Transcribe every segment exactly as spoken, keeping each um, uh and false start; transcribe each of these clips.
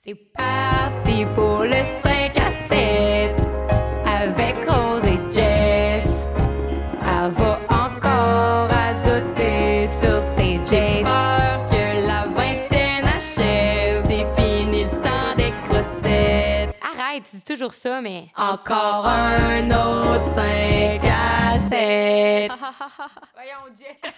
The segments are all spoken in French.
C'est parti pour le cinq à sept avec Rose et Jess. Elle va encore adoter sur ses dates. Peur que la vingtaine achève, c'est fini le temps des crossettes. Arrête, tu dis toujours ça, mais... Encore un autre cinq à sept. Voyons, Jess.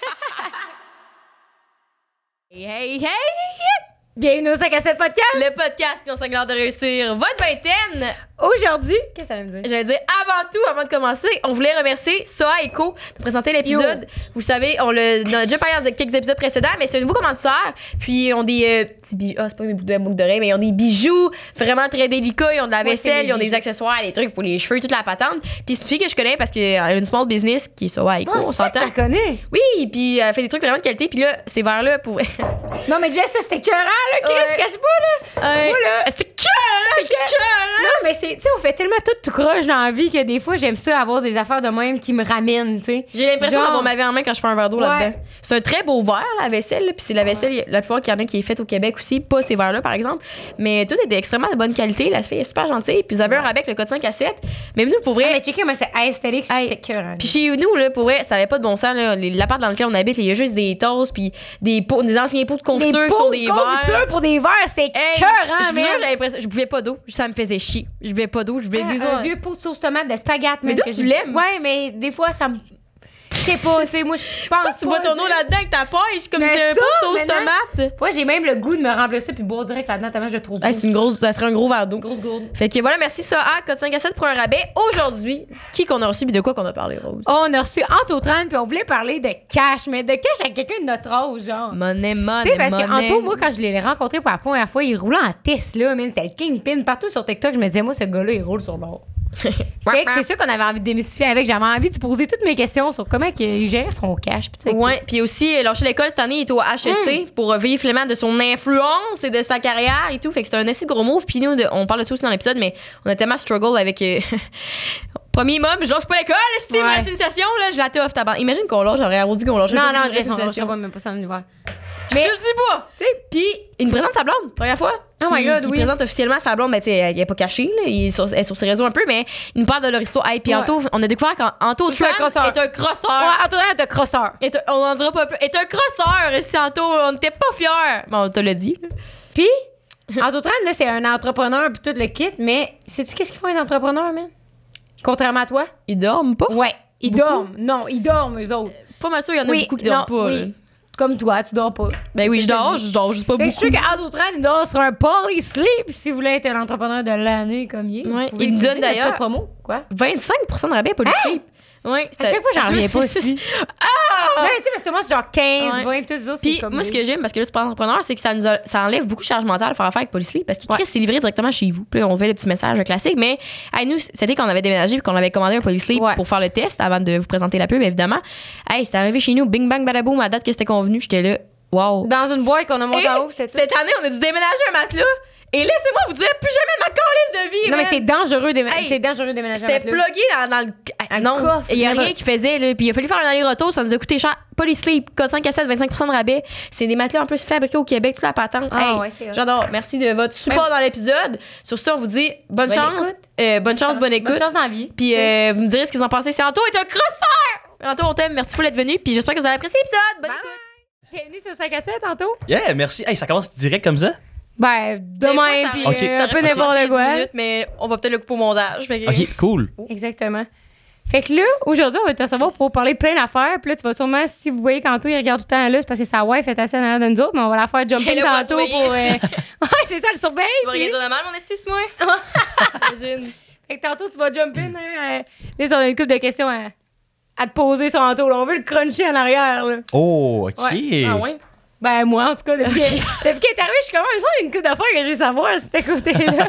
Hey, hey, hey! Bienvenue au cinq à sept podcast. Le podcast qui enseigne l'art de réussir votre vingtaine. Aujourd'hui, qu'est-ce que ça veut dire? J'allais dire, avant tout, avant de commencer, on voulait remercier Soa Eco de présenter l'épisode. Yo. Vous savez, on, l'a, on a déjà parlé dans quelques épisodes précédents, mais c'est un nouveau commanditaire. Puis ils ont des euh, petits bijoux. Ah, c'est pas mes boucles d'oreilles, mais ils ont des bijoux vraiment très délicats. Ils ont de la vaisselle, ouais, ils ont des accessoires, des trucs pour les cheveux, toute la patente. Puis c'est une fille que je connais parce qu'elle a une small business qui est Soa Eco. Oh, on s'entend. Tu la connais? Oui, puis elle fait des trucs vraiment de qualité. Puis là, ces verres-là, pour. Non, mais Jess, ça, c'était écœurant, là. Chris, Ouais. cache pas, là. Ouais. Moi, là. C'est écœurant, c'est écœurant. Non, mais c'est, tu sais, on fait tellement tout tout croche dans la vie que des fois, j'aime ça avoir des affaires de même qui me ramènent, tu sais. J'ai l'impression Genre- d'avoir ma vie en main quand je prends un verre d'eau Ouais. là-dedans. C'est un très beau verre, la vaisselle, là, puis c'est la vaisselle, la plupart qu'il y en a qui est faite au Québec aussi, pas ces verres-là, par exemple. Mais tout était extrêmement de bonne qualité. La fille est super gentille. Puis vous avez un rabais avec le code cinq à sept. Mais nous, pour vrai. Ah, mais checker, moi, c'est esthétique, Hey. c'était écœurant. Puis chez nous, là, pour vrai, ça avait pas de bon sens. Là. Les- L'appart dans lequel on habite, il y a juste des tasses, puis des, pots, des anciens pots de confiture Des qui sont pots des de confiture verres. pour des verres, c'est Hey, écœurant, je vous jure, man. j'avais l'impression. Je buvais pas d'eau. Ça me faisait chier. Je buvais pas d'eau. Je buvais des un eaux. vieux pot de sauce tomate de spaghetti, Mais man, toi, que tu j'ai- l'aimes. Ouais, mais des fois, ça me... Je sais pas, tu sais, moi, je pense Tu bois pas, ton eau tu sais. là-dedans avec ta pêche, comme Mais si c'était un ça, pot de sauce maintenant- tomate. Moi, j'ai même le goût de me remplir ça puis de boire direct là-dedans tellement je le trouve Hey, c'est une grosse, ça serait un gros verre d'eau. grosse gourde. Fait que voilà, merci ça à code cinq à sept pour un rabais. Aujourd'hui, qui qu'on a reçu et de quoi qu'on a parlé, Rose? On a reçu Anto-Tran puis on voulait parler de cash, mais de cash avec quelqu'un de notre âge, genre. Money, Tu money, sais, parce money. qu'Anto, moi, quand je l'ai rencontré pour la première fois, il roulait en Tesla, man. C'était le kingpin. Partout sur TikTok, je me disais, moi, ce gars-là, il roule sur l'or. Fait que c'est ça qu'on avait envie de démystifier avec. J'avais envie de poser toutes mes questions sur comment il gérait son cash. Puis tout ça. Ouais, puis aussi, euh, lâché l'école cette année, il est au H E C pour euh, vivre vraiment de son influence et de sa carrière et tout. Fait que c'est un assez gros move. Puis nous, de- on parle de ça aussi dans l'épisode, mais on a tellement struggle avec. euh, Premier mob, je lâche pas l'école, c'est Ouais. ma civilisation, là, je la toffe, tabarnak. Imagine qu'on lâche, j'aurais arrondi qu'on lâche Non, pas non, la Jess, on ne civilisation. pas même pas ça en hiver. Je te le dis pas! Tu sais, puis une présente sa blonde, première fois. Oh my qui- God, qui oui. présente officiellement sa blonde, ben tu sais, elle est pas cachée, là, il est sur, elle est sur ses réseaux un peu, mais il nous parle de leur histoire. Hey, puis Ouais. Anto, on a découvert qu'Anto C'est un Tran crosseur. est un crosseur. Ouais, Anto-Tran est un crosseur. Est un- on en dira pas plus. Est un crosseur, et si Anto, on n'était pas fiers. Bon, on te l'a dit. Puis, Anto-Tran, là, c'est un entrepreneur puis tout le kit, mais sais-tu qu'est-ce qu'ils font les entrepreneurs, man? Contrairement à toi? Ils dorment pas. Ouais, ils Beaucoup? dorment. Non, ils dorment, eux autres. Pas mal sûr, il y en a Oui, beaucoup qui non, dorment pas. oui. là. Comme toi, tu dors pas. Ben oui, C'est je ça que dors, je dis. je dors juste pas Fait que je beaucoup. suis sûr qu'Anto-Tran, il dort sur un polysleep si vous voulez être un entrepreneur de l'année comme il est. Ouais, Vous pouvez il nous utiliser donne notre d'ailleurs- code promo. Quoi? vingt-cinq pour cent de rabais, pas le sleep. Ouais, À chaque fois, j'en reviens pas aussi. Ah! Non, mais tu sais, parce que moi, c'est genre quinze, Ouais. vingt, tous les autres, Puis c'est comme... moi, ce que j'aime, parce que là, c'est pas entrepreneur, c'est que ça nous a- ça enlève beaucoup de charge mentale à faire affaire avec Polysleep parce qu'il Ouais. crée, c'est livré directement chez vous. Puis là, on fait le petit message classique. Mais hey, nous, c'était quand on avait déménagé et qu'on avait commandé un Polysleep Ouais. pour faire le test avant de vous présenter la pub, évidemment. Hey, c'est arrivé chez nous, bing bang badaboum, à la date que c'était convenu. J'étais là, wow. Dans une boîte qu'on a montée Et en haut, c'était tout. cette année, on a dû déménager un matelas. Et laissez-moi vous dire, plus jamais de ma calice de vie. Non, mais man. c'est dangereux, de... Hey, c'est dangereux de déménager un C'était matelas. plugué dans, dans le. Dans le non, coffre, il y a never. rien qui faisait, là. Puis il a fallu faire un aller-retour, ça nous a coûté cher. Polysleep, code cinq à sept, vingt-cinq pour cent de rabais. C'est des matelas en plus fabriqués au Québec, toute la patente. Ah, Hey, ouais, c'est vrai. j'adore. Merci de votre support dans l'épisode. Sur ce, on vous dit bonne, Bonne chance. écoute. Euh, bonne chance, bonne écoute. Bonne chance dans la vie. Puis euh, vous me direz ce que vous en pensez. C'est Anto est un crosseur! Anto, on t'aime. Merci pour d'être venu. Puis j'espère que vous allez apprécier l'épisode. Bonne Bye. écoute. Bienvenue sur cinq à sept, tantôt. Yeah, merci. Hey, ça commence direct comme ça? Ben, Des fois, demain, ça- puis Ok. euh, un peu Ça aurait n'importe commencé quoi. dix minutes, mais on va peut-être le couper au montage. Fait que- Ok, cool. Exactement. Fait que là, aujourd'hui, on va te recevoir pour parler plein d'affaires. Puis là, tu vas sûrement, si vous voyez qu'Anto, il regarde tout le temps là, c'est parce que sa wife est assez en arrière de nous autres, mais on va la faire jumper Elle va tantôt pour. surveiller. euh, Ouais, c'est ça, le surveille. Tu vas puis- rien dire de mal, mon estis, moi? Imagine. Fait que tantôt, tu vas jumper. Hein, euh, là, on a une couple de questions à, à te poser sur Anto. Là. On veut le cruncher en arrière. Là. Oh, ok. Ouais. Ah ouais? Ben, moi, en tout cas, depuis qu'elle depuis qu'elle est arrivée, je suis comme, ça, il y a une couple d'affaires que je veux savoir à cet côté-là.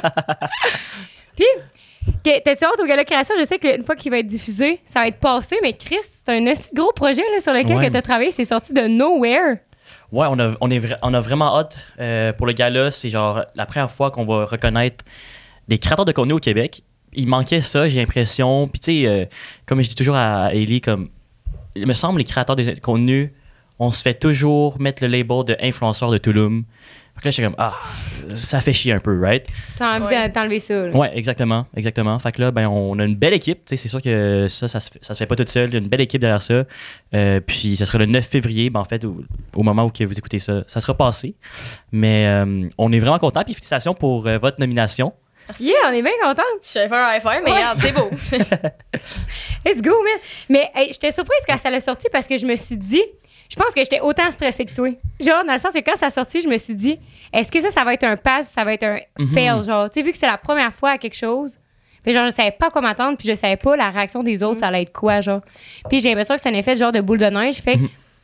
Puis, que- t'as-tu hâte au Gala Création? Je sais qu'une fois qu'il va être diffusé, ça va être passé, mais Chris, c'est un aussi gros projet là, sur lequel Ouais. tu as travaillé. C'est sorti de Nowhere. Ouais, on a, on est vra- on a vraiment hâte euh, pour le gala. C'est genre la première fois qu'on va reconnaître des créateurs de contenu au Québec. Il manquait ça, j'ai l'impression. Puis tu sais, euh, comme je dis toujours à Ellie, comme il me semble les créateurs de contenu, on se fait toujours mettre le label de influenceur de Tulum. Fait que là, j'étais comme, ah, ça fait chier un peu, right? T'as envie Ouais. de- d'enlever ça. Là. Ouais, exactement, exactement. Fait que là, ben, on a une belle équipe. Tu sais, c'est sûr que ça, ça se fait, ça se fait pas toute seule. Il y a une belle équipe derrière ça. Euh, puis, ça sera le neuf février, ben, en fait, au, au moment où que vous écoutez ça, ça sera passé. Mais euh, on est vraiment contents. Puis, félicitations pour euh, votre nomination. Yeah, on est bien contents. Je savais faire un high five, mais Ouais. regarde, c'est beau. Let's go, man. Mais hey, j'étais surprise quand ça l'a sorti parce que je me suis dit, je pense que j'étais autant stressée que toi. Genre, dans le sens que quand ça a sorti, je me suis dit, est-ce que ça, ça va être un pass ou ça va être un Mhm. fail? Genre, tu sais, vu que c'est la première fois à quelque chose, puis genre, je savais pas quoi m'attendre, puis je savais pas la réaction des autres, ça allait être quoi, genre. Puis j'ai l'impression que c'est un effet genre de boule de neige. Fait que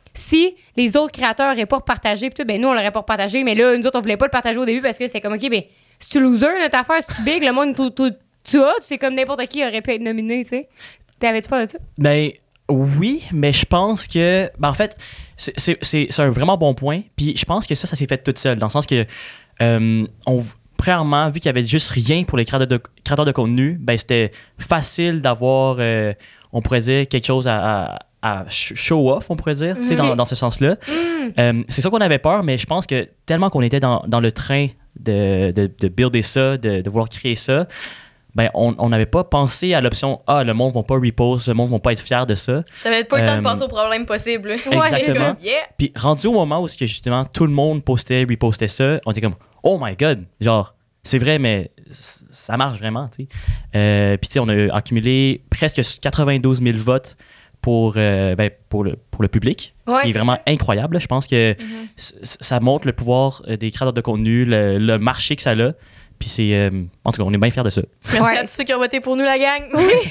si les autres créateurs n'auraient pas repartagé, puis tout, ben nous, on l'aurait pas repartagé, mais là, nous autres, on voulait pas le partager au début parce que c'est comme, OK, ben, si tu loser, notre affaire, si tu big, le monde, tout, tout, tu as, c'est comme n'importe qui aurait pu être nominé, tu sais. T'avais-tu pas de ça? Ben oui, mais je pense que. Ben en fait, c'est, c'est, c'est, c'est un vraiment bon point. Puis je pense que ça, ça s'est fait toute seule. Dans le sens que, euh, on, premièrement, vu qu'il y avait juste rien pour les créateurs de, créateurs de contenu, ben c'était facile d'avoir, euh, on pourrait dire, quelque chose à, à, à show off, on pourrait dire, tu sais, dans, dans ce sens-là. Euh, c'est ça qu'on avait peur, mais je pense que tellement qu'on était dans, dans le train de, de, de builder ça, de, de vouloir créer ça, ben on n'avait pas pensé à l'option ah le monde va pas repost, le monde va pas être fier de ça. T'avais pas eu le temps Euh, de penser aux problèmes possibles. Exactement. Yeah. Puis rendu au moment où ce que justement tout le monde postait, repostait ça, on était comme oh my god, genre c'est vrai mais c- ça marche vraiment, tu sais. Euh, Puis tu sais on a accumulé presque quatre-vingt-douze mille votes pour euh, ben, pour le pour le public, ce Ouais. qui est vraiment incroyable. Je pense que c- c- ça montre le pouvoir euh, des créateurs de contenu, le, le marché que ça a. Puis c'est euh, en tout cas on est bien fiers de ça. Merci Ouais. à tous ceux qui ont voté pour nous, la gang.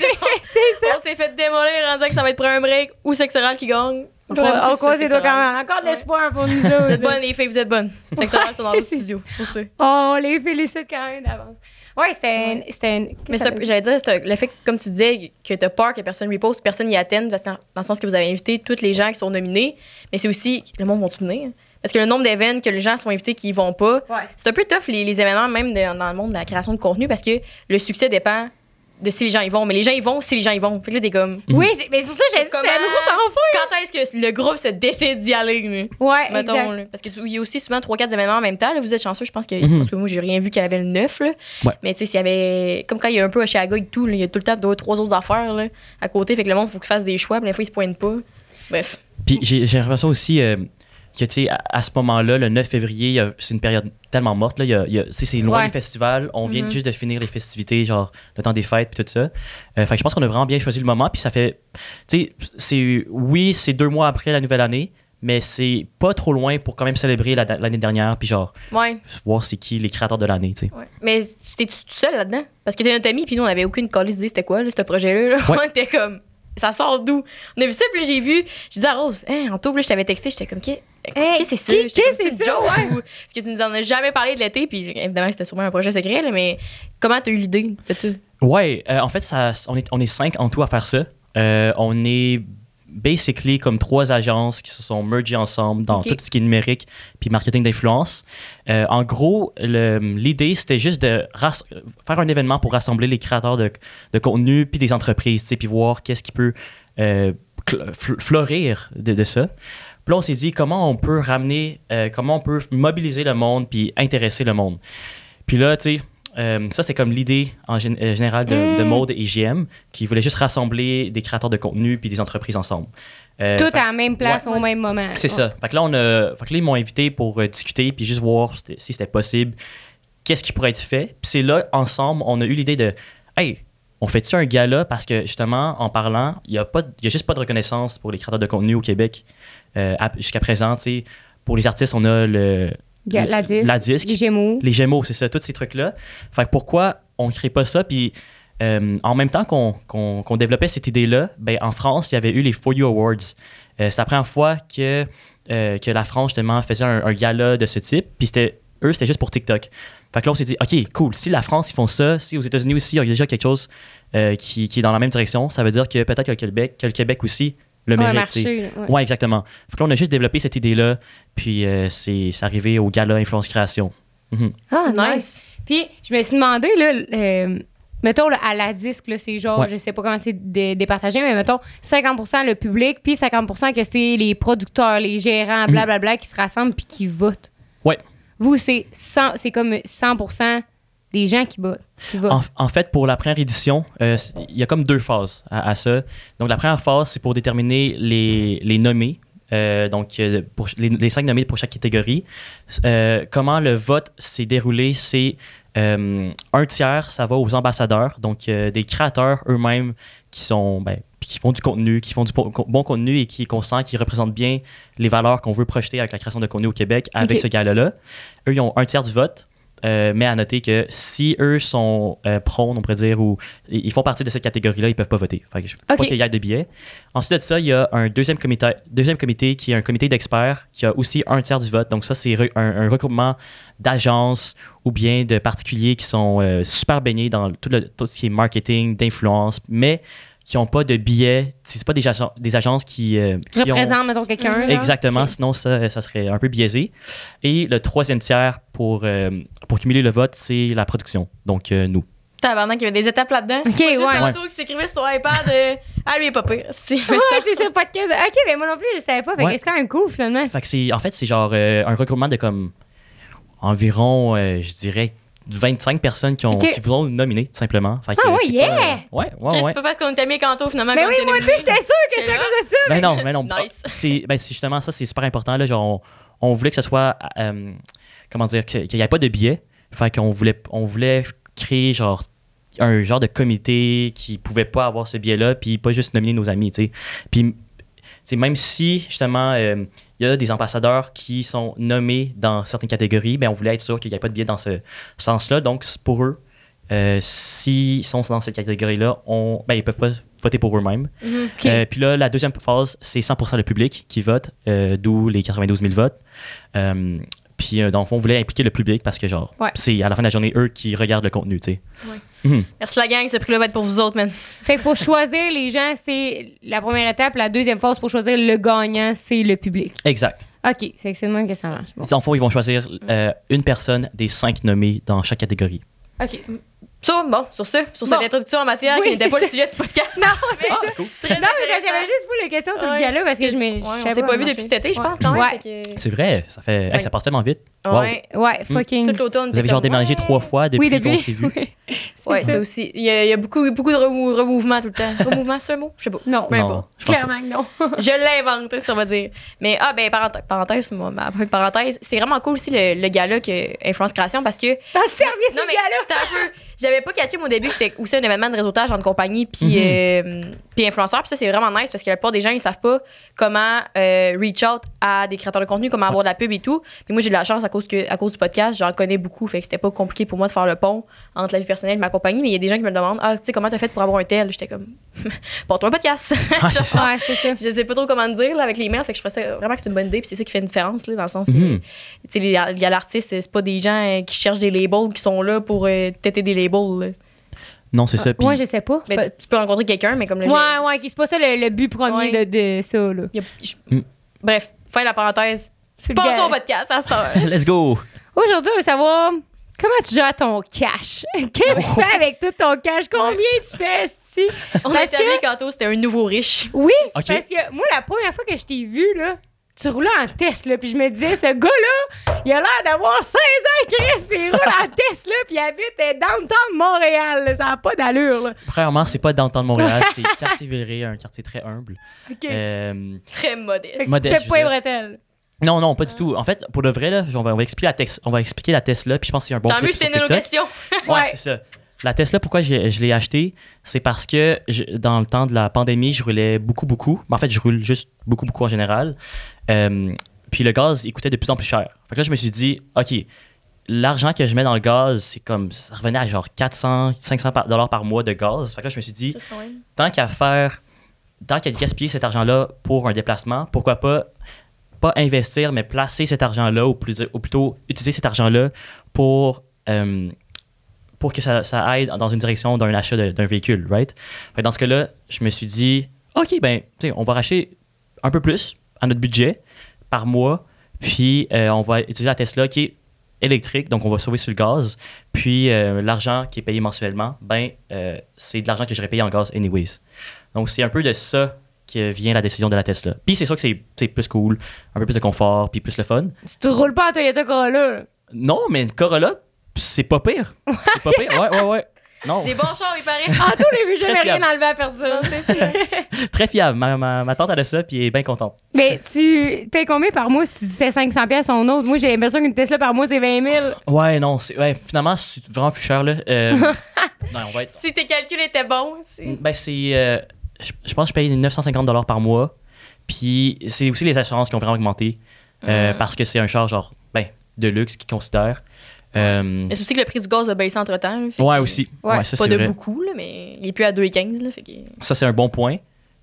c'est ça. On s'est fait démolir en disant que ça va être pour un break ou Sexoral qui gagne. On, on croise les doigts quand même. Encore de l'espoir pour nous Vous autres. êtes bonnes, les filles, vous êtes bonnes. Sexoral sont dans le c'est studio. C'est pour ça. On les félicite quand même d'avance. Ouais, c'était une. C'était une- Mais qu'est-ce c'est que un- ça j'allais dire, c'est un- le fait que, comme tu disais, que t'as peur que personne reposte, personne y attende, parce que dans, dans le sens que vous avez invité tous les gens qui sont nominés, mais c'est aussi, le monde va-tu venir? Parce que le nombre d'événements que les gens sont invités qui y vont pas, Ouais. c'est un peu tough les, les événements même de- dans le monde de la création de contenu parce que le succès dépend de si les gens y vont. Mais les gens y vont si les gens y vont. Fait que là, t'es comme. Oui, c'est, mais c'est pour ça que j'ai dit que c'est un Comment- nouveau sans feu. Quand est-ce que le groupe se décide d'y aller, là? Ouais, Mettons, exact. là. Parce qu'il y a aussi souvent trois quatre événements en même temps. Là. Vous êtes chanceux, je pense que. Mhm. Parce que moi, j'ai rien vu qu'il y avait le neuf. Là. Ouais. Mais tu sais, s'il y avait. Comme quand il y a un peu Oshiaga et tout, là, il y a tout le temps deux, trois autres affaires là, à côté. Fait que le monde, il faut qu'il fasse des choix. Puis des fois, ils se pointent pas. Bref. Puis j'ai j'ai l'impression aussi euh, que, tu sais, à, à ce moment-là, le neuf février, il y a- c'est une période tellement morte. Là, il y a, il y a- tu sais, c'est loin Ouais. des festivals. On vient Mhm. juste de finir les festivités, genre le temps des fêtes puis tout ça. Euh, fait que je pense qu'on a vraiment bien choisi le moment. Puis ça fait... Tu sais, c'est, oui, c'est deux mois après la nouvelle année, mais c'est pas trop loin pour quand même célébrer la- l'année dernière puis genre Ouais. voir c'est qui les créateurs de l'année, tu sais. ouais. Mais tu t'es tout seul là-dedans? Parce que t'es notre ami, puis nous, on avait aucune calice d'idée c'était quoi, là, ce projet-là. Là. Ouais. On était comme. Ça sort d'où? On a vu ça, puis j'ai vu. Je disais à Rose, hein, en tout, là, je t'avais texté, j'étais comme, qu'est- Hey, qu'est-ce que c'est ça? qui- J'étais comme, qu'est-ce que une c'est ça? joke, Ouais. ou- Parce que tu nous en as jamais parlé de l'été, puis évidemment, c'était sûrement un projet secret, là, mais comment t'as eu l'idée de ça? Ouais, euh, en fait, ça, on, est, on est cinq en tout à faire ça. Euh, on est basically comme trois agences qui se sont mergées ensemble dans Ok. tout ce qui est numérique puis marketing d'influence. Euh, en gros, le- l'idée, c'était juste de ras- faire un événement pour rassembler les créateurs de, de contenu puis des entreprises, tu sais, puis voir qu'est-ce qui peut euh, cl- fl- fleurir de, de ça. Puis là, on s'est dit comment on peut ramener, euh, comment on peut mobiliser le monde puis intéresser le monde. Puis là, tu sais, euh, ça, c'est comme l'idée en gén- euh, générale de, de Maude et J M, qui voulait juste rassembler des créateurs de contenu puis des entreprises ensemble. Euh, Tout fait- à la même place Ouais. au même moment. C'est ça. Fait que là, on a, fait que là, ils m'ont invité pour euh, discuter puis juste voir c'était- si c'était possible, qu'est-ce qui pourrait être fait. Puis c'est là, ensemble, on a eu l'idée de hey, on fait-tu un gala parce que justement, en parlant, il n'y a, pas de- il y a juste pas de reconnaissance pour les créateurs de contenu au Québec euh, à- jusqu'à présent. Tu sais, pour les artistes, on a le. La, la disque. La disque. Les Gémeaux. Les Gémeaux, c'est ça, tous ces trucs-là. Fait que pourquoi on ne crée pas ça? Puis euh, en même temps qu'on qu'on- qu'on développait cette idée-là, ben, en France, il y avait eu les For You Awards. Euh, c'est la première fois que, euh, que la France, justement, faisait un, un gala de ce type. Puis c'était, eux, c'était juste pour TikTok. Fait que là, on s'est dit, OK, cool, si la France, ils font ça, si aux États-Unis aussi, il y a déjà quelque chose euh, qui, qui est dans la même direction, ça veut dire que peut-être que le Québec, que le Québec aussi le Ouais, mérite. tu sais. marché. là, ouais. Ouais, exactement. Fait que là, on a juste développé cette idée-là, puis euh, c'est, c'est arrivé au gala Influence Création. Mhm. Ah, nice. Nice. Puis, je me suis demandé, là, euh, mettons, là, à la disque, là, c'est genre, Ouais. je sais pas comment c'est dé- départagé, mais mettons, cinquante pour cent le public, puis cinquante pour cent que c'est les producteurs, les gérants, blablabla, qui se rassemblent puis qui votent. Ouais. vous, c'est cent c'est comme cent pour cent des gens qui, votent. Qui votent. En, en fait, pour la première édition, euh, c- il y a comme deux phases à, à ça. Donc, la première phase, c'est pour déterminer les, les nommés. Euh, donc, euh, pour les, les cinq nommés pour chaque catégorie. Euh, comment le vote s'est déroulé, c'est euh, un tiers, ça va aux ambassadeurs, donc euh, des créateurs eux-mêmes qui sont ben, qui font du contenu, qui font du bon, bon contenu et qui qu'on sent qui représentent bien les valeurs qu'on veut projeter avec la création de contenu au Québec avec Ok. ce gala-là. Eux, ils ont un tiers du vote. Euh, mais à noter que si eux sont euh, prônes, on pourrait dire, ou ils ils font partie de cette catégorie-là, ils peuvent pas voter. Fait que je pas Ok. qu'il y ait de billets. Ensuite de ça, il y a un deuxième comité, deuxième comité qui est un comité d'experts qui a aussi un tiers du vote. Donc ça, c'est re- un, un regroupement d'agences ou bien de particuliers qui sont euh, super baignés dans tout, le, tout ce qui est marketing, d'influence, mais qui n'ont pas de billets. C'est pas des, agen- des agences qui, euh, qui ont... Représente, mettons, quelqu'un. genre. Exactement, sinon ça, ça serait un peu biaisé. Et le troisième tiers pour, euh, pour cumuler le vote, c'est la production, donc euh, nous. Tabarnak, il y avait des étapes là-dedans. Ok, C'est pas juste ouais. un auto qui s'écrivait sur iPad. euh, ah, lui, il est pas pire. Si, mais Ouais, ça- c'est ça, podcast. OK, mais moi non plus, je savais pas. Fait Ouais. que c'est quand même cool, finalement. Fait que c'est, en fait, c'est genre euh, un regroupement de comme environ, euh, je dirais, vingt-cinq personnes qui, ont, Ok. qui vont nous nominer, tout simplement. Fait que, Ah ouais, c'est yeah! pas, euh, ouais, ouais, Chris, ouais. c'est pas parce qu'on est amis Kanto, finalement. Mais qu'on oui, était moi aussi, nominés. j'étais sûre que c'était à J'étais là. cause de ça. Ben non, mais non. Nice. C'est, ben, c'est justement ça, c'est super important. Là, genre, on, on voulait que ce soit, euh, comment dire, que- qu'il n'y ait pas de billets. Fait qu'on voulait, on voulait créer genre un genre de comité qui pouvait pas avoir ce biais-là, puis pas juste nominer nos amis, tu sais. Puis, c'est même si, justement, euh, il y a des ambassadeurs qui sont nommés dans certaines catégories, ben on voulait être sûr qu'il n'y ait pas de biais dans ce sens-là. Donc, c'est pour eux, euh, s'ils sont dans cette catégorie-là, on, ben, ils peuvent pas voter pour eux-mêmes. Mhm. OK. Euh, puis là, la deuxième phase, c'est cent pour cent le public qui vote, euh, d'où les quatre-vingt-douze mille votes. Euh, puis, euh, dans le fond, on voulait impliquer le public parce que, genre, Ouais. c'est à la fin de la journée eux qui regardent le contenu, tu sais. Ouais. Mhm. Merci la gang, ce prix-là va être pour vous autres, man. Fait que pour choisir les gens, c'est la première étape. La deuxième phase, pour choisir le gagnant, c'est le public. Exact. OK, c'est que c'est de même que ça marche. Bon. Dans le fond, ils vont choisir euh, une personne des cinq nommés dans chaque catégorie. OK. Ça, bon, sur ce, sur Bon. cette introduction en matière Oui, qui n'était c'est pas le ça. sujet du podcast. Non, c'est Ah, ça. cool. Très Non, mais ça, intéressant. j'avais juste pas les questions sur Ouais. le gars-là parce que je me. Ouais, je on savais s'est pas vu comment depuis ça cet été, je marchait. pense, quand même. Ouais. fait que- C'est vrai, ça fait. hey, Ouais. ça passe tellement vite. Wow. Ouais. Ouais, fucking. Tout l'automne. Vous avez genre déménagé trois fois depuis, Oui, depuis. qu'on s'est vu. C'est Ouais, ça. ça aussi. Il y a, il y a beaucoup, beaucoup de remou- remouvements tout le temps. Remouvement, c'est un mot? Je sais pas. Non, Peu Non, importe. je pense pas. clairement que non. Je l'invente, ça on va dire. Mais, ah, ben, parenthèse, parenthèse moi, ma petite parenthèse, c'est vraiment cool aussi le, le gala que Influence Création parce que. T'as servi ce Non, mais gars-là. t'as un peu. J'avais pas catché au début que c'était aussi un événement de réseautage entre compagnie puis euh, puis influenceurs. Puis ça, c'est vraiment nice parce que la plupart des gens, ils savent pas comment euh, reach out à des créateurs de contenu, comment avoir de la pub et tout. Puis moi, j'ai de la chance à cause, que, à cause du podcast, j'en connais beaucoup. Fait que c'était pas compliqué pour moi de faire le pont entre la vie personnelle et ma compagnie. Mais il y a des gens qui me le demandent, ah, tu sais, comment t'as fait pour avoir un tel? J'étais comme, porte-toi un podcast. Ah, c'est ça. Ouais, c'est ça. Je sais pas trop comment te dire là, avec les mails. Fait que je trouve ça vraiment que c'est une bonne idée. Puis c'est ça qui fait une différence, là, dans le sens que, Mhm. tu sais, les- il y a l'artiste, c'est pas des gens euh, qui cherchent des labels qui sont là pour euh, têter des labels. là. Non, c'est ça. Puis, Moi, je sais pas. Ben, tu, tu peux rencontrer quelqu'un, mais comme le Ouais, ouais, c'est pas ça le, le but premier Ouais. de, de ça, là. il y a- je- Mm. Bref, fin de la parenthèse. C'est le Passons gars. au podcast à cette heure. let's go! Aujourd'hui, on veut savoir comment tu gères ton cash. Qu'est-ce que tu fais avec tout ton cash? Combien tu fais, esti? On a Parce établi que- qu'Anto, c'était un nouveau riche. Oui, Ok. parce que moi, la première fois que je t'ai vu, là, tu roulais en Tesla, puis je me disais, ce gars-là, il a l'air d'avoir seize ans, Chris, puis il roule en Tesla, puis il habite euh, downtown Montréal. là. Ça n'a pas d'allure, là. Premièrement, c'est pas dans le temps de Montréal, c'est quartier Villeray, un quartier très humble. OK. Euh, Très modeste. Fait que modeste, c'était je pas les veux bretelles. non, non, pas du tout. En fait, pour de vrai, là, on va, on va expliquer la Tex- on va expliquer la Tesla, puis je pense que c'est un bon Tant clip mieux, sur c'est nos TikTok. questions. Ouais, Ouais. c'est ça. La Tesla, pourquoi j'ai- je l'ai achetée? C'est parce que je- dans le temps de la pandémie, je roulais beaucoup, beaucoup. Mais en fait, je roule juste beaucoup, beaucoup en général. Euh, puis le gaz, il coûtait de plus en plus cher. Fait que là, je me suis dit, OK, l'argent que je mets dans le gaz, c'est comme, ça revenait à genre quatre cents, cinq cents par- dollars par mois de gaz. Fait que là, je me suis dit, tant qu'à faire, tant qu'à gaspiller cet argent-là pour un déplacement, pourquoi pas, pas investir, mais placer cet argent-là, ou, plus, ou plutôt utiliser cet argent-là pour, euh, pour que ça, ça aille dans une direction d'un achat de- d'un véhicule, right? Fait que dans ce cas-là, je me suis dit, OK, ben, tu sais, on va racheter un peu plus à notre budget par mois, puis euh, on va utiliser la Tesla qui est électrique, donc on va sauver sur le gaz, puis euh, l'argent qui est payé mensuellement, ben, euh, c'est de l'argent que j'aurais payé en gaz anyways. Donc, c'est un peu de ça que vient la décision de la Tesla. Puis c'est sûr que c'est c'est plus cool, un peu plus de confort, puis plus le fun. Si tu roules pas en Toyota Corolla, Non, mais une Corolla, c'est pas pire. C'est pas pire. Ouais, ouais, ouais. Non. Des bons chars, il paraît. En tous les vues, j'ai Très jamais fiable. rien enlevé à personne. c'est ça. Très fiable. Ma, ma, ma tante, elle a ça, puis elle est bien contente. Mais tu payes combien par mois si tu disais cinq cents pièces son autre? Moi, j'ai l'impression qu'une Tesla par mois, c'est vingt mille. Ouais, non, c'est, ouais, finalement, c'est vraiment plus cher, là. Euh, non, on va être. Si tes calculs étaient bons, c'est. Ben, c'est. euh, je, je pense que je paye neuf cent cinquante dollars par mois. Puis, c'est aussi les assurances qui ont vraiment augmenté. euh, Mm. Parce que c'est un char, genre, ben, de luxe qu'ils considèrent. Euh, Mais c'est aussi que le prix du gaz a baissé entre-temps. fait ouais, que- aussi. Ouais, Ouais, ça, Pas c'est de vrai. beaucoup, là, mais il est plus à deux virgule quinze. Là, fait que... Ça, c'est un bon point.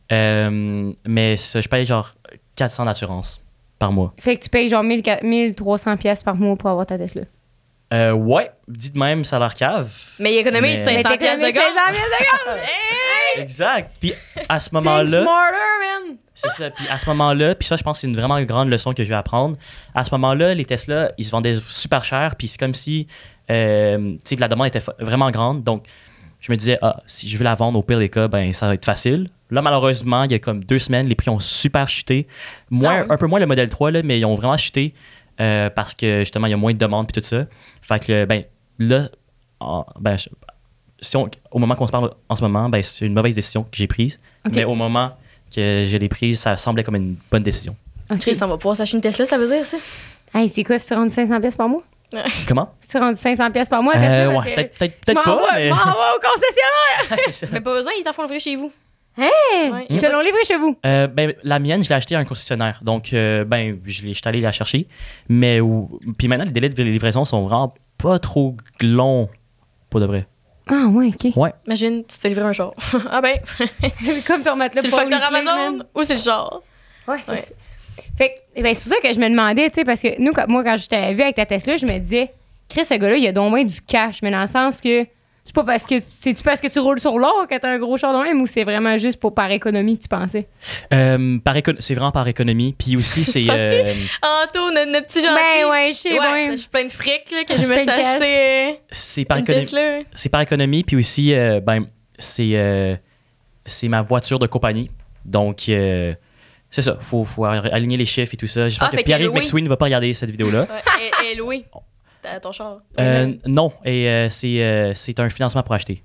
Euh, mais ça, je paye genre quatre cents d'assurance par mois. Fait que tu payes genre mille mille trois cents pièces par mois pour avoir ta Tesla. Euh, ouais, dites même salaire cave. Mais il économise Mais- cinq cents pièces de gaz. cinq cents pièces de gaz! Exact. Puis à ce Think moment-là, smarter, man! c'est ça. Puis à ce moment-là, puis ça, je pense que c'est une vraiment grande leçon que je vais apprendre. À ce moment-là, les Tesla, ils se vendaient super cher. Puis c'est comme si, euh, tu sais, la demande était fa- vraiment grande. Donc, je me disais, ah, si je veux la vendre, au pire des cas, ben ça va être facile. Là, malheureusement, il y a comme deux semaines, les prix ont super chuté. Moins, Ah oui. Un peu moins le modèle trois, là, mais ils ont vraiment chuté euh, parce que justement, il y a moins de demandes puis tout ça. Fait que, ben, là, en- ben, je- si on- au moment qu'on se parle en ce moment, ben, c'est une mauvaise décision que j'ai prise. Ok. Mais au moment que je l'ai prise, ça semblait comme une bonne décision. Chris, on va pouvoir s'acheter une Tesla, ça veut dire ça? Hey, c'est quoi, si tu rendu cinq cents pièces par mois? Comment? Si tu rendu cinq cents pièces par mois, Tesla, Euh, parce ouais, que- peut-être peut-être- peut-être M'en pas, va- mais. m'en va au concessionnaire! c'est ça. Mais pas besoin, ils t'en font livrer chez vous. Hey! Ouais. Ils te l'ont livré chez vous. Euh, ben, la mienne, je l'ai achetée à un concessionnaire. Donc, euh, ben, je l'ai- je suis allé la chercher. Mais, où- puis maintenant, les délais de livraison sont vraiment pas trop longs, pour de vrai. Ah, ouais, OK. Ouais. Imagine, tu te fais livrer un char. Ah ben, Comme ton matelas c'est le facteur police, Amazon man. ou c'est le char? Ouais, c'est Ouais. ça. Fait que, eh ben, c'est pour ça que je me demandais, tu sais, parce que nous, quand- moi, quand je t'avais vu avec ta Tesla, je me disais, Chris, ce gars-là, il a donc moins du cash, mais dans le sens que c'est pas parce que c'est-tu parce que tu roules sur l'or que t'as un gros char de même ou c'est vraiment juste pour par économie que tu pensais? Euh, par éco- c'est vraiment par économie. Puis aussi, c'est. Penses-tu? euh, Anto, notre, notre petit gentil. Ben ouais, je sais, Ouais, ouais. je je suis plein de fric là, que Je je me paye suis le cash. acheté c'est par une économie. Tesla. C'est par économie. Puis aussi, euh, ben, c'est, euh, c'est ma voiture de compagnie. Donc, euh, c'est ça. Faut, faut aligner les chiffres et tout ça. J'espère Ah, que fait Pierre-Yves qu'elle est louée. McSween ne va pas regarder cette vidéo-là. Ouais, elle, elle est louée. T'as ton char. Euh, non, et euh, c'est, euh, c'est un financement pour acheter.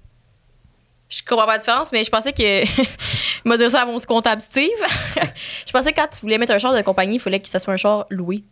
Je comprends pas la différence, mais je pensais que. Il m'a dit ça à mon comptable Steve. Je pensais que quand tu voulais mettre un char de compagnie, il fallait que ça soit un char loué.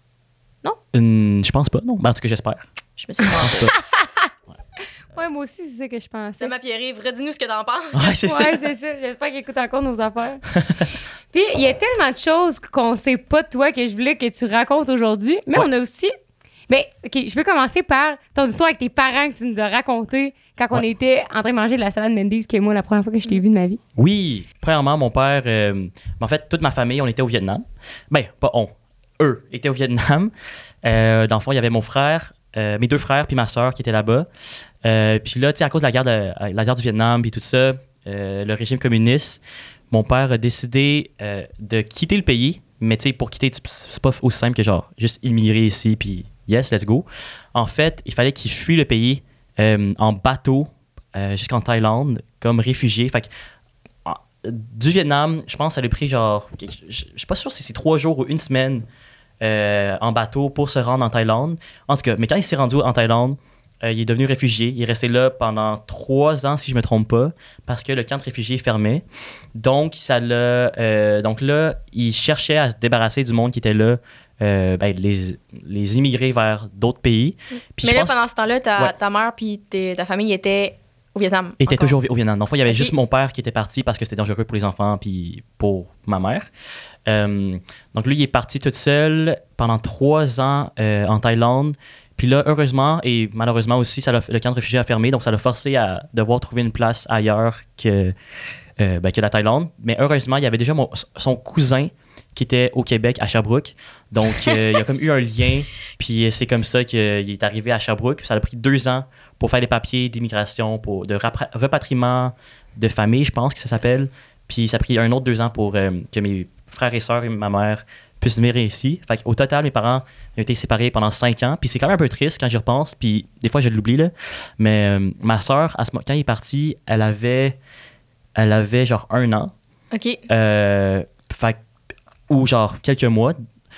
Hum, je pense pas, non. Ben, en tout cas, j'espère. Je me suis demandé. Je pense pas. Ouais, moi aussi, c'est ça que je pensais. C'est ma Pierre-Yves, redis-nous ce que t'en penses. Ouais, c'est ça. Ouais, c'est ça. J'espère qu'il écoute encore nos affaires. Puis, il y a tellement de choses qu'on sait pas de toi que je voulais que tu racontes aujourd'hui. Mais Ouais. on a aussi. Mais, OK, je veux commencer par ton histoire avec tes parents que tu nous as raconté quand on Ouais. était en train de manger de la salade Mendy's, qui est moi la première fois que je t'ai vu de ma vie. Oui, premièrement, mon père, euh, en fait, toute ma famille, on était au Vietnam. Ben, pas on, eux étaient au Vietnam. Euh, dans le fond, il y avait mon frère, euh, mes deux frères, puis ma soeur qui étaient là-bas. Euh, puis là, tu sais, à cause de la guerre, de, la guerre du Vietnam, puis tout ça, euh, le régime communiste, mon père a décidé euh, de quitter le pays. Mais tu sais, pour quitter, tu- c'est pas aussi simple que genre juste immigrer ici, puis yes, let's go. En fait, il fallait qu'il fuit le pays euh, en bateau euh, jusqu'en Thaïlande comme réfugié. Fait que en- du Vietnam, je pense que ça lui a pris genre, je je suis pas sûr si c'est trois jours ou une semaine euh, en bateau pour se rendre en Thaïlande. En tout cas, mais quand il s'est rendu en Thaïlande, euh, il est devenu réfugié. Il est resté là pendant trois ans, si je me trompe pas, parce que le camp de réfugiés fermait. Donc, ça l'a, euh, donc là, il cherchait à se débarrasser du monde qui était là, euh, ben, les, les immigrer vers d'autres pays. Puis Mais je là, pense pendant ce temps-là, ta, Ouais. ta mère puis tes- ta famille étaient au Vietnam. était encore. toujours au Vietnam. Donc, il y avait Ok. juste mon père qui était parti parce que c'était dangereux pour les enfants puis pour ma mère. Euh, donc, lui, il est parti tout seul pendant trois ans euh, en Thaïlande. Puis là, heureusement et malheureusement aussi, ça l'a- le camp de réfugiés a fermé. Donc, ça l'a forcé à devoir trouver une place ailleurs que, euh, ben, que la Thaïlande. Mais heureusement, il y avait déjà mon- son cousin qui était au Québec, à Sherbrooke. Donc, euh, il y a comme eu un lien. Puis c'est comme ça qu'il est arrivé à Sherbrooke. Ça a pris deux ans pour faire des papiers d'immigration, pour de rapra- repatriement de famille, je pense que ça s'appelle. Puis ça a pris un autre deux ans pour euh, que mes frères et sœurs et ma mère puissent venir ici. Fait qu'au total, mes parents ont été séparés pendant cinq ans. Puis c'est quand même un peu triste quand j'y repense. Puis des fois, je l'oublie, là. Mais euh, ma sœur, à ce mo- quand il est parti, elle avait, elle avait genre un an. OK. Euh, fait, ou genre quelques mois.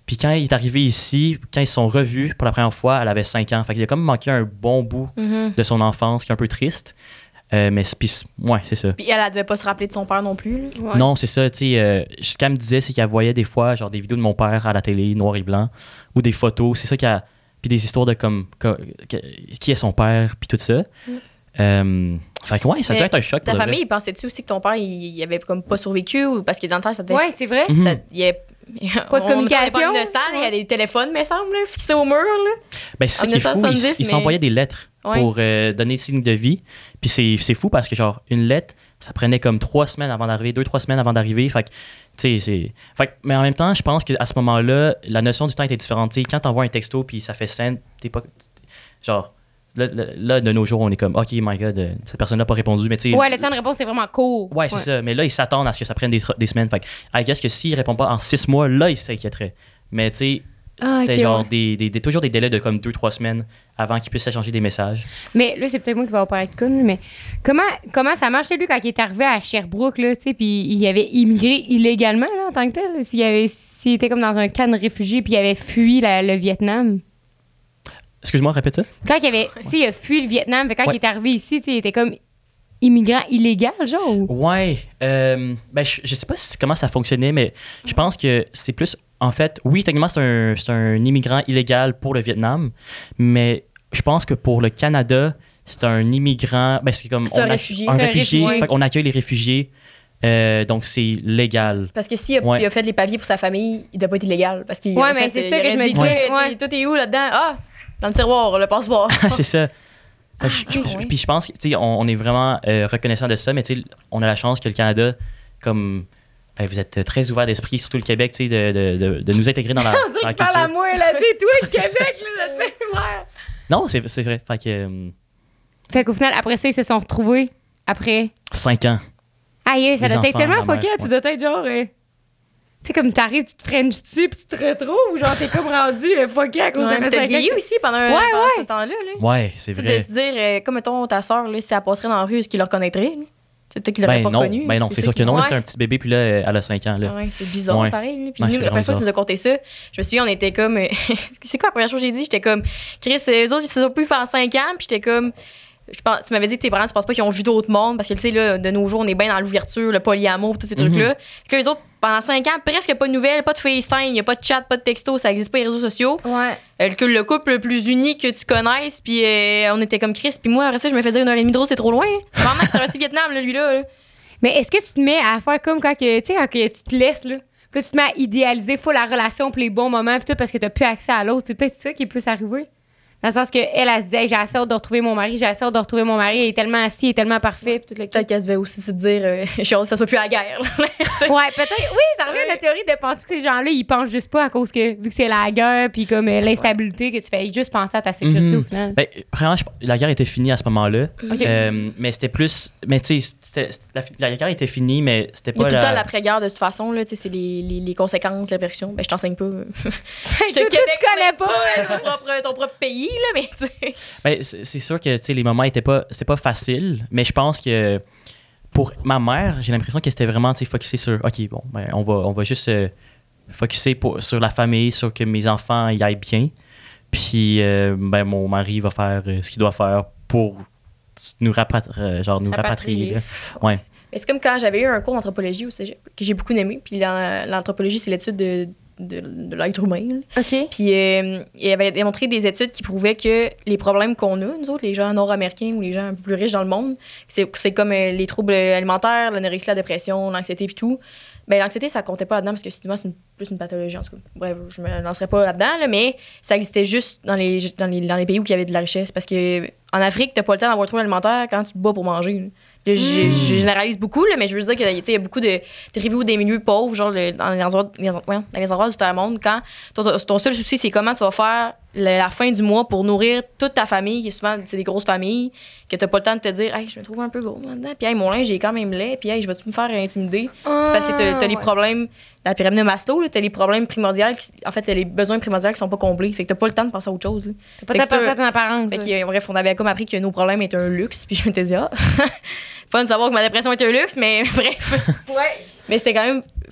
Puis quand il est arrivé ici, quand ils se sont revus pour la première fois, elle avait cinq ans. Fait qu'il a comme manqué un bon bout Mhm. de son enfance, qui est un peu triste. Euh, mais c'est- puis, ouais, c'est ça. Puis elle, elle devait pas se rappeler de son père non plus. là. Ouais. Non, c'est ça, tu sais, euh, ce qu'elle me disait, c'est qu'elle voyait des fois, genre, des vidéos de mon père à la télé, noir et blanc, ou des photos, c'est ça qu'elle... Puis des histoires de comme, co- que- qui est son père, puis tout ça. Mm. Euh, fait que ouais, ça Mais devait être un choc Ta pour de famille, vrai. il pensait-tu aussi que ton père, il, il avait comme pas survécu ou parce que dans le temps, ça devait. Ouais, c'est vrai. Mhm. ça- il y avait- Pas de on- communication. On était pas il y a des téléphones, me semble, là, fixés au mur. Là. Ben, c'est ça en qui est fou, ils dix, ils mais- s'envoyaient des lettres Ouais. pour euh, donner des signes de vie. Puis c'est c'est fou parce que, genre, une lettre, ça prenait comme trois semaines avant d'arriver, deux, trois semaines avant d'arriver. Fait que, tu sais, c'est. Fait que- mais en même temps, je pense qu'à ce moment-là, la notion du temps était différente. Tu sais, quand t'envoies un texto puis ça fait scène, t'es pas. Genre, là, là, là, de nos jours, on est comme, OK, my God, euh, cette personne-là n'a pas répondu. Mais tu sais. Ouais, le temps de réponse, c'est vraiment court. Ouais, c'est ça. Mais là, ils s'attendent à ce que ça prenne des, tr- des semaines. Fait que, I guess que s'ils répondent pas en six mois, là, ils s'inquiéteraient. Mais tu sais, Ah, c'était ok, genre ouais. des, des, des- toujours des délais de comme deux, trois semaines avant qu'ils puissent s'échanger des messages. Mais là, c'est peut-être moi qui vais paraître conne, mais comment, comment ça marchait, lui, quand il est arrivé à Sherbrooke, là, tu sais, puis il avait immigré illégalement, là, en tant que tel? S'il, avait, s'il était comme dans un camp de réfugiés, puis il avait fui la- le Vietnam. Excuse-moi, répète ça. Quand il avait, tu sais, il a fui le Vietnam, fait quand Ouais. il est arrivé ici, tu sais, il était comme immigrant illégal, genre? ou- Ouais. euh, ben, je, je sais pas si- comment ça fonctionnait, mais je pense que c'est plus. En fait, oui, techniquement, c'est un, c'est un immigrant illégal pour le Vietnam, mais je pense que pour le Canada, c'est un immigrant. Ben, c'est comme. C'est un on acc- réfugié. Un C'est un réfugié. réfugié. Fait qu'on accueille les réfugiés. euh, donc, c'est légal. Parce que s'il a, Ouais. il a fait les papiers pour sa famille, il doit pas être illégal. Parce qu'il Ouais, aurait mais fait, c'est il ça que aurait je me dit, disais, Toi, ouais. Toi, t'es où là-dedans? Ah, dans le tiroir, le passeport. c'est ça. Fait que je- je- Ah, ouais. Puis je pense que, tu sais, on, on est vraiment euh, reconnaissant de ça, mais tu sais, on a la chance que le Canada, comme. ben, vous êtes très ouvert d'esprit, surtout le Québec, tu sais, de, de, de, de nous intégrer dans la, On dans dirait la qu'il parle à culture. moi, là, tu sais, toi, le Québec, là, ça te fait mal. Non, c'est c'est vrai. Fait que. euh, Fait qu'au final, après ça, ils se sont retrouvés, après. Cinq ans. Aïe, ça Les doit être enfants, tellement la mère, fucké, tu ouais. dois être genre. euh, Tu sais, comme t'arrives, tu te frenches dessus, puis tu te retrouves, ou genre t'es comme rendu euh, fucké à cause Ouais, de mais ça. t'as vieilli aussi pendant, un, Ouais, pendant ouais. ce temps-là. Là. Ouais, c'est Tu sais, vrai. de se dire, euh, comme mettons ta soeur, là, si elle passerait dans la rue, est-ce qu'il le reconnaîtrait? là? C'est peut-être qu'il l'aurait Ben pas non, reconnu. ben non, c'est ça sûr que qui- non. là, Ouais. C'est un petit bébé, puis là, elle a cinq ans. Là. Ouais, c'est bizarre, Ouais. pareil. là. Puis Ouais, nous, c'est la première fois que vraiment tu nous as conté ça, je me souviens, on était comme. euh, c'est quoi la première chose que j'ai dit? J'étais comme, Chris, euh, eux autres, ils se sont plus pendant cinq ans, puis j'étais comme. Je pense, tu m'avais dit que tes parents, tu penses pas qu'ils ont vu d'autres mondes, parce que, tu sais, là, de nos jours, on est bien dans l'ouverture, le polyamour, tous ces Mhm. trucs-là. Puis que les autres, pendant cinq ans, presque pas de nouvelles, pas de FaceTime, il y a pas de chat, pas de texto, ça existe pas les réseaux sociaux. Ouais. Euh, que le couple le plus uni que tu connaisses, puis euh, on était comme Chris, puis moi, après ça, je me fais dire une heure et demie de route, c'est trop loin. Vraiment, il traversé le Vietnam, là, lui-là. là. Mais est-ce que tu te mets à faire comme quand que, tu sais, quand que tu te laisses, là? Puis là, tu te mets à idéaliser full la relation pour les bons moments, puis tout, parce que t'as plus accès à l'autre. C'est peut-être ça qui est plus arrivé. Dans le sens qu'elle, elle, elle se disait, j'ai assez hâte de retrouver mon mari, j'ai assez hâte de retrouver mon mari, il est tellement assis, il est tellement parfait, puis tout le kit. Peut-être qu'elle devait aussi se dire, euh, j'ai hâte que ça soit plus la guerre. là. Ouais, peut-être. Oui, ça revient à la théorie de penser que ces gens-là, ils pensent juste pas à cause que, vu que c'est la guerre, puis comme euh, l'instabilité, que tu fais juste penser à ta sécurité Mhm. au final. Ben, premièrement, je- la guerre était finie à ce moment-là. Ok. Euh, mais c'était plus. Mais tu sais, c'était- c'était- la, la guerre était finie, mais c'était Il y a pas tout le temps la. l'après-guerre, de toute façon, là, tu sais, c'est les, les, les conséquences, les répercussions. Ben, je t'enseigne pas. Toi, Je toi, tu connais pas. ton, propre, ton propre pays, là, mais tu sais. Ben, c'est c'est sûr que tu sais, les moments étaient pas. C'est pas facile, mais je pense que pour ma mère, j'ai l'impression qu'elle était vraiment tu sais, focusée sur. OK, bon, ben, on va, on va juste se focusser pour, sur la famille, sur que mes enfants y aillent bien. Puis, euh, ben, mon mari va faire euh, ce qu'il doit faire pour nous, rapatri- euh, genre, nous rapatrier. Rapatrier. là. Ouais. Mais c'est comme quand j'avais eu un cours d'anthropologie au cégep, que j'ai beaucoup aimé. Puis l'an- l'anthropologie, c'est l'étude de, de, de l'être humain. là. OK. Puis euh, il avait démontré des études qui prouvaient que les problèmes qu'on a, nous autres, les gens nord-américains ou les gens un peu plus riches dans le monde, c'est c'est comme euh, les troubles alimentaires, l'anorexie, la dépression, l'anxiété et tout. Ben, l'anxiété, ça comptait pas là-dedans parce que souvent, c'est une- plus une pathologie, en tout cas. Bref, je me lancerai pas là-dedans, là, mais ça existait juste dans les, dans, les, dans les pays où il y avait de la richesse. Parce que en Afrique, t'as pas le temps d'avoir un trouble alimentaire quand tu te bats pour manger. là. Là, je, Mm. je généralise beaucoup, là, mais je veux dire qu'il y a, tu sais, il y a beaucoup de tribus ou des milieux pauvres, genre le- dans, les endroits, les, ouais, dans les endroits du tiers-monde, quand ton, ton seul souci, c'est comment tu vas faire la, la fin du mois pour nourrir toute ta famille, qui est souvent c'est des grosses familles, que t'as pas le temps de te dire, hey, je me trouve un peu gros là-dedans, puis hey, mon linge, j'ai quand même laid, puis hey, je vais-tu me faire intimider? C'est parce que t'as, t'as les ouais. problèmes, la pyramide de Maslow, là, t'as les problèmes primordiaux, qui- en fait, t'as les besoins primordiaux qui sont pas comblés, fait que t'as pas le temps de penser à autre chose. là. T'as pas Fait ta que c'est pensé un- à ton apparence. Fait là. que, euh, bref, on avait comme appris que nos problèmes étaient un luxe, puis je m'étais dit, ah, fun de savoir que ma dépression était un luxe, mais bref. Ouais. Mais c'était quand même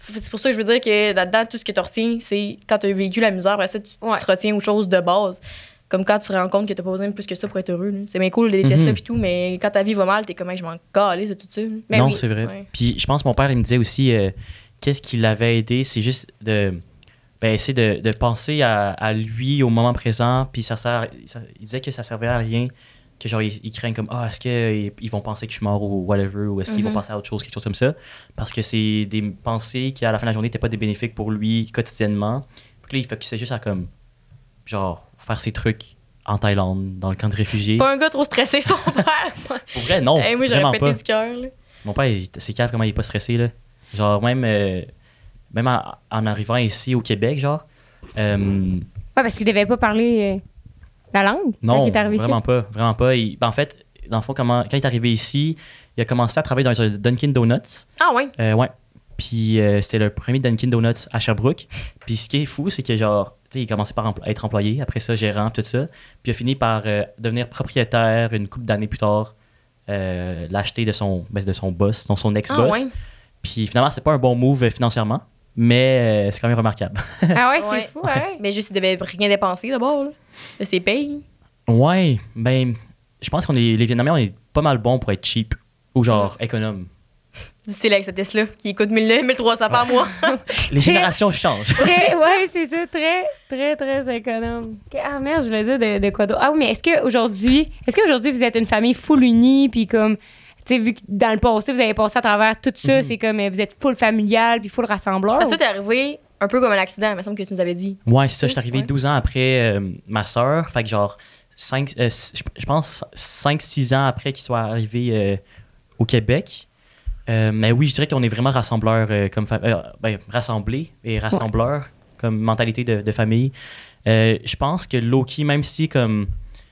c'est pour ça que je veux dire que là-dedans, tout ce que tu retiens, c'est quand tu as vécu la misère, après ça, tu, Ouais. tu retiens aux choses de base. Comme quand tu te rends compte que t'as pas besoin de plus que ça pour être heureux. Là. C'est bien cool, les tests là Mhm. pis tout, mais quand ta vie va mal, t'es comme, Hey, je m'en calisse de tout ça. là. Ben non, oui. c'est vrai. Ouais. Puis je pense que mon père, il me disait aussi, euh, qu'est-ce qui l'avait aidé, c'est juste de ben, essayer de, de penser à, à lui au moment présent. Puis ça sert, ça- il disait que ça servait à rien, que genre, ils, ils craignent comme, ah, est-ce qu'ils ils vont penser que je suis mort ou whatever, ou est-ce qu'ils Mhm. vont penser à autre chose, quelque chose comme ça. Parce que c'est des pensées qui, à la fin de la journée, n'étaient pas des bénéfiques pour lui quotidiennement. Puis là, il focusait juste à comme, genre, faire ses trucs en Thaïlande, dans le camp de réfugiés. Pas un gars trop stressé, son père. Pour vrai, non, Hey, moi, j'aurais vraiment pété pas. du cœur. là. Mon père, il- c'est calme comment il est pas stressé, là. Genre, même, euh, même en, en arrivant ici au Québec, genre. euh, Ouais, parce qu'il devait pas parler euh, la langue quand non, il est arrivé vraiment ici. pas. Vraiment pas. Il- ben, en fait, dans le fond, comment, quand il est arrivé ici, il a commencé à travailler dans un Dunkin' Donuts. Ah, ouais. Euh, ouais. Puis euh, c'était le premier Dunkin' Donuts à Sherbrooke. Puis ce qui est fou, c'est que genre, tu sais, il a commencé par empl- être employé, après ça, gérant, tout ça. Puis il a fini par euh, devenir propriétaire une couple d'années plus tard, euh, l'acheter de son, ben, de son boss, de son Ah, ex-boss. ouais. Puis finalement, c'est pas un bon move euh, financièrement, mais euh, c'est quand même remarquable. Ah ouais, c'est Ouais. fou, ouais. Mais juste, il devait rien dépenser d'abord, là. De ses payes. Ouais, ben, je pense qu'on est, les Vietnamiens, on est pas mal bons pour être cheap ou genre économe. Du style avec cette Tesla qui coûte mille, mille trois cents par mois. Les générations changent. Très, ouais, c'est ça, très, très, très économe. Ok, ah merde, je voulais dire de, de quoi d'autre. Ah oui, mais est-ce qu'aujourd'hui, est-ce qu'aujourd'hui vous êtes une famille full unie, puis comme, tu sais, vu que dans le passé, vous avez passé à travers tout ça, Mhm. c'est comme, euh, vous êtes full familial, puis full rassembleur? Parce que toi, t'es arrivé un peu comme un accident, il me semble que tu nous avais dit. Ouais, c'est ça. Je suis arrivé Ouais. douze ans après euh, ma soeur. Fait que genre, cinq, euh, je je pense cinq six ans après qu'il soit arrivé euh, au Québec. Euh, mais oui, je dirais qu'on est vraiment rassembleurs, euh, comme fa- euh, ben, rassemblés et rassembleurs comme mentalité de, de famille. Euh, je pense que Loki, même si comme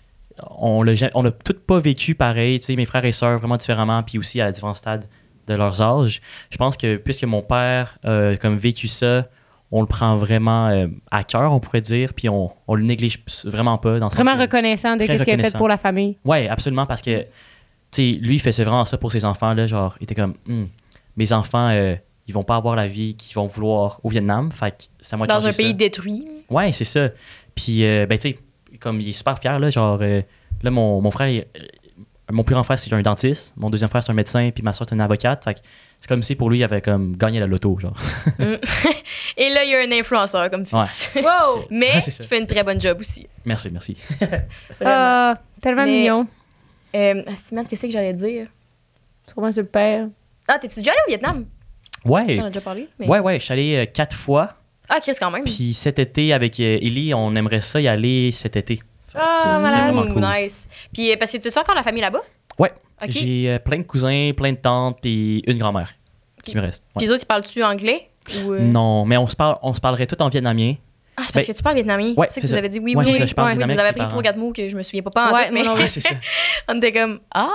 on l'a ja- on n'a toutes pas vécu pareil, tu sais, mes frères et sœurs vraiment différemment, puis aussi à différents stades de leurs âges. Je pense que puisque mon père a comme vécu ça, on le prend vraiment euh, à cœur, on pourrait dire, puis on, on le néglige vraiment pas. Dans le sens Vraiment que- reconnaissant de très ce qu'il a fait reconnaissant. pour la famille. Ouais, absolument, parce que, tu sais, lui, il faisait vraiment ça pour ses enfants, là, genre, il était comme, Hmm, mes enfants, euh, ils vont pas avoir la vie qu'ils vont vouloir au Vietnam, fait que c'est à moi de Dans changer un pays ça. détruit. Ouais, c'est ça. Puis, euh, ben, tu sais, comme il est super fier, là, genre, euh, là, mon, mon frère, il- euh, mon plus grand frère, c'est un dentiste, mon deuxième frère, c'est un médecin, puis ma soeur, c'est une avocate, fait que c'est comme si pour lui, il avait comme gagné la loto, genre. Mm. Et là, il y a un influenceur comme fils. Wow! Mais Ouais, c'est ça. tu fais une très bonne job aussi. Merci, merci. Vraiment. Ah, tellement Mais- mignon. Euh, Simette, qu'est-ce que j'allais dire? Sûrement super. Ah, t'es-tu déjà allé au Vietnam? Ouais, On en a déjà parlé. Mais... ouais, ouais, je suis allé euh, quatre fois, Ah, Chris, quand même. puis cet été, avec euh, Ellie, on aimerait ça y aller cet été. Fait que Ah, c'est- malade. c'était vraiment cool. Nice. Puis, euh, parce que tu as encore la famille là-bas? Ouais. OK. J'ai euh, plein de cousins, plein de tantes, puis une grand-mère qui Ok. me reste. Ouais. Puis les autres, ils parlent-tu anglais? Ou, euh, Non, mais on se, parle, on se parlerait tout en vietnamien. Ah, c'est parce Ben- que tu parles vietnamien. Ouais, c'est ça que c'est tu ça. avais dit. Oui, Ouais, oui, c'est oui. ça, je parle Ouais, vietnamien vous avez avec appris mes trois, parents. quatre mots que je me souviens pas, pas en Ouais, tout, mais moi non Ouais, c'est ça. on était comme, ah,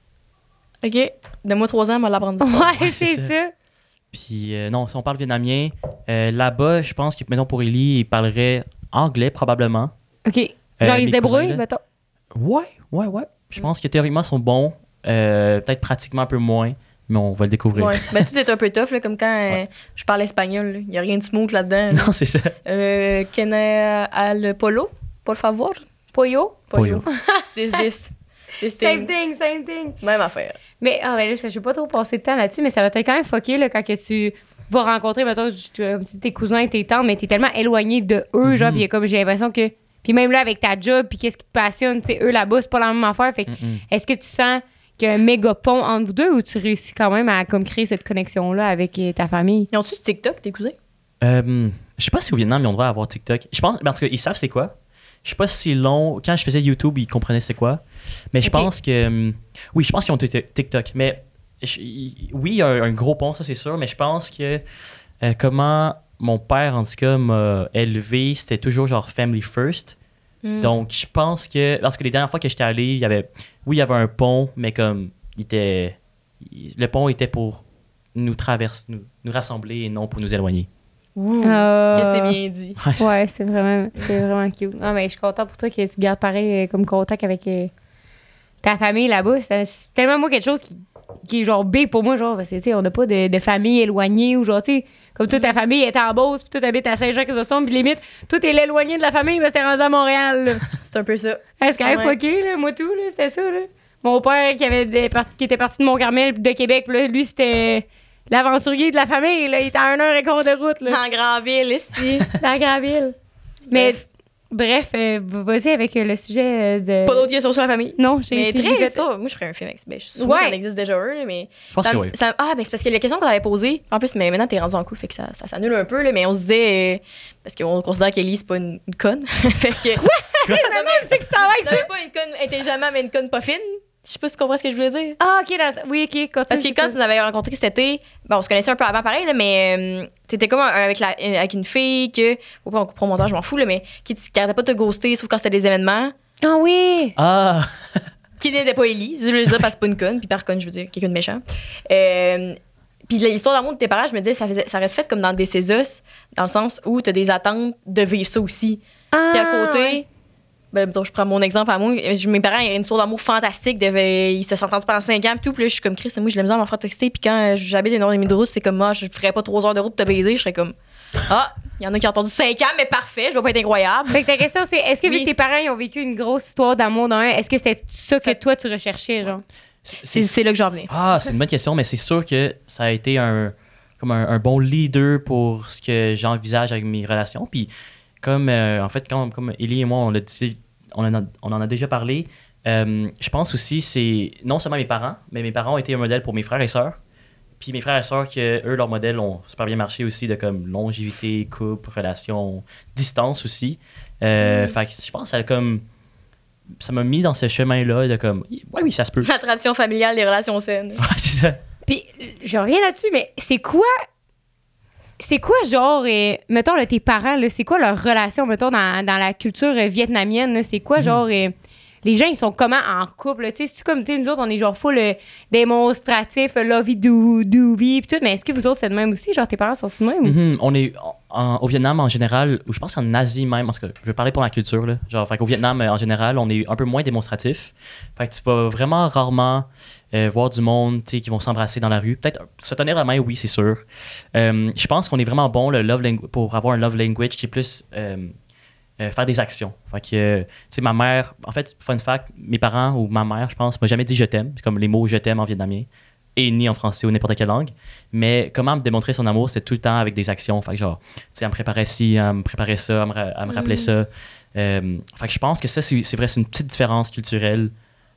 OK. Donne-moi trois ans, on va l'apprendre. Ouais, c'est c'est ça. ça. Puis euh, non, si on parle vietnamien, euh, là-bas, je pense que, mettons, pour Ellie, il parlerait anglais probablement. OK. Genre, Euh, ils se les débrouillent, cousins, là. mettons. Ouais, ouais, ouais. Je pense que théoriquement, ils sont bons. Euh, peut-être pratiquement un peu moins, mais on va le découvrir. Ouais. Ben, tout est un peu tough, là, comme quand euh, Ouais. je parle espagnol. Il n'y a rien de smooth là-dedans. là. Non, c'est ça. Euh, Can I al polo, por favor? Pollo. Pollo. This, this. This Same thing. thing, same thing. Même affaire. Mais, ah, ben là, je vais pas trop passer de temps là-dessus, mais ça va être quand même fucké, là, quand que tu vas rencontrer, mettons, je- tu- comme tu dis, tes cousins, tes tantes, mais t'es tellement éloigné de eux, genre, Mhm. pis comme j'ai l'impression que. Puis même là, avec ta job, puis qu'est-ce qui te passionne, tu sais, eux là-bas, c'est pas la même affaire. Fait que, Mm-mm. est-ce que tu sens qu'il y a un méga pont entre vous deux ou tu réussis quand même à comme créer cette connexion-là avec euh, ta famille? Ils ont-tu TikTok, tes cousins? Euh, je sais pas si au Vietnam, ils ont le droit d'avoir TikTok. Je pense, ben, en tout cas, ils savent c'est quoi. Je sais pas si long. Quand je faisais YouTube, ils comprenaient c'est quoi. Mais je Ok. pense que. hum, Oui, je pense qu'ils ont t- TikTok. Mais je- il- oui, il y a un, un gros pont, ça c'est sûr. Mais je pense que euh, comment mon père, en tout cas, m'a élevé, c'était toujours genre family first. Mm. Donc, je pense que. Parce que les dernières fois que j'étais allé, il y avait. Oui, il y avait un pont, mais comme. Il était. il- Le pont était pour nous traverser, nous, nous rassembler et non pour nous éloigner. Ouh, Euh, que c'est bien dit. Ouais, c'est- Ouais, c'est vraiment, c'est vraiment cute. Non, mais je suis contente pour toi que tu gardes pareil euh, comme contact avec euh, ta famille là-bas. C'est c'est tellement moi quelque chose qui, qui est genre big pour moi, genre, parce que, tu sais, on n'a pas de, de famille éloignée ou genre, tu sais, comme toute ta famille est en Beauce, puis toi, t'habites à Saint-Jean-Chrysostome, puis limite, tout est l'éloigné de la famille, parce que t'es rendu à Montréal, là. C'est un peu ça. Hey, c'est quand même Ouais. fucké, là, moi tout, là, c'était ça, là. Mon père qui, avait des parti- qui était parti de Mont-Carmel, puis de Québec, puis là, lui, c'était l'aventurier de la famille, là. Il était à une heure et quart de route, là, En Grandville, ici. dans Graville. Mais, Bref. bref, euh, vas-y avec euh, le sujet euh, de... Pas d'autres questions sur la famille. Non, j'ai Mais j'ai très, fait- c'est pas- moi je ferais un film avec ben, je suis sûre Ouais. qu'il en existe déjà un, là, mais. Je pense ça que me- oui. ça me- ah, ben c'est parce que la question qu'on avait posée, en plus, mais maintenant t'es rendu en couple, fait que ça, ça s'annule un peu, là, mais on se disait. euh, parce qu'on considère qu'Ellie, c'est pas une, une conne. fait que. Quoi? non, mais, C'est que tu t'en vas avec non, ça? mais pas une conne intelligemment, mais une conne pas fine. Je sais pas si tu comprends ce que je voulais dire. Ah, OK, dans... oui, OK, continue. Parce que c'est quand ça. tu nous avais rencontré cet été, bon, on se connaissait un peu avant pareil, là, mais euh, t'étais comme un- avec, la, euh, avec une fille que. Faut pas on coupe au montage, je m'en fous, là, mais qui, qui arrêtait pas de te ghoster, sauf quand c'était des événements. Ah oui! Ah! Qui n'était pas Ellie, je veux dire parce que c'est pas une conne, puis par conne, je veux dire quelqu'un de méchant. Euh, puis l'histoire d'amour de tes parents, je me disais, ça, faisait, ça reste fait comme dans des Césus, dans le sens où t'as des attentes de vivre ça aussi. Ah, Puis à côté, ouais. ben, mettons, je prends mon exemple à moi, je- mes parents, ils avaient une histoire d'amour fantastique, de, ils se sont entendus pendant cinq ans, puis tout, puis là, je suis comme Chris, moi, je l'ai mis à m'en faire texter, puis quand euh, j'habite une heure et demie de route, c'est comme moi, je ferais pas trois heures de route pour te baiser, je serais comme, ah, il y en a qui ont entendu cinq ans, mais parfait, je vais pas être incroyable. Fait que ta question, c'est est-ce que vu Oui. que tes parents ils ont vécu une grosse histoire d'amour d'un, est-ce que c'était ça que Ça- toi, tu recherchais, genre? C'est- C'est c'est- c'est là que j'en venais. Ah, c'est une bonne question, mais c'est sûr que ça a été un, comme un, un bon leader pour ce que j'envisage avec mes relations. Puis, comme, euh, en fait, comme, comme Ellie et moi, on, l'a dit, on, en, a, on en a déjà parlé, euh, je pense aussi c'est non seulement mes parents, mais mes parents ont été un modèle pour mes frères et sœurs. Puis mes frères et sœurs, que eux, leurs modèles ont super bien marché aussi, de comme longévité, couple, relation, distance aussi. Euh, Fait que je pense que ça a comme. Ça m'a mis dans ce chemin-là de comme. Ouais, oui, ça se peut. La tradition familiale, les relations saines. Ouais, c'est ça. Puis, je reviens là-dessus, mais c'est quoi. C'est quoi, genre, euh, mettons, là, tes parents, là, c'est quoi leur relation, mettons, dans, dans la culture euh, vietnamienne, là? C'est quoi, genre, euh, les gens, ils sont comment en couple, là? Tu sais, c'est-tu comme, tu sais, nous autres, on est genre full euh, démonstratif, euh, lovey-doo-doo-vie, pis tout, mais est-ce que vous autres, c'est de même aussi? Genre, tes parents sont de même? ou- Mhm. On est en- au Vietnam en général, ou je pense en Asie même, parce que je vais parler pour la culture. Là. Genre, fait qu'au Vietnam euh, en général, on est un peu moins démonstratif. Fait que tu vas vraiment rarement euh, voir du monde tu sais, qui vont s'embrasser dans la rue. Peut-être se tenir la main, oui, c'est sûr. Euh, je pense qu'on est vraiment bon le love langu- pour avoir un love language qui est plus euh, euh, faire des actions. Fait que, euh, tu sais, ma mère, en fait, fun fact, mes parents ou ma mère, je pense, m'a jamais dit je t'aime, c'est comme les mots je t'aime en vietnamien et ni en français ou n'importe quelle langue. Mais comment me démontrer son amour, c'est tout le temps avec des actions. Fait que genre, tu sais, elle me préparait ci, elle me préparait ça, elle me, ra- elle me rappelait ça. Euh, fait que je pense que ça, c'est c'est vrai, c'est une petite différence culturelle.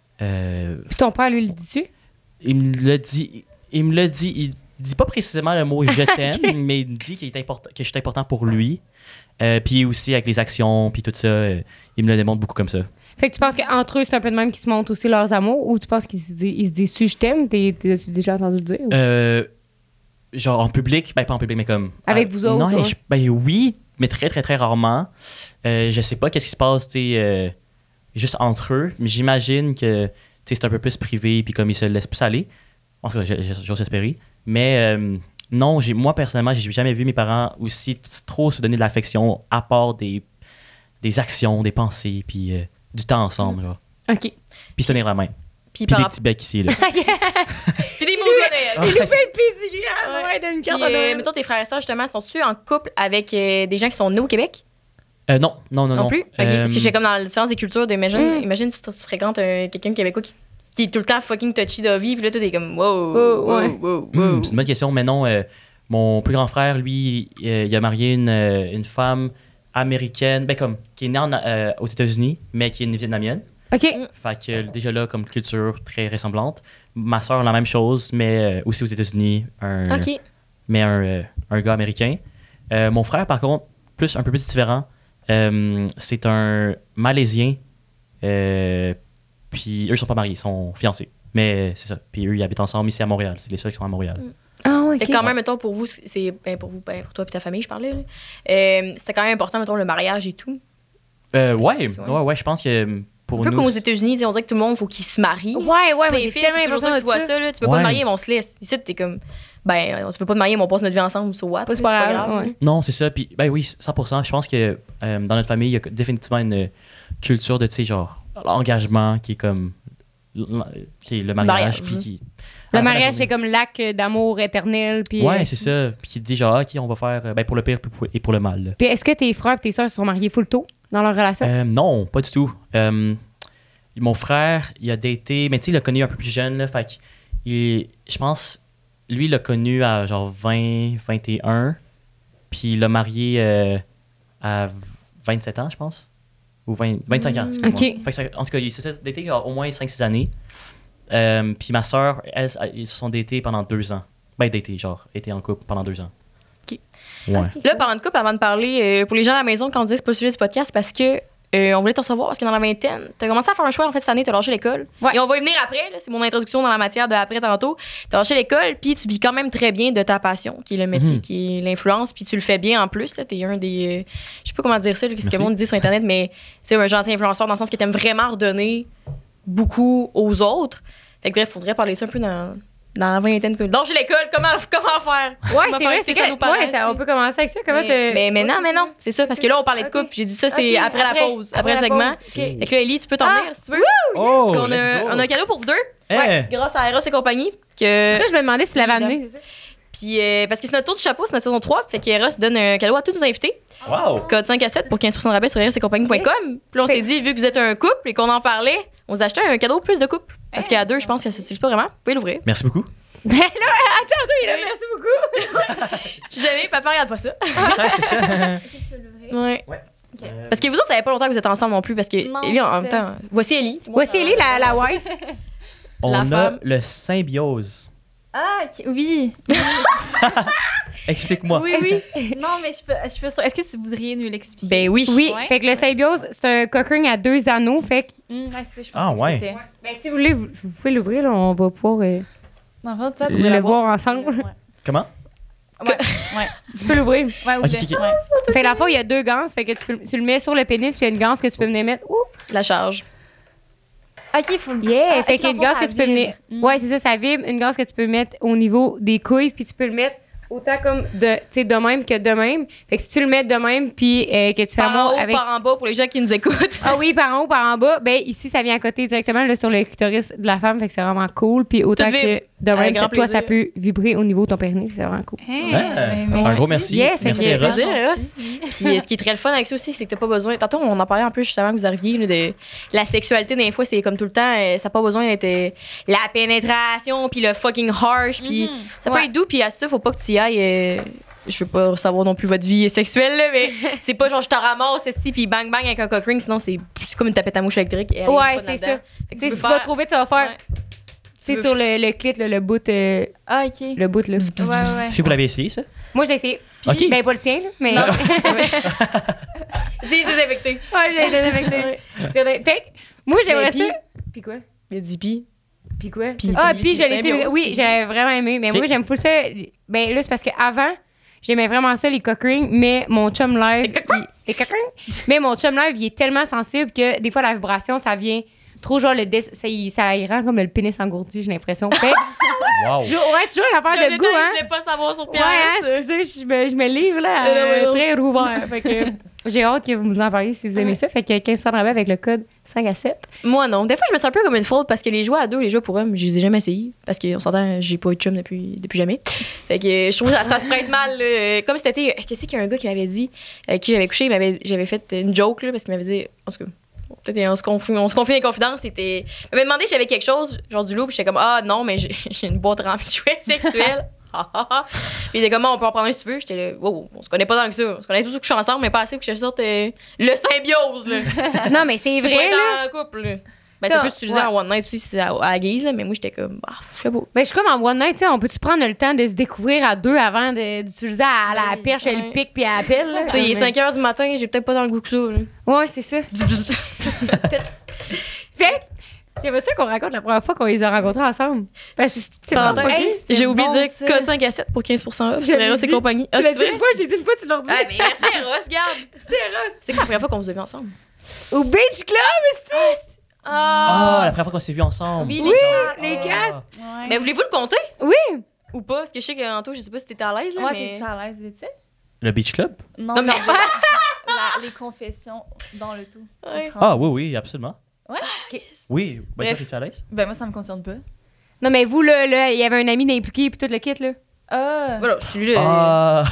Euh, Puis ton père, lui, le dit-tu? il me l'a dit, il me l'a dit, il dit pas précisément le mot je t'aime, mais il me dit qu'il est important, que je suis important pour lui. Euh, puis aussi avec les actions, puis tout ça, euh, il me le démontre beaucoup comme ça. Fait que tu penses qu'entre eux, c'est un peu de même qu'ils se montrent aussi leurs amours, ou tu penses qu'ils se disent, ils se disent, si je t'aime, t'es- t'as-tu déjà entendu le dire? ou- Euh, genre en public, ben pas en public, mais comme. Avec euh, vous autres, Non, mais ouais. je- ben oui, mais très, très, très rarement. Euh, je sais pas qu'est-ce qui se passe, tu sais, euh, juste entre eux, mais j'imagine que, tu sais, c'est un peu plus privé, puis comme ils se laissent plus aller. En tout cas, j'ai- j'ai- j'ose espérer. Mais euh, non, j'ai, moi, personnellement, j'ai jamais vu mes parents aussi t- trop se donner de l'affection, à part des, des actions, des pensées, puis euh, du temps ensemble, genre. OK. Puis se tenir la main. Puis Puis par des rapport. petits becs ici, là. Puis des mots de Noël. Il nous fait le pédigramme, Ouais. ouais, d'une Puis, carte de euh, Noël. mettons, tes frères et sœurs, justement, sont-tu en couple avec euh, des gens qui sont nés au Québec? Euh, non, non, non, Non, non. plus? Ok. Euh, Parce que j'ai comme dans la différence des cultures, de, imagine, Mm. imagine tu, tu fréquentes euh, quelqu'un québécois qui, qui est tout le temps fucking touchy de vie, puis là, tout est comme wow, Oh, wow, ouais. wow, Hmm, wow. c'est une bonne question, mais non. euh, mon plus grand frère, lui, euh, il a marié une, euh, une femme américaine, ben comme, qui est née en, euh, aux États-Unis, mais qui est une vietnamienne. OK. Fait que euh, déjà là, comme culture très ressemblante. Ma soeur, la même chose, mais euh, aussi aux États-Unis, un, Ok. mais un, euh, un gars américain. Euh, mon frère, par contre, plus un peu plus différent. Euh, c'est un Malaisien. Euh, puis eux, ils sont pas mariés, ils sont fiancés. Mais c'est ça. Puis eux, ils habitent ensemble ici à Montréal. C'est les seuls qui sont à Montréal. Ah, ouais, Fait OK. que quand même, mettons, pour vous, c'est ben, pour vous, ben, pour toi et ta famille, je parlais, là. Euh, c'était quand même important, mettons, le mariage et tout. Euh, ouais, C'est- ouais, ouais, je pense que pour Un peu nous. comme aux États-Unis, tu sais, on dirait que tout le monde, faut qu'il se marie. Ouais, ouais, moi, les j'ai filles, tellement c'est toujours ça que tu vois l'impression de ça, là. Tu veux pas Ouais. te marier, mais on se laisse. Ici, t'es comme, ben, on se peut pas te marier, mais on passe notre vie ensemble, so what? C'est C'est pas pas grave, grave. ouais. Non, c'est ça. Puis, ben oui, cent pour cent. Je pense que euh, dans notre famille, il y a définitivement une culture de, tu sais, genre, l'engagement qui est comme. l- qui est le mariage. Mariage, Puis mhm. qui. À Le la fin de la mariage, c'est journée. comme l'acte d'amour éternel. Puis, Ouais, c'est ça. Puis il te dit genre, OK, on va faire euh, ben, pour le pire et pour le mal. là. Puis est-ce que tes frères et tes sœurs se sont mariés full tôt dans leur relation? Euh, non, pas du tout. Euh, mon frère, il a daté, mais tu sais, il l'a connu un peu plus jeune. Là, fait qu'il- je pense, lui, il l'a connu à genre vingt, vingt et un. Puis il l'a marié euh, à vingt-sept ans, je pense. Ou vingt, vingt-cinq ans. excuse-moi. OK. Fait que ça- en tout cas, ils se sont datés genre, au moins cinq six années. Euh, puis ma soeur, elle, ils se sont datés pendant deux ans. Ben, datés, genre, étaient en couple pendant deux ans. OK. Ouais. Là, parlant de couple, avant de parler, euh, pour les gens à la maison, quand on dit que c'est pas le sujet du podcast, c'est parce que euh, on voulait te recevoir parce que dans la vingtaine, t'as commencé à faire un choix en fait cette année, t'as lâché l'école. Ouais. Et on va y venir après, là, c'est mon introduction dans la matière de après tantôt. T'as lâché l'école, puis tu vis quand même très bien de ta passion, qui est le métier, Mhm. qui est l'influence, puis tu le fais bien en plus. Là, t'es un des. euh, je sais pas comment dire ça, là, ce que Merci. le monde dit sur Internet, mais c'est un gentil influenceur dans le sens que t'aimes vraiment redonner beaucoup aux autres. Fait que bref, faudrait parler ça un peu dans. Dans la vingtaine. que- Lâcher l'école, comment, comment faire? Ouais, Comment c'est faire vrai, que c'est ça que, nous paraisse, ouais, ça, on peut commencer avec ça. Comment mais, te- mais, mais non, mais non, c'est ça, parce que là, on parlait de Ok. couple. J'ai dit ça, c'est Ok, après, la pause, après, le la segment. pause. OK. Fait que là, Ellie, tu peux t'en Ah, venir si tu veux. Oh, Parce qu'on let's a, go. on a un cadeau pour vous deux, Hey! grâce à Eros et compagnie. Que, Ça, je me demandais si tu l'avais amené. puis, euh, parce que c'est notre tour du chapeau, c'est notre saison trois. Fait que Eros donne un cadeau à tous nos invités. Wow! Code cinq à sept pour quinze pour cent de rabais sur eros et compagnie point com. Puis là, on s'est dit, vu que vous êtes un couple et qu'on en parlait, on vous achetait un cadeau plus de couple. Parce qu'à deux, je pense que ça se suffit pas vraiment. Vous pouvez l'ouvrir. Merci beaucoup. Ben là, attends, attends, il a merci beaucoup. Je suis gênée, papa, regarde pas ça. Ouais, c'est ça. Ouais. Euh, Parce que vous autres, ça fait pas longtemps que vous êtes ensemble non plus. Parce que Non, Ellie, en c'est même ça. temps. Voici Ellie. Voici Ellie, la, la wife. on la a femme. le symbiose. Ah, ok, oui. Explique-moi. Oui, oui. non, mais je peux, je peux sur- Est-ce que tu voudriez nous l'expliquer? Ben oui. Oui, Ouais. fait que le symbiose, c'est un cock ring à deux anneaux. Fait que, Hum, ouais, c'est ça, je Ah, pensais que ouais. c'était. ben, si vous voulez, vous, vous pouvez l'ouvrir, là, on va pouvoir euh, En fait, toi, tu le voulais la voir ensemble. Ouais. Comment? Ouais, ouais. Tu peux l'ouvrir. Ouais, Ok, oublie. ok, ok. Ouais. Fait que la fois, il y a deux ganses. Fait que tu, peux, tu le mets sur le pénis, puis il y a une ganse que tu peux venir mettre. Ouh! La charge. Ok, il faut le. Yeah! Ah, fait ok, qu'il y a une dans le fond, ganse que ça tu peux vibre. venir. Mm. Ouais, c'est ça, ça vibre. Une ganse que tu peux mettre au niveau des couilles, puis tu peux le mettre autant comme de, tu sais, de même que de même. Fait que si tu le mets de même, puis euh, que tu fais Par en amour haut, avec. par en bas pour les gens qui nous écoutent. Ah oui, par en haut, par en bas. Ben ici, ça vient à côté directement là, sur le clitoris de la femme. Fait que c'est vraiment cool. Puis autant Tout que vibre. de même, Avec ça, grand toi, ça plaisir. peut vibrer au niveau de ton périnée. C'est vraiment cool. Hey, Ah, mais- mais- un gros merci. Yes, merci, c'est Eros. plaisir, Eros. Puis euh, ce qui est très le fun avec ça aussi, c'est que t'as pas besoin. Tantôt, on en parlait un peu justement que vous arriviez là, de la sexualité. Des fois, c'est comme tout le temps, euh, ça n'a pas besoin d'être euh, la pénétration, puis le fucking harsh, puis Mhm. ça peut Ouais. être doux, puis à ça, faut pas que tu y ailles. euh, je veux pas savoir non plus votre vie sexuelle, là, mais c'est pas genre je t'en ramasse, esti, puis bang bang avec un cock ring, sinon c'est c'est comme une tapette à mouche électrique. et elle est Ouais, pas c'est là-dedans. ça. Fait que Tu sais, peux si tu vas faire- trouver, tu vas faire. Ouais. Tu sais, veux- sur le, le clit, là, le bout, euh, Ah, ok. le bout là. Ouais, ouais. Est-ce que vous l'avez essayé, ça? Moi, j'ai essayé. Ok. Ben pas le tien, là, mais. Non. C'est désinfecté. Ouais, j'ai désinfecté. Fait que, moi, j'aimerais Mais puis- ça. Puis quoi? Il a dit pis. Puis quoi? Puis- ah, puis puis je l'ai symbiose, dit. Oui, puis- j'avais vraiment aimé. Mais Ok. moi, j'aime full ça. Ben là, c'est parce qu'avant, j'aimais vraiment ça, les cock rings, mais mon chum live. Les cock rings? il- Les cock rings. Mais mon chum live, il est tellement sensible que des fois, la vibration, ça vient trop genre le. Dé- ça, il- ça y rend comme le pénis engourdi, j'ai l'impression. Fait, Wow. toujours, ouais, toujours une affaire de goût, hein. Je voulais pas savoir sur Ouais, Pierre. hein, excusez, je me, je me livre là, Euh, non, mais euh, non. très rouvert. Fait que j'ai hâte que vous nous en parliez si vous aimez Ouais. ça. Fait que quinze de rabais avec le code cinq à sept. Moi, non. Des fois, je me sens un peu comme une fraude parce que les jouets à deux, les jouets pour hommes, je les ai jamais essayés. Parce qu'on s'entend, j'ai pas eu de chum depuis, depuis jamais. Fait que euh, je trouve que ça, ça se prête mal. là. Comme cet été, qu'est-ce qu'il y a un gars qui m'avait dit, avec qui j'avais couché, il m'avait, j'avais fait une joke, là, parce qu'il m'avait dit, en tout cas, peut-être on se confie, on se confie les confidences. C'était... Il m'avait demandé si j'avais quelque chose, genre du loup, puis j'étais comme, ah non, mais j'ai, j'ai une boîte remplie de jouets sexuels. Ah, ah, ah. Puis il était comme, on peut en prendre un si tu veux. J'étais là, wow, on se connaît pas tant que ça. On se connaît tous que je suis ensemble, mais pas assez pour que je sorte euh, le symbiose. Là. Non, mais c'est Tu vrai, pourrais là. être en couple. là. Ben, Ça, ça peut s'utiliser ouais. en one night aussi, si c'est à, à la guise, là, mais moi, j'étais comme, bah, je sais pas. Ben, je suis comme en one night, tu sais, on peut-tu prendre le temps de se découvrir à deux avant de- d'utiliser à la Oui, perche, ouais. le pic puis à la pelle? là? Tu sais, il est Ah, cinq heures du matin, j'ai peut-être pas dans le goût que ça. là. mais- Ouais, c'est ça. Fait que, j'aimerais ça qu'on raconte la première fois qu'on les a rencontrés ensemble. Parce que c'est vraiment Parenthèse, fucké. c'est j'ai oublié bon, de dire ça. code cinq à sept pour quinze pour cent off Je sur l'ai Eros dit. et compagnie. Ah, Tu l'as c'est dit vrai? une fois, j'ai dit une fois, tu leur dis. Ah, mais merci, Eros, regarde. C'est Ross. C'est quand la première fois qu'on vous a vu ensemble? Au Beach Club, est Ah, la première fois qu'on s'est vus ensemble. Oui, Oui, les les Ah. quatre. Ouais. Mais voulez-vous le compter? Oui. Ou pas? Parce que je sais qu'Anto, je sais pas si t'étais à l'aise, là, Ouais, mais... t'es à l'aise, tu sais? Le Beach Club? Non, Non, mais- mais la- les confessions dans le tout. Ouais. Ah oui, oui, absolument. Ouais? Oui, ben Bref. toi, t'es-tu à l'aise? Ben moi, ça me concerne pas. Non, mais vous, là, là, il y avait un ami d'impliqué puis tout le kit, là. Ah. Voilà, celui-là. Ah!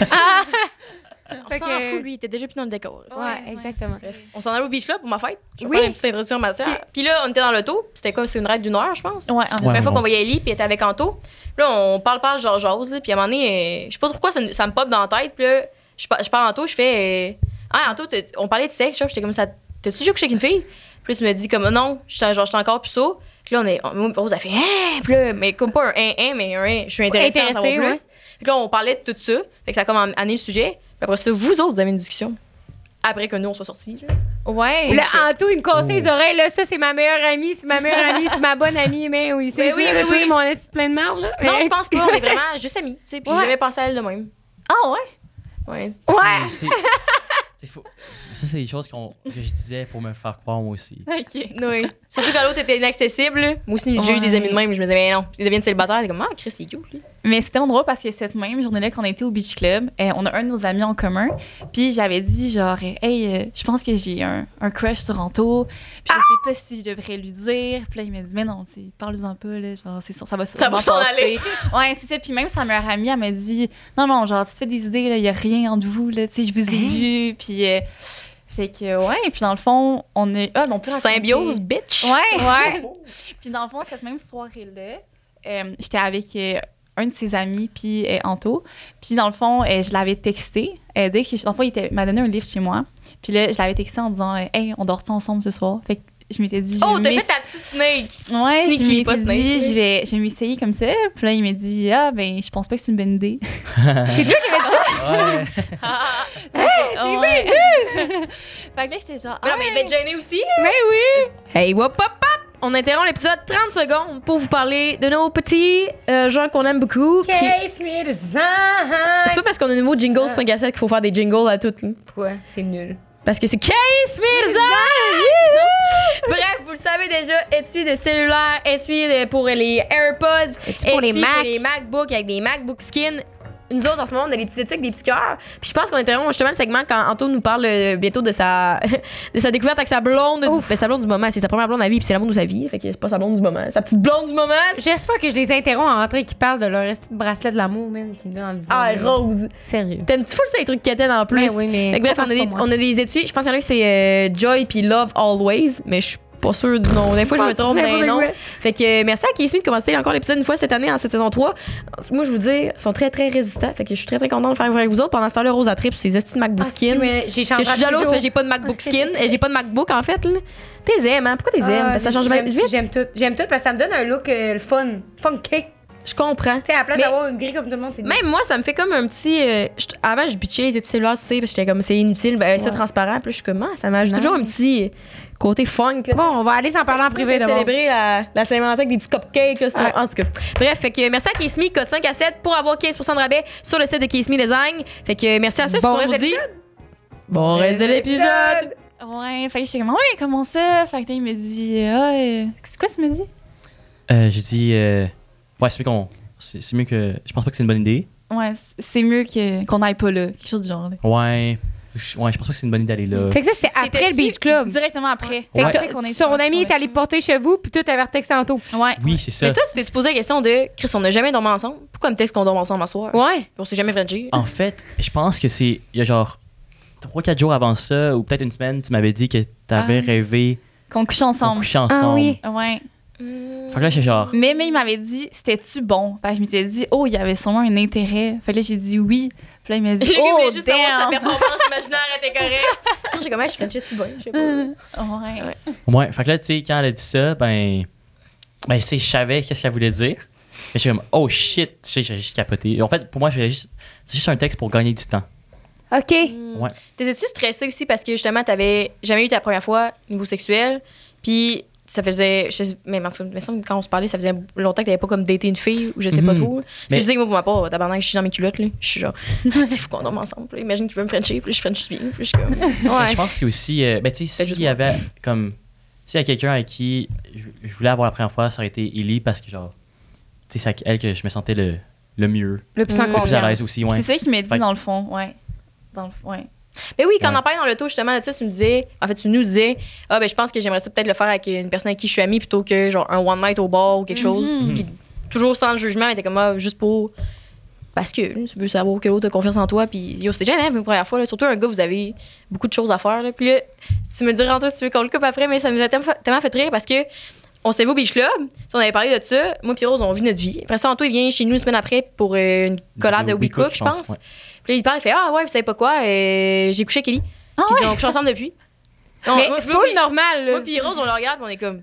On Fait s'en que- fout, lui, il était déjà plus dans le décor. Ouais, exactement. Bref, on s'en allait au beach club pour ma fête. Je vais Oui. faire une petite introduction en matière. Puis là, on était dans l'auto. C'était quoi? C'est une ride d'une heure, je pense. Ouais, en Ouais. La première fois bon. qu'on voyait Ellie, puis elle était avec Anto. Puis là, on parle, parle, genre, jase. Puis à un moment donné, euh, je sais pas pourquoi ça, ça me pop dans la tête. Puis là, je, par- je parle à Anto, je fais. euh, ah, Anto, t'as- on parlait de sexe, genre, j'étais comme ça. T'as-tu déjà couché avec une fille? Puis là, tu me dis, comme, non, j'étais genre, j'étais encore plus ça. Puis là, on est. On, Rose a fait, hein? Puis là, mais comme pas un hein, hein, mais un hein. Je suis intéressée à en savoir Intéressée, plus. Puis là, on parlait de tout ça. Fait que ça a comme amené le sujet. Puis après ça, vous autres, vous avez une discussion. Après que nous, on soit sortis. là. Ouais. Là, Anto, il me cassait les oreilles. Là, ça, c'est ma meilleure amie, c'est ma meilleure amie, c'est ma bonne amie. Mais oui, c'est Mais ça. oui, là, oui, toi, oui. mon esti plein de merde, là. Non, Mais- je pense pas. On est vraiment juste amis. Tu sais, puis Ouais. j'ai jamais pensé à elle de même. Ah ouais? Ouais. Ouais. C'est- c'est faux. Ça, c'est des choses qu'on- que je disais pour me faire croire, moi aussi. OK. Oui. Surtout quand l'autre était inaccessible. là. Moi aussi, j'ai eu Ouais. des amis de même. Je me disais, mais non, ils deviennent célibataires. T'es comme, ah, Chris, c'est cute, lui. Mais c'était drôle parce que cette même journée-là qu'on était au Beach Club, euh, on a un de nos amis en commun. Puis j'avais dit genre, hey, euh, je pense que j'ai un, un crush sur Anto. Puis je sais pas si je devrais lui dire. Puis là, il m'a dit, mais non, tu sais, parle-en pas, là. Genre, c'est sûr, ça va Ça va sûrement s'en passer. aller. Ouais, c'est ça. Puis même sa meilleure amie, elle m'a dit, non, non, genre, tu te fais des idées, là, il y a rien entre vous, là. Tu sais, je vous ai vu. Puis. euh, fait que, ouais. Puis dans le fond, on a. Ah, on peut raconter- Symbiose, bitch. Ouais. Ouais. Puis dans le fond, cette même soirée-là, euh, j'étais avec euh, un de ses amis, puis euh, Anto. Puis dans le fond, euh, je l'avais texté. Euh, dès que, dans le fond, il, était- il m'a donné un livre chez moi. Puis là, je l'avais texté en disant euh, Hey, on dort ensemble ce soir? Fait que je m'étais dit. Oh, je t'as vais fait ta petite snake. m'ess- Ouais, Sneaky, je m'étais pas snake, dit, oui. je vais, je vais m'essayer comme ça. Puis là, il m'a dit Ah, ben, je pense pas que c'est une bonne idée. Ouais. Ah, ouais. Fait que là, j'étais genre Mais non, Ah, mais il devait être gêné aussi. Mais oui. Hey, wop, hop, hop. On interrompt l'épisode trente secondes pour vous parler de nos petits euh, gens qu'on aime beaucoup. qui- Case me the C'est pas parce qu'on a un nouveau jingle cinq à sept qu'il faut faire des jingles à toutes. là. Pourquoi? C'est nul. Parce que c'est Case Mirza! Bref, vous le savez déjà, étui de cellulaire, étui de- pour les AirPods, Étui pour les étui Mac. pour les MacBooks avec des MacBook Skin. Nous autres, en ce moment, on a des petits étuis avec des petits cœurs. Puis je pense qu'on interrompt justement le segment quand Anto nous parle euh, bientôt de sa, de sa découverte avec sa blonde. Du, ben, sa blonde du moment. C'est sa première blonde à vie, puis c'est l'amour de sa vie. Fait que c'est pas sa blonde du moment. Sa petite blonde du moment. c'est- J'espère que je les interromps en rentrant qui parlent de leur esti de bracelet de l'amour, man, qui me donne envie de Ah, vomir. Rose. Sérieux. T'aimes-tu full ça, les trucs quétaines en plus? Ben oui, mais. Fait que bref, on a, des, on a des étuis. Je pense qu'il y en a qui c'est euh, Joy puis Love Always, mais je suis pas sûre du nom. Des fois, je me trompe dans les noms. Fait que euh, merci à Kay Smith de commencer encore l'épisode une fois cette année en cette saison trois. Moi, je vous dis, ils sont très très résistants. Fait que je suis très très contente de faire avec vous autres. Pendant ce temps-là, Rose a trip sur ses estis de MacBook Skin. J'ai Que je suis jalouse parce que j'ai pas de MacBook Skin. et j'ai pas de MacBook en fait. Là. T'es aimes, hein? Pourquoi t'es aimes? Parce que ça change j'aime, vite. j'aime tout. J'aime tout parce que ça me donne un look euh, le fun. Funky. Je comprends. Tu sais, à la place Mais- d'avoir une grille comme tout le monde, c'est Même moi, ça me fait comme un petit. euh, je- avant, je bitchais les études cellulaires, tu sais, parce que j'étais comme c'est inutile, ben, c'est Ouais. transparent. Puis là, je suis comme, ah, ça m'ajoute toujours un petit côté funk. Là. Bon, on va aller s'en parler en privé de d'abord. célébrer la, la Saint-Valentin avec des petits cupcakes. Là, c'est- Ouais. En tout cas. Bref, fait que merci à Case Me, code cinq à sept pour avoir quinze pour cent de rabais sur le site de Case Me Design. Fait que merci à ça. Bon si on reste vous dit. d'épisode. Bon reste de l'épisode. Ouais, fait que j'étais comme Ouais, comment ça? Fait que là, il me dit Ah, euh, c'est quoi tu me dis? Euh, j'ai dit, euh, ouais, c'est mieux qu'on. C'est c'est mieux que. Je pense pas que c'est une bonne idée. Ouais, c'est mieux que, qu'on aille pas là, quelque chose du genre. Là. Ouais. Je, ouais, je pense pas que c'est une bonne idée d'aller là. Fait que ça, c'était après le T'étais-tu- Beach Club. Directement après. Fait que Ouais. t'as- Après qu'on ait son sorti ami est allé porter chez vous, puis toi, t'avais retexté tantôt. Ouais. Oui, c'est ça. Mais toi, tu t'es posé la question de Chris, on n'a jamais dormi ensemble. Pourquoi me texte qu'on dort ensemble à soir? Ouais. Puis on s'est jamais frenché. En fait, je pense que c'est. Il y a genre trois quatre jours avant ça, ou peut-être une semaine, tu m'avais dit que t'avais Ah. rêvé Qu'on couche qu'on ensemble. couchait ensemble. Ah oui. Ouais. Fait que là, j'étais genre. Mais, mais il m'avait dit, c'était-tu bon? Fait que je m'étais dit, oh, il y avait sûrement un intérêt. Fait que là, j'ai dit oui. Puis là, il m'a dit, Le gars oh, voulait juste savoir si la damn! performance imaginaire était correcte. Je sais comment je frenchais tu bon, je sais pas. Ouais. Ouais. Ouais, fait que là, tu sais, quand elle a dit ça, ben. Ben, tu sais, je savais qu'est-ce qu'elle voulait dire. Mais j'étais comme, oh shit, tu sais, j'ai juste capoté. En fait, pour moi, je voulais juste. C'est juste un texte pour gagner du temps. OK. Ouais. T'étais-tu stressée aussi parce que justement, t'avais jamais eu ta première fois niveau sexuel? Puis ça faisait. Je sais, mais en tout cas, il me semble que quand on se parlait, ça faisait longtemps que t'avais pas comme daté une fille ou je sais pas Mhm. trop. Parce Mais- que je dis que moi, pour ma part, tabarnak, je suis dans mes culottes, là. Je suis genre, il faut qu'on dorme ensemble. Puis là, imagine qu'il veut me frencher, puis là, je french bien. Puis là, je suis comme. Mais je pense que c'est aussi. euh, ben, tu sais, Faites juste s'il y avait comme. S'il y a quelqu'un avec qui je, je voulais avoir la première fois, ça aurait été Ellie parce que, genre. Tu sais, c'est avec elle que je me sentais le, le mieux, Le plus en Le le plus à confiance. l'aise aussi, ouais. C'est ça qu'il m'a dit Fait- dans le fond, ouais. Dans le fond, ouais. Mais oui, quand Ouais. on en parlait dans l'auto, justement, de ça, tu me disais, en fait, tu nous disais, ah, ben, je pense que j'aimerais ça peut-être le faire avec une personne avec qui je suis amie plutôt que, genre, un one night au bar ou quelque chose. Mhm. Puis toujours sans le jugement, mais t'es comme, ah, juste pour. Parce que tu veux savoir que l'autre a confiance en toi. Puis, yo, c'est gênant, la première fois, là. Surtout un gars, vous avez beaucoup de choses à faire, là. Puis là, tu me diras, Antoine, si tu veux qu'on le coupe après, mais ça nous a tellement tellement fait rire parce que. On s'était vu au Beach Club. Si on avait parlé de ça. Moi et Rose, on vit notre vie. Après ça, Antoine, il vient chez nous une semaine après pour euh, une collab de Vidéo We Cook, je pense. ouais. Puis là, il parle, il fait, ah ouais, vous savez pas quoi, euh, j'ai couché avec Kelly. Ah Puis ils ont couché ensemble depuis. Non, Mais moi, full normal, là. moi puis Rose, on le regarde, puis on est comme.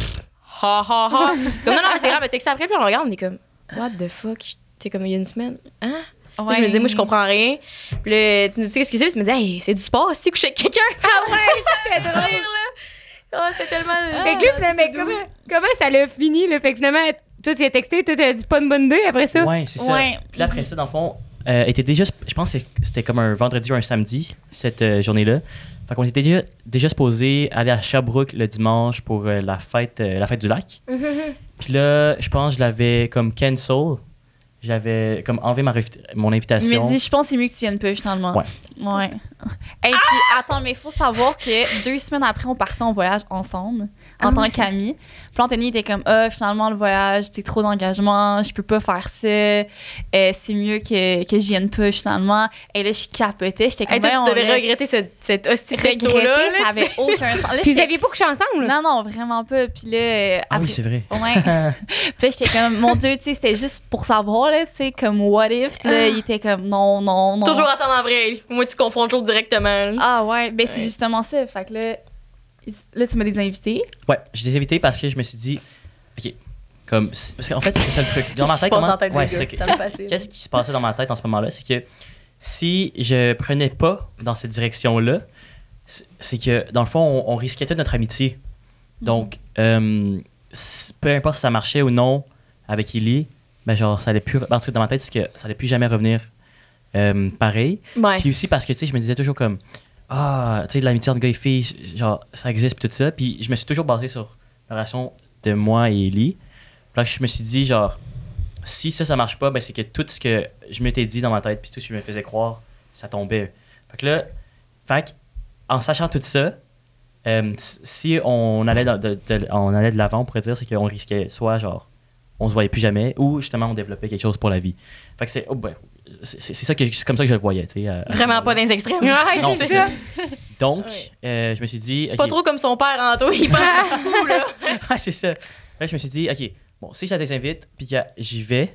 Ha ha ha. Comme non, non, mais c'est grave, mais texte après, puis on le regarde, on est comme. What the fuck? T'es comme il y a une semaine. Hein? Puis Ouais. je me disais, moi, je comprends rien. Puis là, tu nous dis qu'est-ce que c'est? Puis tu me disais, hey, c'est du sport, si coucher avec quelqu'un. Ah ouais, ça, c'est drôle. là. Oh, c'est tellement. Fait que là, mais comment, comment ça l'a fini, là? Fait que finalement, toi, tu as texté, toi, t'as dit pas une bonne idée après ça? Ouais, c'est ça. Ouais. Puis là, après ça, dans le fond, euh, était déjà, je pense que c'était comme un vendredi ou un samedi, cette euh, journée-là. Fait qu'on était déjà, déjà supposé aller à Sherbrooke le dimanche pour euh, la, fête, euh, la fête du lac. Puis là, je pense que je l'avais comme cancel. J'avais comme enlevé ma révi- mon Il invitation. m'a dit, je pense que c'est mieux que tu viennes pas finalement. Ouais. Ouais. Et puis, attends, mais il faut savoir que deux semaines après, on partait en voyage ensemble, en Ah, tant oui, qu'amis. Puis Anthony était comme, ah, finalement, le voyage, c'est trop d'engagement, je peux pas faire ça. Euh, c'est mieux que, que je vienne pas finalement. Et là, je capotais. J'étais comme, Hey, toi, ben, tu on devais a regretter ce, cette hostie de regretté, resto-là, là. ça avait aucun sens. Là, Puis vous j'étais- aviez pas couché ensemble, là? Non, non, vraiment pas. Puis là, euh, Ah oui, après- c'est vrai. Ouais. Puis là, j'étais comme, mon Dieu, tu sais, c'était juste pour savoir, là, tu sais, comme, what if? Puis là, il était comme, non, non, non. Toujours attendre en vrai. Moi, tu confrontes l'autre directement. Ah ouais, ben c'est Ouais. justement ça. Fait que là, là tu m'as des invités. Ouais, je l'ai évité parce que je me suis dit, OK, comme, c'est- parce qu'en fait, c'est ça le truc. Dans Qu'est-ce ma qui se tête, passe comment- dans la tête des ouais, gars? c'est que- Ça me fascine. Qu'est-ce qui se passait dans ma tête en ce moment-là, c'est que si je prenais pas dans cette direction-là, c'est c'est que, dans le fond, on, on risquait toute notre amitié. Donc, euh, si- peu importe si ça marchait ou non avec Ellie, ben genre, ça allait plus... En tout cas, dans ma tête, c'est que ça allait plus jamais revenir euh, pareil. Ouais. Puis aussi parce que, tu sais, je me disais toujours comme, ah, tu sais, l'amitié entre gars et filles, genre, ça existe, puis tout ça. Puis je me suis toujours basé sur la relation de moi et Ellie. Puis là, je me suis dit, genre, si ça, ça marche pas, ben c'est que tout ce que je m'étais dit dans ma tête, puis tout ce que je me faisais croire, ça tombait. Fait que là, fait que, en sachant tout ça, euh, si on allait, dans- de, de- on allait de l'avant, on pourrait dire, c'est qu'on risquait soit, genre, on se voyait plus jamais, ou justement, on développait quelque chose pour la vie. Fait que c'est, oh, ben, c'est, c'est ça que, c'est comme ça que je le voyais, tu sais. à- à- Vraiment pas dans les extrêmes. Ouais, Non, c'est c'est ça. Donc, Ouais. euh, je me suis dit. ok. Pas trop comme son père, Anto. Il parle beaucoup, là. Ouais, c'est ça. Là, je me suis dit, OK, bon, si je la désinvite, puis que j'y vais,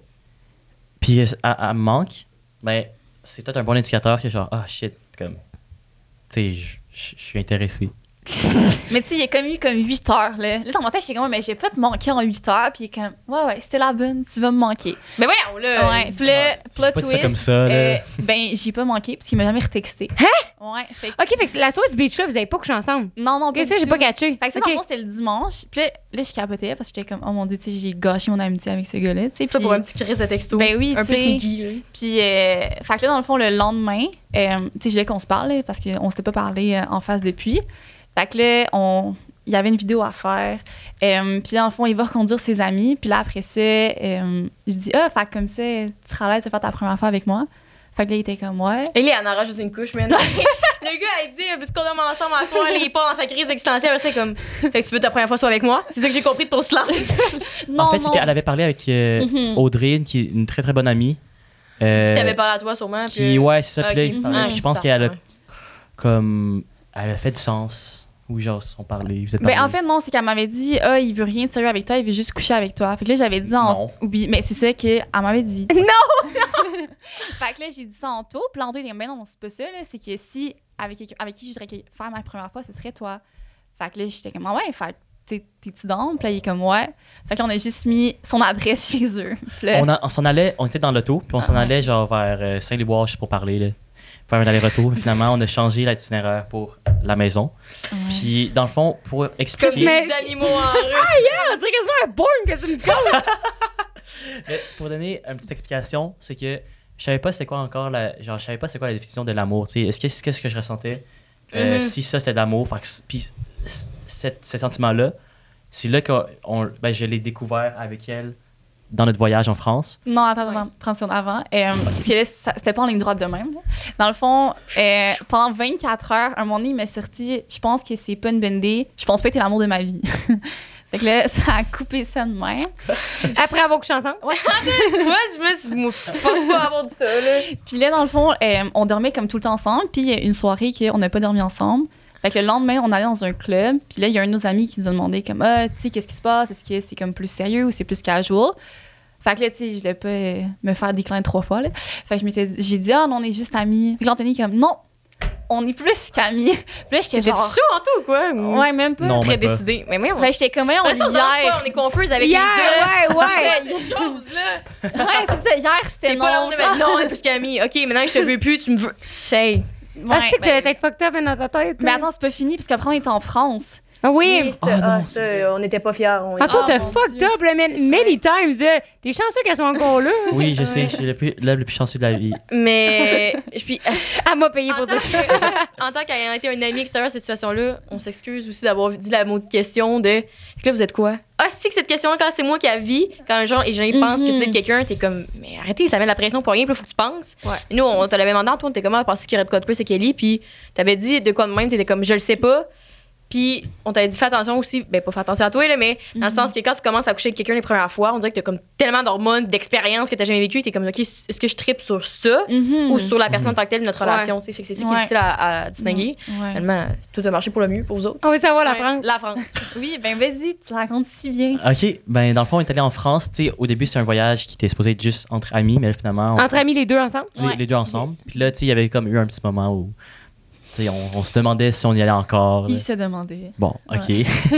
puis euh, elle, elle me manque, ben, c'est peut-être un bon indicateur que, genre, ah, shit, comme, tu sais, je- je je suis intéressé. Mais tu sais, il y a comme eu comme huit heures, là. Là, dans mon tête, j'étais comme, mais je vais pas te manquer en huit heures. Puis il est comme, ouais, ouais, c'était la bonne, tu vas me manquer. Mais voyons, là. ouais, puis là, J'ai plot pas dit ça twist. comme ça, là. euh, ben, j'y ai pas manqué, parce qu'il m'a jamais retexté. Hein? Ouais, fait que- OK, fait que la soirée du beach là, vous avez pas couché ensemble. Non, non, OK, pas ça, du j'ai tout. pas catché. Fait que ça, OK. dans le fond, c'était le dimanche. Puis là, là, je capotais parce que j'étais comme, oh mon Dieu, tu sais, j'ai gâché mon amitié avec ce gars-là. Tu sais, Ça puis- pour un petit crise de texto. Ben oui, Un tu peu sais. sneaky, là. Puis, euh, fait que là, dans le fond, le lendemain, euh, tu sais, je voulais qu'on se parle, là, parce qu'on s'était pas parlé euh, en face depuis. Fait que là, on... il y avait une vidéo à faire. Euh, puis là, dans le fond, il va reconduire ses amis. Puis là, après ça, euh, je dis, ah, fait que comme ça, tu seras à l'aise de faire ta première fois avec moi. Fait que là, il était comme, ouais. Et là, elle en arrache juste une couche, man. Le gars, elle dit, puisqu'on dorme ensemble à soir, il est pas dans sa crise existentielle. C'est comme, fait que tu veux ta première fois soit avec moi? C'est ça que j'ai compris de ton silence. Non, en fait, non. c'est qu'elle avait parlé avec euh, Mhm. Audrey, qui est une très très bonne amie. euh, Qui t'avait parlé à toi, sûrement. Qui, puis- ouais, c'est ça. Puis là, Ok. il se parlait. Mhm. Je pense Ça, qu'elle a, ouais. comme, elle a fait du sens. Ou genre, ils se sont parlé. Vous êtes Ben, parlé. en fait, non, c'est qu'elle m'avait dit, ah, il veut rien de sérieux avec toi, il veut juste coucher avec toi. Fait que là, j'avais dit en. Non. Oui, mais c'est ça qu'elle m'avait dit. Non! Fait que là, j'ai dit ça en taux. Puis l'entour, il était comme, ben non, c'est pas ça, là. C'est que si, avec, quelqu'un- avec qui je voudrais faire ma première fois, ce serait toi. Fait que là, j'étais comme, ah ouais, fait que, tu sais, t'es-tu down? Puis là, il est comme, ouais. Fait que là, on a juste mis son adresse chez eux. Puis là, On, a- on s'en allait, on était dans l'auto, puis on s'en Ah ouais. allait genre vers euh, Saint-Liboire juste pour parler, là, faire un aller-retour. Mais finalement, on a changé l'itinéraire pour la maison. ouais. Puis dans le fond, pour Comme expliquer, Mais- des animaux en rue. On dirait quasiment un born que c'est une gosse. mais pour donner une petite explication, c'est que je savais pas c'était quoi encore la, genre je savais pas c'est quoi la définition de l'amour. Tu sais, est-ce que c'est qu'est-ce que je ressentais euh, Mhm. si ça c'était de l'amour, fait que c- puis c- cette- ce sentiment-là, c'est là que on, ben, je l'ai découvert avec elle dans notre voyage en France. Non, attends, attends, trente secondes avant. Euh, parce que là, ça- c'était pas en ligne droite de même. là. Dans le fond, euh, pendant vingt-quatre heures, un moment donné, il m'a sorti, je pense que c'est pas une bonne idée, je pense pas que t'es l'amour de ma vie. Fait que là, ça a coupé ça de même. Après avoir couché ensemble. Moi, je me suis- moi, je pense pas avoir dit ça, là. Puis là, dans le fond, euh, on dormait comme tout le temps ensemble. Puis il y a une soirée qu'on n'a pas dormi ensemble. Fait que le lendemain, on allait dans un club. Puis là, il y a un de nos amis qui nous a demandé comme, ah, tu sais, qu'est-ce qui se passe? Est-ce que c'est comme plus sérieux ou c'est plus casual? Fait que là, tu sais, je voulais pas euh, me faire décliner trois fois, là. Fait que je m'étais dit- j'ai dit, ah, non, on est juste amis. Fait que l'Anthony, comme, non, on est plus qu'amis. Puis là, j'étais T'étais genre. sous en tout ou quoi? Ouais, même pas. Non, Très même pas. décidé. Mais oui, on Fait que j'étais comme, on on, on, hier. on est confuse avec Hier, les ouais, ouais. les choses, là. Ouais, c'est ça. Hier, c'était T'es non. pas l'amour de ma genre. vie. Non, on est plus qu'amis. OK, maintenant que je te veux plus, tu me veux. Say. Ah, Ouais, c'est que ben- t'as être fucked up dans ta tête. Mais hein. attends, c'est pas fini, parce qu'après, on était en France. Ah oui. Oui, ça, Ah, non, ah, ça, on n'était pas fiers. On Ah, toi, Ah, t'as mon fucked Dieu. up, là, man- many times. là. T'es chanceux qu'elles soient encore là. Oui, je sais, je suis le plus, l'homme le plus chanceux de la vie. Mais, je puis, Elle m'a payé en pour tant, ça. que, en tant qu'ayant été un ami extérieur à cette situation-là, on s'excuse aussi d'avoir dit la maudite question de « Là, vous êtes quoi? » Ah, c'est que cette question-là, quand c'est moi qui la vis, quand les gens, les gens ils pensent que Mhm. c'est quelqu'un, t'es comme « Mais arrêtez, ça met de la pression pour rien, puis là, faut que tu penses. Ouais. Et nous, on te l'avait demandé, Antoine, t'es comment? Pensais qu'il y aurait de quoi de plus, c'est Kelly, puis t'avais dit de quoi de même, t'étais comme « Je le sais pas. » Puis on t'avait dit fais attention aussi, ben pas fais attention à toi, là, mais dans le sens que quand tu commences à coucher avec quelqu'un les premières fois, on dirait que t'as comme tellement d'hormones, d'expériences que t'as jamais vécu, t'es comme ok, est-ce que je trippe sur ça Mhm. ou sur la personne en Mhm. tant que telle de notre Ouais. relation, tu sais, fait que c'est ça qui est Ouais. difficile à, à distinguer. Ouais. Finalement, tout a marché pour le mieux pour vous autres. On veut savoir la Ouais. France. La France. Oui, ben vas-y, tu racontes si bien. OK, ben dans le fond, on est allé en France. Tu sais, au début, c'est un voyage qui était supposé être juste entre amis, mais là, finalement, on- Entre amis, les deux ensemble. les, Ouais. les deux ensemble. Puis là, tu sais, il y avait comme eu un petit moment où, tu sais, on, on se demandait si on y allait encore. là. Il se demandait. Bon, OK.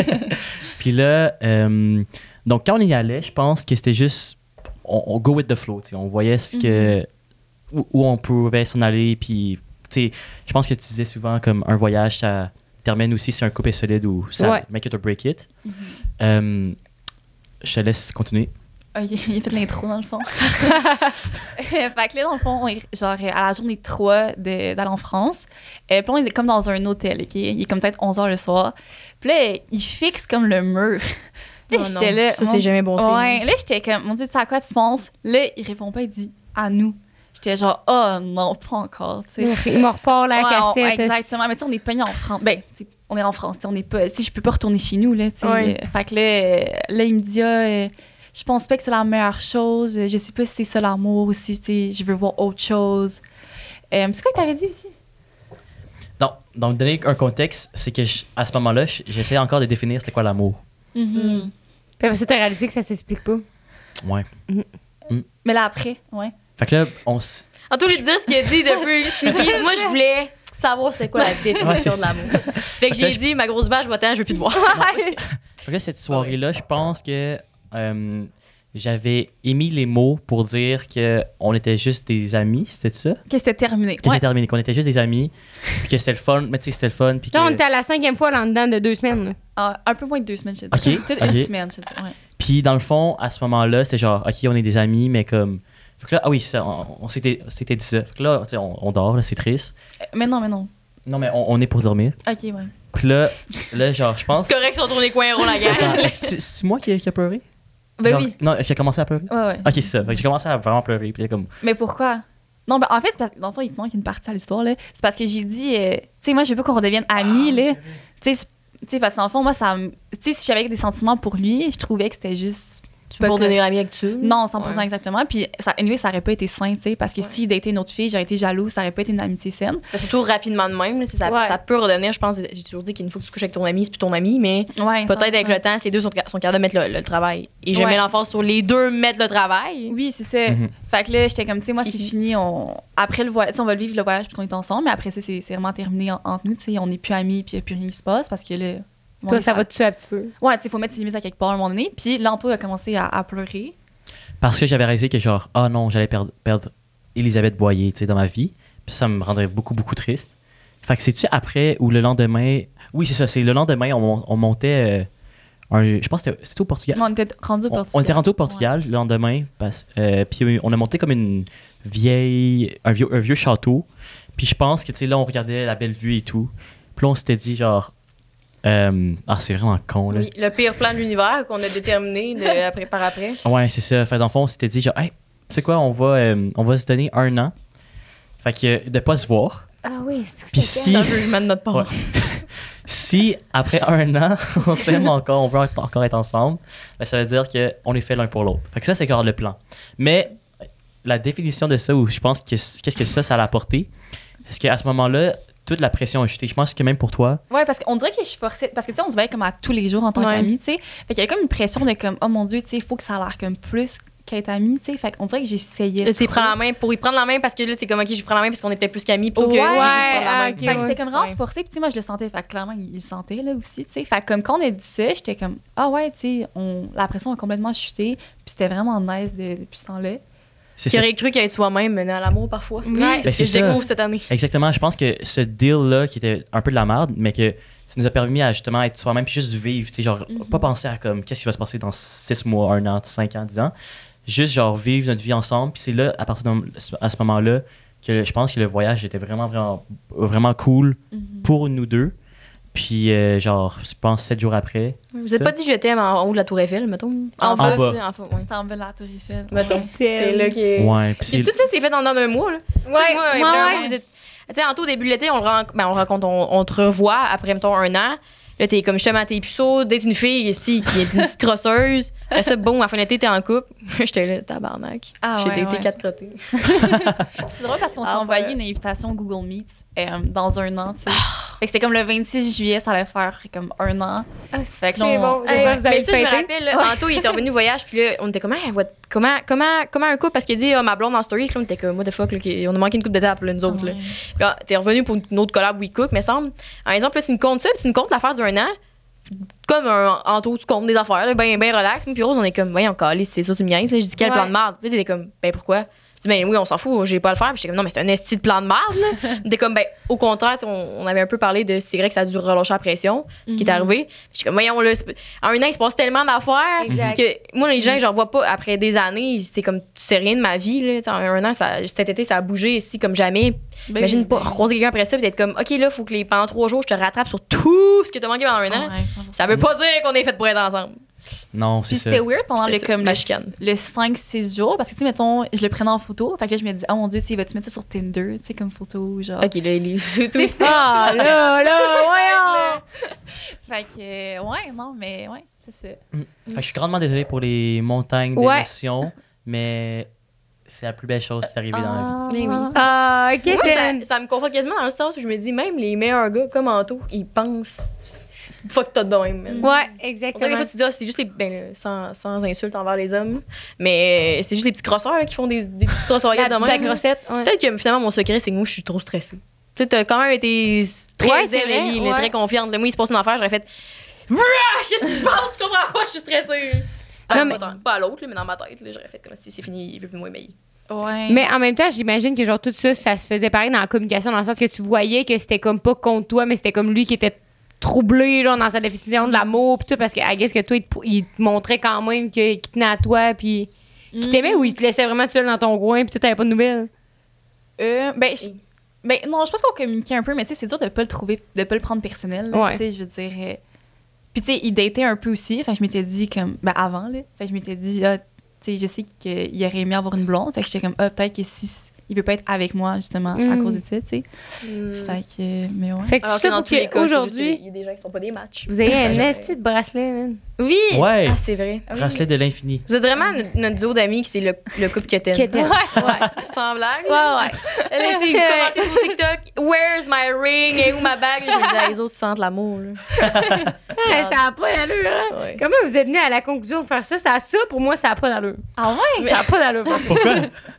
Puis là, euh, donc quand on y allait, je pense que c'était juste, on, on go with the flow, tu sais, on voyait ce que, où, où on pouvait s'en aller, puis, tu sais, je pense que tu disais souvent comme un voyage, ça termine aussi si un couple est solide ou ça Ouais. make it or break it. Euh, je te laisse continuer. Ah, il, il a fait l'intro, dans le fond. Fait que là, dans le fond, on est genre à la journée trois de- d'aller en France. Euh, puis là, on est comme dans un hôtel, OK? Il est comme peut-être onze heures le soir. Puis là, il fixe comme le mur. Tu sais, Oh non, j'étais là. ça, mon- c'est jamais bon signe. Ouais, là, j'étais comme, mon Dieu, tu sais à quoi tu penses? Là, il répond pas, il dit à nous. J'étais genre, oh non, pas encore, tu sais. Il me repart la Ouais, on- cassette. exactement. Mais tu sais, on est pogné en France. Ben, tu sais, on est en France. tu sais, On est pas. Tu sais, je peux pas retourner chez nous, là. Tu sais. Ouais. Euh, Fait que là, euh, là, il me dit, ah, euh, je pense pas que c'est la meilleure chose. Je sais pas si c'est ça l'amour ou si, tu sais, je veux voir autre chose. Euh, c'est quoi que t'avais dit aussi? Non, donc donner un contexte, c'est que je- à ce moment-là, je- j'essayais encore de définir c'est quoi l'amour. Mhm. Puis après ça, t'as réalisé que ça s'explique pas. Ouais. Mais là, après, ouais. Fait que là, on s- En tout, lui dire ce qu'il a dit depuis sneaky. Moi, je voulais savoir c'était quoi la définition Ouais, c'est de l'amour. Fait que Fait que j'ai je- dit ma grosse vache, va-t'en, je veux plus te voir. Fait que là, cette soirée-là, je pense que euh, j'avais émis les mots pour dire qu'on était juste des amis, c'était ça? Que c'était terminé. Que Ouais. c'était terminé, qu'on était juste des amis, puis que c'était le fun, mais tu sais, c'était le fun, puis que... Là, on était à la cinquième fois là dedans de deux semaines. là. Ah, un peu moins de deux semaines, je te dis. Ok, Peut-être ok. une semaine, je te dis. Ouais. Puis dans le fond, à ce moment-là, c'était genre, OK, on est des amis, mais comme... Fait que là, ah oui, ça, on, on s'était s'était dit ça. Fait que là, tu sais, on, on dort, là, c'est triste. Euh, Mais non, mais non. Non, mais on, on est pour dormir. Ok, ouais. Puis là, là genre, je pense... C'est correct si on tourne les coins ronds, la guerre. Attends, fait que c'est c'est moi qui, qui a pleuré? Ben Genre- oui. Non, qui a commencé à pleurer? Ouais, ouais. Ok, c'est ça. Fait que j'ai commencé à vraiment pleurer. Puis là, comme, Mais pourquoi? Non, ben en fait, c'est parce que dans le fond, il te manque une partie à l'histoire, là. C'est parce que j'ai dit, euh, tu sais, moi, je veux pas qu'on redevienne amis, là. Tu sais, c'est- tu sais, parce que dans le fond, moi, ça me- tu sais, si j'avais des sentiments pour lui, je trouvais que c'était juste. Tu peux pas que- devenir ami avec tu. Non, cent pour cent Ouais. exactement. Puis, ça, anyway, ça aurait pas été sain, tu sais, parce que s'il datait une autre fille, j'aurais été jaloux, ça aurait pas été une amitié saine. Mais surtout rapidement de même, là, c'est ça, Ouais. ça peut redevenir, je pense, j'ai toujours dit qu'il faut que tu couches avec ton ami, c'est plus ton ami, mais Ouais, peut-être avec cent pour cent. le temps, ces deux sont, sont capables de mettre le, le travail. Et je Ouais. mets l'emphase sur les deux mettre le travail. Oui, c'est ça. Mhm. Fait que là, j'étais comme, tu sais, moi, c'est fini. On... Après le voyage, on va le vivre le voyage puis qu'on est ensemble, mais après ça, c'est c'est vraiment terminé en- entre nous, tu sais, on n'est plus amis puis il n'y a plus rien qui se passe parce que là. on Toi, est ça fa- va te tuer un petit peu. Ouais, tu sais, faut mettre ses limites à quelque part à un moment donné. Puis l'Anto a commencé à, à pleurer. parce que j'avais réalisé que genre, ah non, j'allais perdre, perdre Elisabeth Boyer, tu sais, dans ma vie. Puis ça me rendrait beaucoup, beaucoup triste. Fait que c'est-tu après ou le lendemain... Oui, c'est ça, c'est le lendemain, on, on montait... euh, un, je pense que c'était- c'était au Portugal. On était rendu au On, Portugal. on était rendu au Portugal le lendemain. Parce, euh, puis on a monté comme une vieille... Un vieux, un vieux château. Puis je pense que, tu sais, là, on regardait la belle vue et tout. Puis là, on s'était dit, genre... Euh, ah, c'est vraiment con, là. Oui, le pire plan de l'univers qu'on a déterminé de, après, par après. Ouais, c'est ça. Fait dans le fond, on s'était dit, genre, hey, tu sais quoi, on va, euh, on va se donner un an. Fait que euh, de pas se voir. Ah oui, c'est Puis ça. si, C'est un jugement de notre part. Ouais. si après un an, on s'aime encore, on veut encore être ensemble, ben, ça veut dire qu'on est fait l'un pour l'autre. Fait que ça, c'est encore le plan. Mais la définition de ça, où je pense que qu'est-ce que ça, ça a apporté, c'est qu'à ce moment-là, toute la pression est jetée. Je pense que même pour toi, Ouais, parce qu'on dirait que je suis forcée. Parce que, tu sais, on se voyait comme à tous les jours en tant Ouais. qu'amis, tu sais. Fait qu'il y avait comme une pression de comme, oh mon Dieu, tu sais, il faut que ça a l'air comme plus qu'être ami, tu sais. Fait qu'on dirait que j'essayais. Là, tu trop. prends la main pour y prendre la main parce que là, c'est comme, OK, je prends la main parce qu'on est peut-être plus qu'amis plutôt que Ouais, j'ai envie de ouais, prendre la main. ah, ok, Fait que c'était comme vraiment Ouais. forcé. Puis, tu sais, moi, je le sentais. Fait que clairement, il le sentait, là aussi, tu sais. Fait que comme quand on a dit ça, j'étais comme, ah ouais, tu sais, on... la pression a complètement chuté. Puis c'était vraiment nice de... depuis ce temps-là. c'est Qui ça. aurait cru qu'être soi-même menait à l'amour parfois. Oui. Ouais, Ben, c'est ce que c'est je ça. découvre cette année. Exactement. Je pense que ce deal-là, qui était un peu de la merde, mais que ça nous a permis à justement être soi-même puis juste vivre. Tu sais, genre, Mhm. pas penser à comme qu'est-ce qui va se passer dans six mois, un an, cinq ans, dix ans. Juste, genre, vivre notre vie ensemble. Puis c'est là, à partir de à ce moment-là, que le- je pense que le voyage était vraiment, vraiment, vraiment cool pour nous deux. Puis, euh, genre, je pense sept jours après. Vous ça. êtes pas dit je t'aime en haut de la Tour Eiffel, mettons? En face, bas. là, en fa- ouais. C'était en bas de la Tour Eiffel. Mettons. C'est là qui est. Ouais, puis Puis c'est. tout ça, c'est fait dans, dans un mois, là. Ouais, moi, ouais, vraiment, ouais. vous êtes. Tu sais, en tout, au début de l'été, on le ren- ben, on le rencontre, on, on te revoit après, mettons, un an. Là, t'es comme justement, t'es puceau d'être une fille ici qui est une petite crosseuse. Après ça, bon, à la fin de l'été, t'es en couple. J'étais là, tabarnak. Ah J'ai ouais, été ouais, quatre crottés. Puis c'est drôle parce qu'on s'est Ah, envoyé ouais. une invitation Google Meet euh, dans un an, tu sais. Fait que c'était comme le vingt-six juillet, ça allait faire comme un an. Fait que là, C'est on- bon. Ouais, j'espère que vous avez Mais ça, je me fêté. rappelle, là, Anto, il était revenu voyage, puis là, on était comme, ah, what- comment, comment, comment un couple? Parce qu'il a dit, ah, ma blonde en story, puis là, on était comme, what the fuck, là, on a manqué une coupe d'étapes, là, nous autres. Là. Ouais. Puis là, t'es revenu pour une autre collab We Cook, me semble. En exemple, là, tu nous comptes ça, puis tu nous comptes l'affaire d'un an. Comme un Anto, tu comptes des affaires, là, ben, ben relax. Puis Rose, on est comme, voyons, calisse, c'est ça, tu me gagnes. J'ai dit, quel Ouais. plan de merde? Puis là, t'étais comme, ben pourquoi? Je dis, ben oui, on s'en fout, j'ai pas à le faire. Puis j'étais comme, non, mais c'est un esti de plan de merde, là. T'es comme, ben, au contraire, tu sais, on, on avait un peu parlé de, c'est vrai que ça a dû relâcher la pression, ce qui est Mhm. arrivé. J'étais comme, voyons, là, c'est- en un an, il se passe tellement d'affaires Exact. que moi, les gens que j'en vois pas après des années, c'était comme, tu sais rien de ma vie, là. Tu sais, en un an, ça, cet été, ça a bougé ici comme jamais. Ben Imagine oui, pas ben oui. recroiser quelqu'un après ça, puis être comme, OK, là, faut que les, pendant trois jours, je te rattrape sur tout ce que t'as manqué pendant un an. Ouais, cent pour cent. Ça veut pas dire qu'on est fait pour être ensemble. Non, c'est Puis ça. c'était weird pendant C'est le, ça, comme la le, chicane. le cinq six jours. Parce que, tu sais, mettons, je le prenais en photo. Fait que là, je me dis, oh mon Dieu, tu sais, vas-tu mettre ça sur Tinder, tu sais, comme photo, genre. OK, là, il est tout. Tu sais, c'était- Ah, là, là, voyons! Fait que, euh, ouais, non, mais ouais, c'est ça. Fait que je suis grandement désolé pour les montagnes Ouais. d'émotions, mais c'est la plus belle chose qui est arrivée dans la vie. Mais oui. Ah, ok, Moi, ça, t'es- ça me conforte quasiment dans le sens où je me dis, même les meilleurs gars comme Anto, ils pensent fuck t'as de même, man. Ouais, On dirait que des exactement. fois, tu dis, ah, c'est juste les. Ben, là, sans, sans insulte envers les hommes, mais c'est juste les petits crosseurs là, qui font des, des petites crosseurs La, de la même. grossette, ouais. Peut-être que finalement, mon secret, c'est que moi, je suis trop stressée. Tu sais, t'as quand même été très Ouais, c'est zen, vrai, Ellie, là, ouais. très confiante. Là, moi, il se passe une affaire, j'aurais fait. Brrrah, qu'est-ce qui se passe? Je comprends pas, je suis stressée. Ah, Non, mais- pas, tant- pas à l'autre, là, mais dans ma tête, là, j'aurais fait comme si c'est fini, il veut plus moi m'aimer. Ouais. Mais en même temps, j'imagine que genre tout ça, ça se faisait pareil dans la communication, dans le sens que tu voyais que c'était comme pas contre toi, mais c'était comme lui qui était troublé genre dans sa définition de l'amour pis tout, parce que I guess que toi il te, il te montrait quand même que- qu'il tenait à toi puis qu'il t'aimait, ou il te laissait vraiment tout seul dans ton coin puis tu t'avais pas de nouvelles. Euh, ben, je- ben, non, je pense qu'on communiquait un peu, mais tu sais, c'est dur de pas le trouver, de pas le prendre personnel. là, Ouais. Tu sais, je veux dire. euh, Puis, tu sais, il datait un peu aussi. Fait que je m'étais dit, comme, ben, avant, là. Fait que je m'étais dit, ah, tu sais, je sais qu'il aurait aimé avoir une blonde. Fait que j'étais comme, ah, peut-être que si il veut pas être avec moi, justement, à Mm. cause de ça, tu sais. Fait que, euh, mais ouais. Fait que Alors tout que ça dans pour tous les cas, c'est juste qu'aujourd'hui, qu'il y a des gens qui sont pas des matchs. vous ayez un Ouais. esti de bracelet, man. Oui! Ouais, Ah, c'est vrai. bracelet de l'infini. Vous êtes vraiment notre, notre duo d'amis qui c'est le, le couple que t'aimes. Que t'aimes. Ouais. Sans blague. là. Ouais, ouais. Elle a dit, commentez sur TikTok, where's my ring et où ma bague? Je me dis, ah, les autres sentent l'amour. là. Hey, ça a pas d'allure, hein? Ouais. Comment vous êtes venus à la conclusion de faire ça? Ça, ça pour moi, ça a pas d'allure. Ah ouais? Ça a pas d'allure. Pourquoi?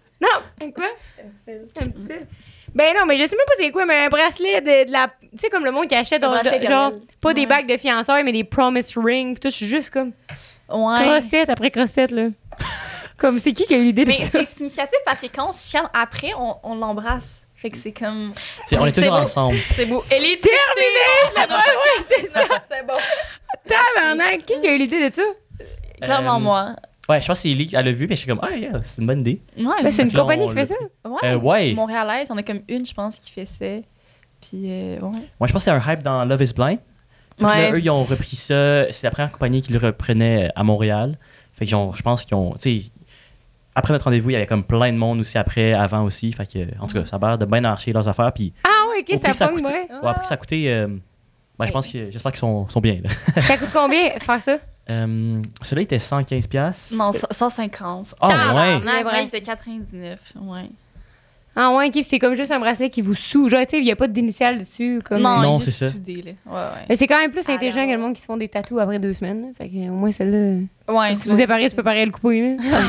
Non, quoi? Un petit cil. Ben non, mais je sais même pas c'est quoi, mais un bracelet de, de la. Tu sais, comme le monde qui achète, Un genre, bracelet genre, éternel. pas des Ouais. bagues de fiançailles, mais des promise rings. Pis tout, je suis juste comme. Ouais. Crossette après crossette, là. Comme, c'est qui qui a eu l'idée de Mais ça? c'est significatif parce que quand on se chicane après, on, on l'embrasse. Fait que c'est comme. T'sais, on est C'est toujours beau. ensemble. C'est beau. Ellie, tu Terminé! Ouais, ouais, c'est ça. C'est bon. Tabarnak, qui qui a eu l'idée de ça? Clairement Euh, moi. Ouais, je pense que c'est Ellie qui elle l'a vu, mais je suis comme, ah, yeah, c'est une bonne idée. Ouais, Ben, c'est une Fait que là, compagnie on qui fait l'a- ça. ouais. Euh, ouais. Montréalaise, on a comme une, je pense, qui fait ça. Puis, euh, ouais. Moi, je pense que c'est un hype dans Love is Blind. Puis là, Ouais. eux, ils ont repris ça. C'est la première compagnie qui le reprenait à Montréal. Fait que genre, je pense qu'ils ont. Tu sais, après notre rendez-vous, il y avait comme plein de monde aussi après, avant aussi. Fait que, en tout cas, ça a l'air de bien marcher leurs affaires. Puis Ah ouais, au ok, ça prix que pogne, coûte- ouais. ouais, après que ça a coûté. euh, ben, je pense que j'espère qu'ils sont, sont bien. Là. Ça coûte combien faire ça? Euh, celui-là était cent quinze piastres. Non, cent cinquante. Ah, ouais. Ouais, vrai. c'est quatre-vingt-dix-neuf. Ouais. Ah ouais, ok, c'est comme juste un bracelet qui vous sous. Genre, tu sais, il n'y a pas d'initiale dessus. Comme... Non, Non, il est juste c'est ça. soudé, là. Ouais, ouais. Mais c'est quand même plus intelligent Alors. que le monde qui se font des tatous après deux semaines. Là. Fait que au moins, celle-là. Ouais, Si vous séparez, tu peux pareil le couper. Là.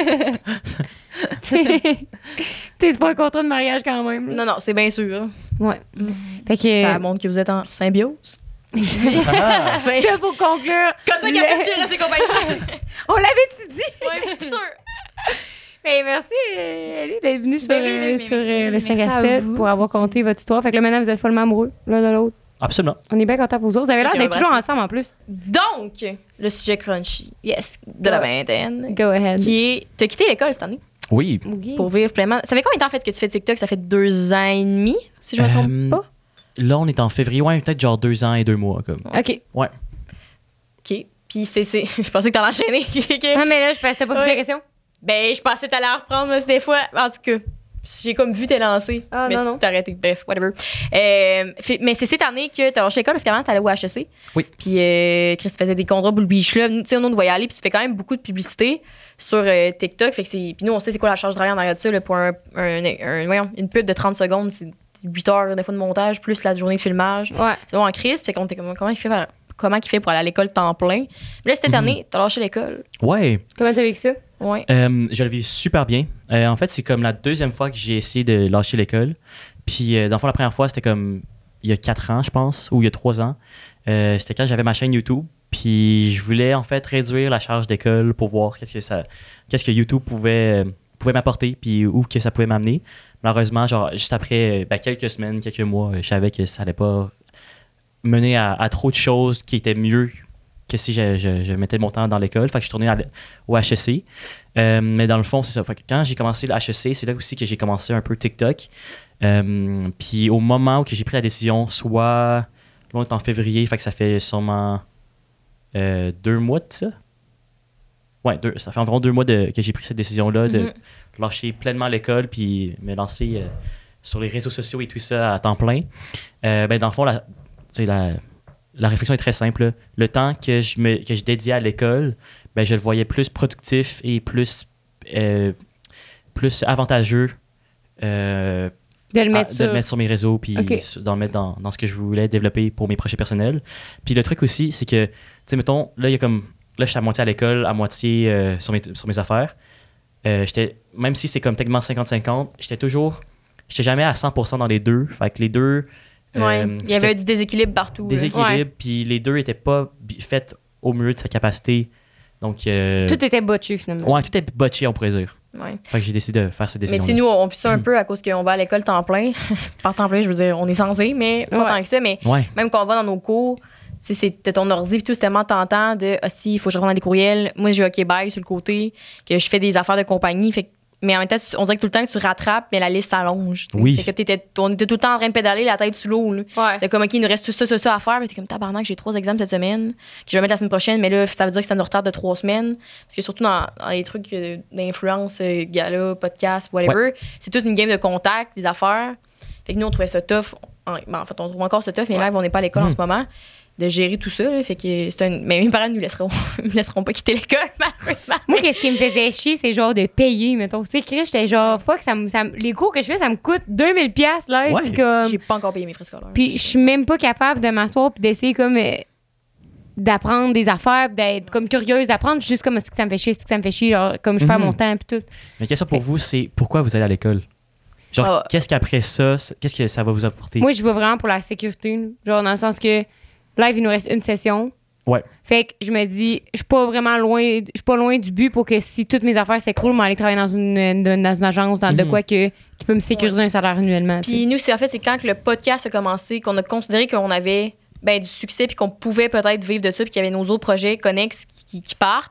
Tu sais, c'est pas un contrat de mariage quand même. là. Non, non, c'est bien sûr. Ouais. Fait que. Ça montre que vous êtes en symbiose. Ah, ça pour conclure. Comme ça, le- qu'est-ce que tu restes compagnie? On l'avait-tu dit? Ouais, je suis plus sûre. Ben, merci, euh, Ellie, d'être venue sur, Ben oui, euh, ben oui, sur euh, merci. le cinq Merci à à sept vous. pour avoir conté votre histoire. Fait que là, maintenant, vous êtes follement amoureux l'un de l'autre. absolument. On est bien contents pour vous autres. Vous avez l'air C'est d'être un toujours bracelet. ensemble en plus. Donc, le sujet crunchy Yes. de la vingtaine, Go ahead. qui est... T'as quitté l'école cette année Oui. Oui. pour vivre pleinement. Ça fait combien de temps, en fait, que tu fais TikTok? Ça fait deux ans et demi, si je me trompe Euh, pas? Là, on est en février. Ouais, peut-être genre deux ans et deux mois. Comme. OK. Ouais. OK. Puis c'est... c'est- je pensais que t'allais enchaîner. Ah, mais là, je pense que t'as pas Ouais. posé la question. Ben, je pensais que t'allais la reprendre, moi, des fois. En tout cas, j'ai comme vu t'es lancé. Ah, mais non, non. t'as arrêté. Bref, whatever. Euh, fait- mais c'est cette année que t'as lâché l'école parce qu'avant, t'allais au H E C. Oui. Puis, euh, Chris, tu faisais des contrats pour le Beach Club. Tu sais, nous, on devait y aller. Puis, tu fais quand même beaucoup de publicité sur euh, TikTok. Fait que c'est... Puis, nous, on sait c'est quoi la charge de travail en arrière de ça. Là, pour un, un, un- voyons, une pub de trente secondes, c'est huit heures des fois de montage, plus la journée de filmage. Ouais. C'est bon en crise. Fait qu'on était comme, comment il fait, pour- comment il fait pour aller à l'école temps plein. Mais là, cette Mhm. année, t'as lâché l'école. Ouais. Comment t'as vécu ça? Ouais. Euh, je le vis super bien. Euh, en fait, c'est comme la deuxième fois que j'ai essayé de lâcher l'école. Puis, euh, dans le fond, la première fois, c'était comme il y a quatre ans, je pense, ou il y a trois ans. Euh, c'était quand j'avais ma chaîne YouTube. Puis, je voulais, en fait, réduire la charge d'école pour voir qu'est-ce que, ça, qu'est-ce que YouTube pouvait, euh, pouvait m'apporter, puis où que ça pouvait m'amener. Malheureusement, genre, juste après euh, ben, quelques semaines, quelques mois, je savais que ça allait pas mener à, à trop de choses qui étaient mieux que si je, je, je mettais mon temps dans l'école. Fait que je suis tourné à l- au H E C. Euh, mais dans le fond, c'est ça. Fait que quand j'ai commencé le H E C, c'est là aussi que j'ai commencé un peu TikTok. Euh, puis au moment où que j'ai pris la décision, soit là, on est en février, fait que ça fait sûrement euh, deux mois de ça. Ouais, deux, ça fait environ deux mois de, que j'ai pris cette décision-là de Mhm. lâcher pleinement l'école puis me lancer euh, sur les réseaux sociaux et tout ça à temps plein. Euh, ben, dans le fond, la, tu sais, la, la réflexion est très simple. là. Le temps que je, me, que je dédiais à l'école, ben, je le voyais plus productif et plus, euh, plus avantageux euh, De le à- mettre de sur. le mettre sur mes réseaux puis Ok. sur- dans le mettre dans, dans ce que je voulais développer pour mes projets personnels. Puis le truc aussi, c'est que, tu sais, mettons, là, il y a comme. Là, je suis à moitié à l'école, à moitié euh, sur, mes, sur mes affaires. Euh, j'étais, même si c'est comme techniquement cinquante cinquante, j'étais toujours. J'étais jamais à cent pour cent dans les deux. Fait que les deux. Ouais. euh, Il y avait j'étais du déséquilibre partout. là. déséquilibre, Ouais. puis les deux étaient pas bi- faits au mieux de sa capacité. Donc. euh, Tout était botché finalement. ouais, tout est botché, on pourrait dire. Ouais. Fait que j'ai décidé de faire cette Mais décision. tu sais, nous, on vit ça un peu à cause qu'on va à l'école temps plein. Par temps plein, je veux dire, on est censé, mais pas Ouais. tant que ça. Mais Ouais. même quand on va dans nos cours, tu sais, c'est t'as ton ordi et tout, c'est tellement tentant de hostie, il faut que je réponde à des courriels. Moi, j'ai OK Bye sur le côté, que je fais des affaires de compagnie. Fait que- mais en même temps, tu- on dirait que tout le temps que tu rattrapes, mais la liste s'allonge. tu sais. Oui. Fait que t'étais, on était tout le temps en train de pédaler la tête sous l'eau. Là. Ouais. De comme, OK, il nous reste tout ça, ça, ça à faire. Mais t'es comme, tabarnak, j'ai trois examens cette semaine, que je vais mettre la semaine prochaine, mais là, ça veut dire que ça nous retarde de trois semaines. Parce que surtout dans, dans les trucs euh, d'influence, euh, gala, podcast, whatever, c'est toute une game de contact, des affaires. Fait que nous, on trouvait ça tough. En, ben, en fait, on trouve encore ça tough, mais Ouais. là, on n'est pas à l'école en Mm. ce moment, de gérer tout ça. Là. Fait que c'est un... Mais mes parents ne nous laisseront, nous laisseront pas quitter l'école, malheureusement. Moi, qu'est-ce qui me faisait chier, c'est genre de payer, mettons. Tu sais, Chris, j'étais genre, fuck, ça me, ça me- les cours que je fais, ça me coûte deux mille piastres, là. Ouais. Puis comme. J'ai pas encore payé mes frais scolaires. Puis je suis même pas capable de m'asseoir puis d'essayer comme euh, d'apprendre des affaires, puis d'être comme curieuse d'apprendre, juste comme est-ce que ça me fait chier, est-ce que ça me fait chier, genre comme je perds Mhm. mon temps puis tout. Ma question pour vous, c'est pourquoi vous allez à l'école? Genre, Ah. qu'est-ce qu'après ça, c'est- qu'est-ce que ça va vous apporter? Moi, je vais vraiment pour la sécurité, là. Genre dans le sens que live, il nous reste une session. Ouais. Fait que je me dis, je suis pas vraiment loin, je suis pas loin du but pour que si toutes mes affaires s'écroulent, m'aller travailler dans une, une- dans une agence, dans de Mhm. quoi que, qui peut me sécuriser un salaire annuellement. tu sais. Puis nous, c'est en fait, c'est quand que le podcast a commencé, qu'on a considéré qu'on avait ben, du succès, puis qu'on pouvait peut-être vivre de ça, puis qu'il y avait nos autres projets connexes qui, qui- qui partent.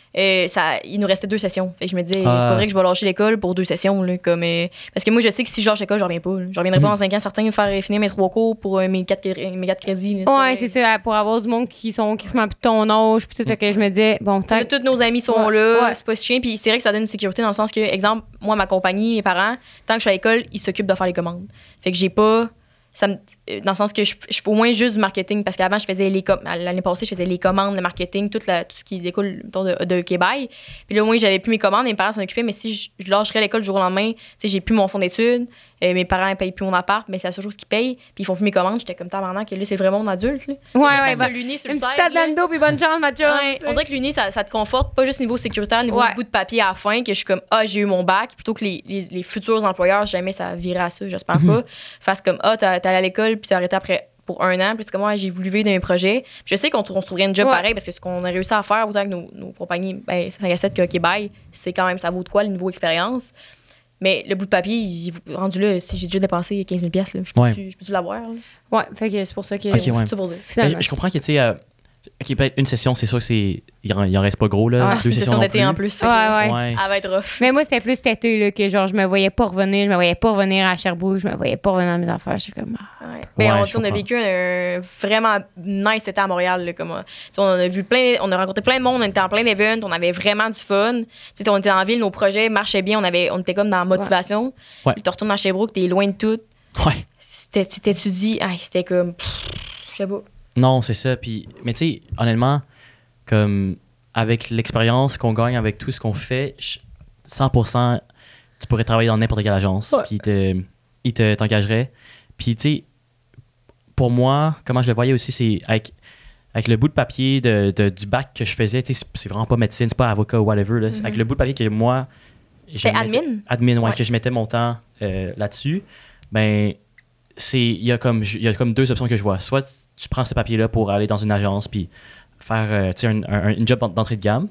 euh, ça, il nous restait deux sessions. Fait que je me disais, Ah. c'est pas vrai que je vais lâcher l'école pour deux sessions. Là, comme, euh, parce que moi, je sais que si je lâche l'école, je reviens pas. Là. Je reviendrai pas Mhm. en cinq ans, certains, faire finir mes trois cours pour euh, mes quatre, mes quatre crédits. Là, Ouais, pas c'est vrai. ça, pour avoir du monde qui sont qui font plus de ton âge, puis tout, fait que je me disais, bon, Tu tant sais, tous nos amis sont Ouais, là, ouais. c'est pas si chien. Puis c'est vrai que ça donne une sécurité dans le sens que, exemple, moi, ma compagnie, mes parents, tant que je suis à l'école, ils s'occupent de faire les commandes. Fait que j'ai pas. Ça me, dans le sens que je, je fais au moins juste du marketing parce qu'avant, je faisais les com- l'année passée, je faisais les commandes, le marketing, tout, la, tout ce qui découle autour de, de Québec. Puis là, au moins, j'avais plus mes commandes, mes parents s'en occupaient, mais si je, je lâcherais l'école du jour au lendemain, tu sais, j'ai plus mon fonds d'études, euh, mes parents ne payent plus mon appart, mais c'est la seule chose qu'ils payent, puis ils font plus mes commandes. J'étais comme tabarnak, que là, c'est vraiment mon adulte. Là. Ouais, J'ai ouais, fait bah, de l'uni sur une le petite site. là. Atlanta, puis bonne chance, ma chum. Ouais, tu sais. on dirait que l'uni, ça, ça te conforte, pas juste niveau sécuritaire, niveau Ouais. bout de papier à la fin, que je suis comme, ah, j'ai eu mon bac, plutôt que les, les, les futurs employeurs, jamais ça virait à ça, j'espère Mhm. pas, fassent comme, ah, t'as t'es allé à l'école, puis t'as arrêté après pour un an, puis c'est comme, ouais, j'ai voulu vivre dans mes projets. Puis je sais qu'on trou- on se trouverait une job Ouais. pareil, parce que ce qu'on a réussi à faire, autant que nos, nos compagnies, ben, cinq à sept que Québec, c'est quand même, ça vaut de quoi le niveau expérience. Mais le bout de papier, il, rendu là, si j'ai déjà dépensé quinze mille piastres, là, je peux Ouais. plus- je peux-tu l'avoir? là? Ouais, fait que c'est pour ça que. Ok, ouais. C'est pour dire. Mais Finalement. je, je comprends que, tu sais, euh, ok, peut-être une session, c'est sûr que c'est. Il en, il en reste pas gros, là. Ah, Deux C'est une sessions session non d'été plus. en plus. Ouais, ouais. Ouais. Elle va être rough. Mais moi, c'était plus têteux, là, que genre, je me voyais pas revenir, je me voyais pas revenir à Sherbrooke, je me voyais pas revenir à mes affaires. Je suis comme. ah. Ouais. Ben, Ouais, on, je on a comprends. vécu un vraiment nice été à Montréal. Là, comme, euh, tu sais, on a vu plein, on a rencontré plein de monde, on était en plein d'events, on avait vraiment du fun. Tu sais, on était en ville, nos projets marchaient bien, on, avait, on était comme dans la motivation. Ouais. Puis tu retournes à Sherbrooke, t'es loin de tout. Ouais. C'était, tu t'étudies, ah, c'était comme. pff, Je sais pas. Non, c'est ça. Puis, mais tu sais, honnêtement, comme avec l'expérience qu'on gagne, avec tout ce qu'on fait, je- cent pour cent, tu pourrais travailler dans n'importe quelle agence. Ouais. Puis, ils te, ils te, t'engageraient. Puis, tu sais, pour moi, comment je le voyais aussi, c'est avec, avec le bout de papier de, de- du bac que je faisais, tu sais, c'est- c'est vraiment pas médecine, c'est pas avocat ou whatever. Là. C'est Avec le bout de papier que moi. je C'est mettais- admin? Admin, ouais, Ouais. que je mettais mon temps euh, là-dessus. Ben, c'est il y a comme il y a comme deux options que je vois. Soit tu prends ce papier-là pour aller dans une agence puis faire euh, tu sais, un, un, une job d'entrée de gamme,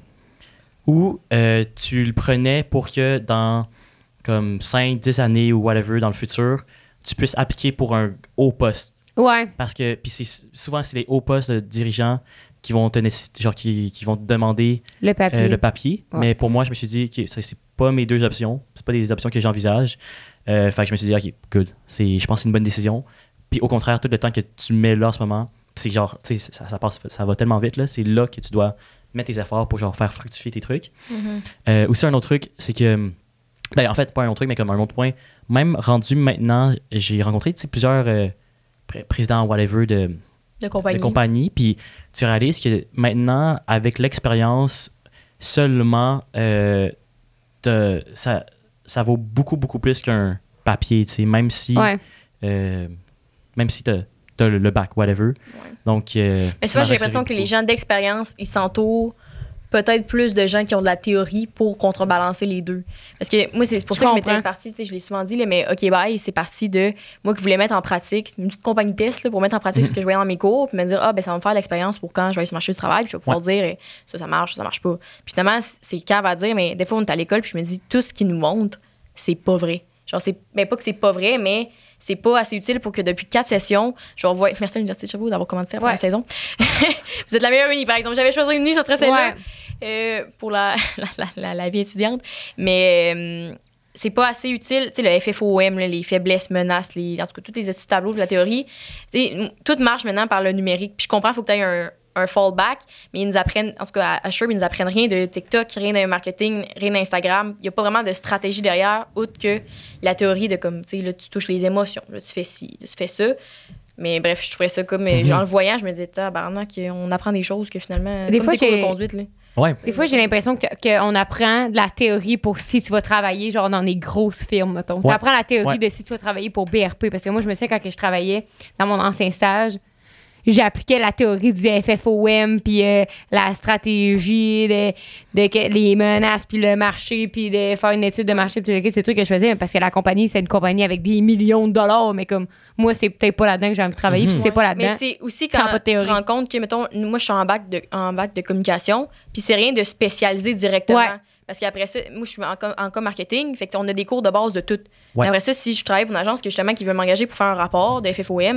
ou euh, tu le prenais pour que dans comme cinq dix années ou whatever dans le futur, tu puisses appliquer pour un haut poste. Ouais. Parce que puis c'est souvent c'est les hauts postes de dirigeants qui vont te nécessiter- genre qui, qui vont te demander Le papier. euh, le papier. Ouais. Mais pour moi, je me suis dit que ça, c'est pas mes deux options. C'est pas des options que j'envisage. Euh, fait que je me suis dit, OK, good. C'est, je pense que c'est une bonne décision. Puis au contraire, tout le temps que tu mets là en ce moment, c'est genre, tu sais, ça, ça, passe, ça va tellement vite, là. C'est là que tu dois mettre tes efforts pour genre faire fructifier tes trucs. Euh, aussi, un autre truc, c'est que. Ben, en fait, pas un autre truc, mais comme un autre point. Même rendu maintenant, j'ai rencontré tu sais, plusieurs euh, pré- présidents, whatever, de, De compagnie. de compagnie. Puis tu réalises que maintenant, avec l'expérience, seulement, euh, t'as- ça, ça vaut beaucoup, beaucoup plus qu'un papier, tu sais, même si, Ouais. euh, même si t'as as le, le bac, whatever. Donc, euh, Mais ça souvent, m'a j'ai l'impression rassuré que les beaucoup. gens d'expérience, ils s'entourent peut-être plus de gens qui ont de la théorie pour contrebalancer les deux. Parce que moi, c'est pour Je ça que je m'étais comprends. partie, tu sais, je l'ai souvent dit, là, mais OK, bye, c'est parti de moi qui voulais mettre en pratique, une petite compagnie test là, pour mettre en pratique Mhm. ce que je voyais dans mes cours, puis me dire, ah, ben ça va me faire l'expérience pour quand je vais aller sur le marché du travail, puis je vais pouvoir dire, eh, ça, ça marche, ça, ça marche pas. Puis finalement, c'est cave à dire, mais des fois, on est à l'école, puis je me dis, tout ce qu'ils nous montrent, c'est pas vrai. Genre, c'est, ben, pas que c'est pas vrai, mais c'est pas assez utile pour que depuis quatre sessions, je revoie. Merci à l'Université de Sherbrooke d'avoir commencé la première Ouais. saison. Vous êtes la meilleure uni, par exemple. J'avais choisi une uni, ça serait celle-là Ouais. euh, pour la, la, la, la, la vie étudiante. Mais euh, c'est pas assez utile. Tu sais, le F F O M, là, les faiblesses, menaces, les, en tout cas, tous les petits tableaux de la théorie, tu sais, tout marche maintenant par le numérique. Puis je comprends, il faut que tu aies un, un fallback, mais ils nous apprennent, en tout cas, à, à Sherb, ils nous apprennent rien de TikTok, rien de marketing, rien d'Instagram. Il n'y a pas vraiment de stratégie derrière, outre que la théorie de comme, tu sais, là, tu touches les émotions, là, tu fais ci, là, tu fais ça. Mais bref, je trouvais ça comme. Mhm. Genre, en le voyant, je me disais, tabarnak, on apprend des choses que finalement. Des comme fois, tes cours j'ai- de conduite, là. Ouais. Des fois, j'ai l'impression que t- qu'on apprend de la théorie pour si tu vas travailler, genre dans des grosses firmes, mettons. Ouais. Tu apprends la théorie Ouais. de si tu vas travailler pour B R P. Parce que moi, je me souviens quand que je travaillais dans mon ancien stage, j'appliquais la théorie du F F O M, puis euh, la stratégie, de, de que- les menaces, puis le marché, puis de faire une étude de marché, puis tout le reste, c'est des trucs que je faisais. Parce que la compagnie, c'est une compagnie avec des millions de dollars, mais comme moi, c'est peut-être pas là-dedans que j'ai envie de travailler, Mhm. puis c'est pas là-dedans. Mais c'est aussi Quand quand pas de tu te théorie. rends compte que, mettons, nous, moi, je suis en bac de, en bac de communication, puis c'est rien de spécialisé directement. Ouais. Parce qu'après ça, moi, je suis en com, en com marketing, fait qu'on a des cours de base de tout. Ouais. Mais après ça, si je travaille pour une agence que justement qui veut m'engager pour faire un rapport de F F O M,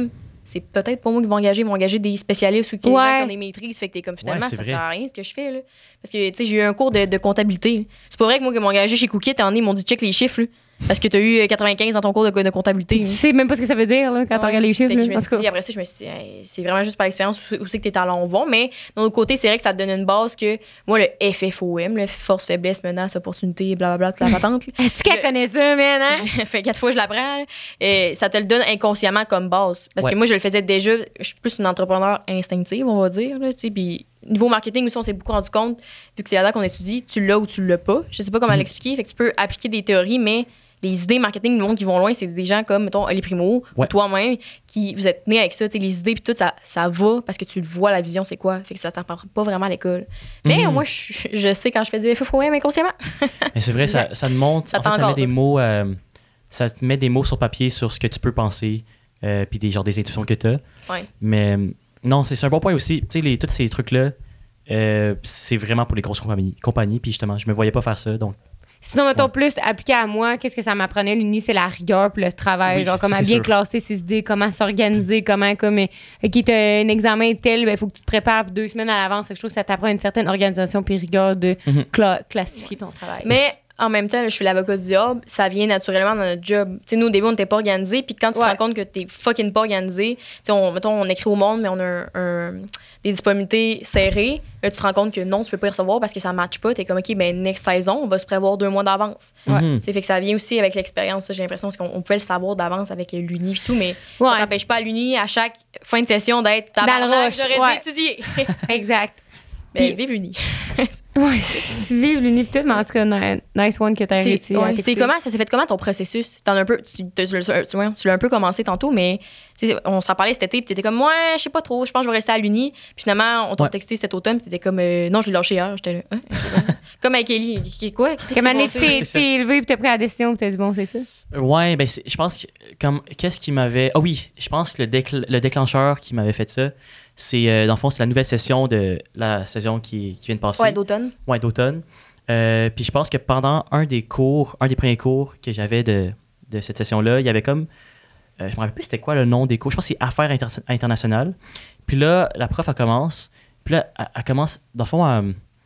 c'est peut-être pas moi qui vont engager, ils vont engager des spécialistes ou des Ouais. gens qui ont des maîtrises. Fait que t'es comme finalement, Ouais, c'est ça vrai. sert à rien ce que je fais. Là. Parce que tu sais, j'ai eu un cours de, de comptabilité. C'est pas vrai que moi, qui m'ont engagé chez Cookit, ils m'ont dit check les chiffres. Là, parce que t'as eu quatre-vingt-quinze dans ton cours de, de comptabilité. Tu là. sais même pas ce que ça veut dire là, quand tu Ouais. regardes les chiffres. Fait que là, je me en tout suis cas. dit, après ça, je me suis dit, hey, c'est vraiment juste par l'expérience où, où c'est que tes talents vont. Mais d'un autre côté, c'est vrai que ça te donne une base que, moi, le F F O M, le force, faiblesse, menace, opportunité, blablabla, toute la patente. là, Est-ce qu'elle Je- connaît ça, man? Hein? je- fait quatre fois je l'apprends. là. Et ça te le donne inconsciemment comme base. Parce Ouais. que moi, je le faisais déjà. Je suis plus une entrepreneur instinctive, on va dire. Là, tu sais, puis niveau marketing aussi, on s'est beaucoup rendu compte, vu que c'est là-dedans qu'on étudie, tu l'as ou tu l'as pas. Je sais pas comment Mm. l'expliquer. Fait que tu peux appliquer des théories, mais les idées marketing, le monde qui vont loin, c'est des gens comme, mettons, Oli Primo ou Ouais. toi-même, qui vous êtes nés avec ça. Tu sais, les idées, puis tout, ça, ça va parce que tu le vois, la vision, c'est quoi. Fait que ça t'apprend pas vraiment à l'école. Mais Mhm. moi, je, je sais quand je fais du F F O M inconsciemment. Mais c'est vrai, ça, ça te montre. Ça en fait, ça met t'encadre. des mots. euh, ça te met des mots sur papier sur ce que tu peux penser, euh, puis des, genre, des intuitions que tu as. Ouais. Mais euh, non, c'est c'est un bon point aussi. Tu sais, les- tous ces trucs-là, euh, c'est vraiment pour les grosses compagnies. compagnies. Puis justement, je me voyais pas faire ça. Donc, Sinon, mettons Ouais. plus appliqué à moi, qu'est-ce que ça m'apprenait? L'uni, c'est la rigueur puis le travail. Oui, genre, comment ça, c'est bien sûr. classer ses idées, comment s'organiser, comment, comme, euh, OK, t'as un examen tel, ben, il faut que tu te prépares deux semaines à l'avance. Fait que Je trouve que ça t'apprend une certaine organisation puis rigueur de Mhm. cla- classifier ton travail. Mais en même temps, là, je suis l'avocat du diable, ça vient naturellement dans notre job. Tu sais, nous, au début, on n'était pas organisés, puis quand tu Ouais. te rends compte que t'es fucking pas organisé, tu sais, on, mettons, on écrit au monde, mais on a un, un- des disponibilités serrées, là, tu te rends compte que non, tu peux pas y recevoir parce que ça matche pas. T'es comme, OK, ben, next saison, on va se prévoir deux mois d'avance. Ouais. Mhm. Tu sais, fait que ça vient aussi avec l'expérience, ça, j'ai l'impression, parce qu'on on pouvait le savoir d'avance avec euh, l'uni et tout, mais Ouais. ça t'empêche pas à l'uni, à chaque fin de session, d'être Dans le tabarnak, rush, j'aurais ouais. dû étudier. Exact. Mais Puis- vive l'uni. Ouais, vive l'uni pis tout, mais en tout cas, ni- nice one que t'as C'est réussi. à ouais, c'est t'expliquer. comment ça s'est fait comment ton processus T'en as un peu tu, tu, tu, l'as- tu vois, tu l'as un peu commencé tantôt mais tu sais, on s'en parlait cet été puis t'étais comme ouais je sais pas trop je pense que je vais rester à l'uni puis finalement on t'a Ouais. texté cet automne puis t'étais comme euh, non je l'ai lâché hier j'étais là Hein? comme avec Ellie qui quoi qu'est-ce qui Comme s'est année, passé? t'es C'est ça. t'es élevé pis t'as pris la décision pis t'as dit bon, c'est ça. Ouais, ben c'est- je pense que comme qu'est-ce qui m'avait. Ah oui, je pense que le, décl- le déclencheur qui m'avait fait ça, c'est euh, dans le fond, c'est la nouvelle session de la saison qui, qui vient de passer. Ouais d'automne Ouais, d'automne. Euh, puis je pense que pendant un des cours, un des premiers cours que j'avais de, de cette session-là, il y avait comme. Euh, je me rappelle plus c'était quoi le nom des cours. Je pense que c'est Affaires inter- internationales. Puis là, la prof, elle commence. Puis là, elle, elle commence, dans le fond, à,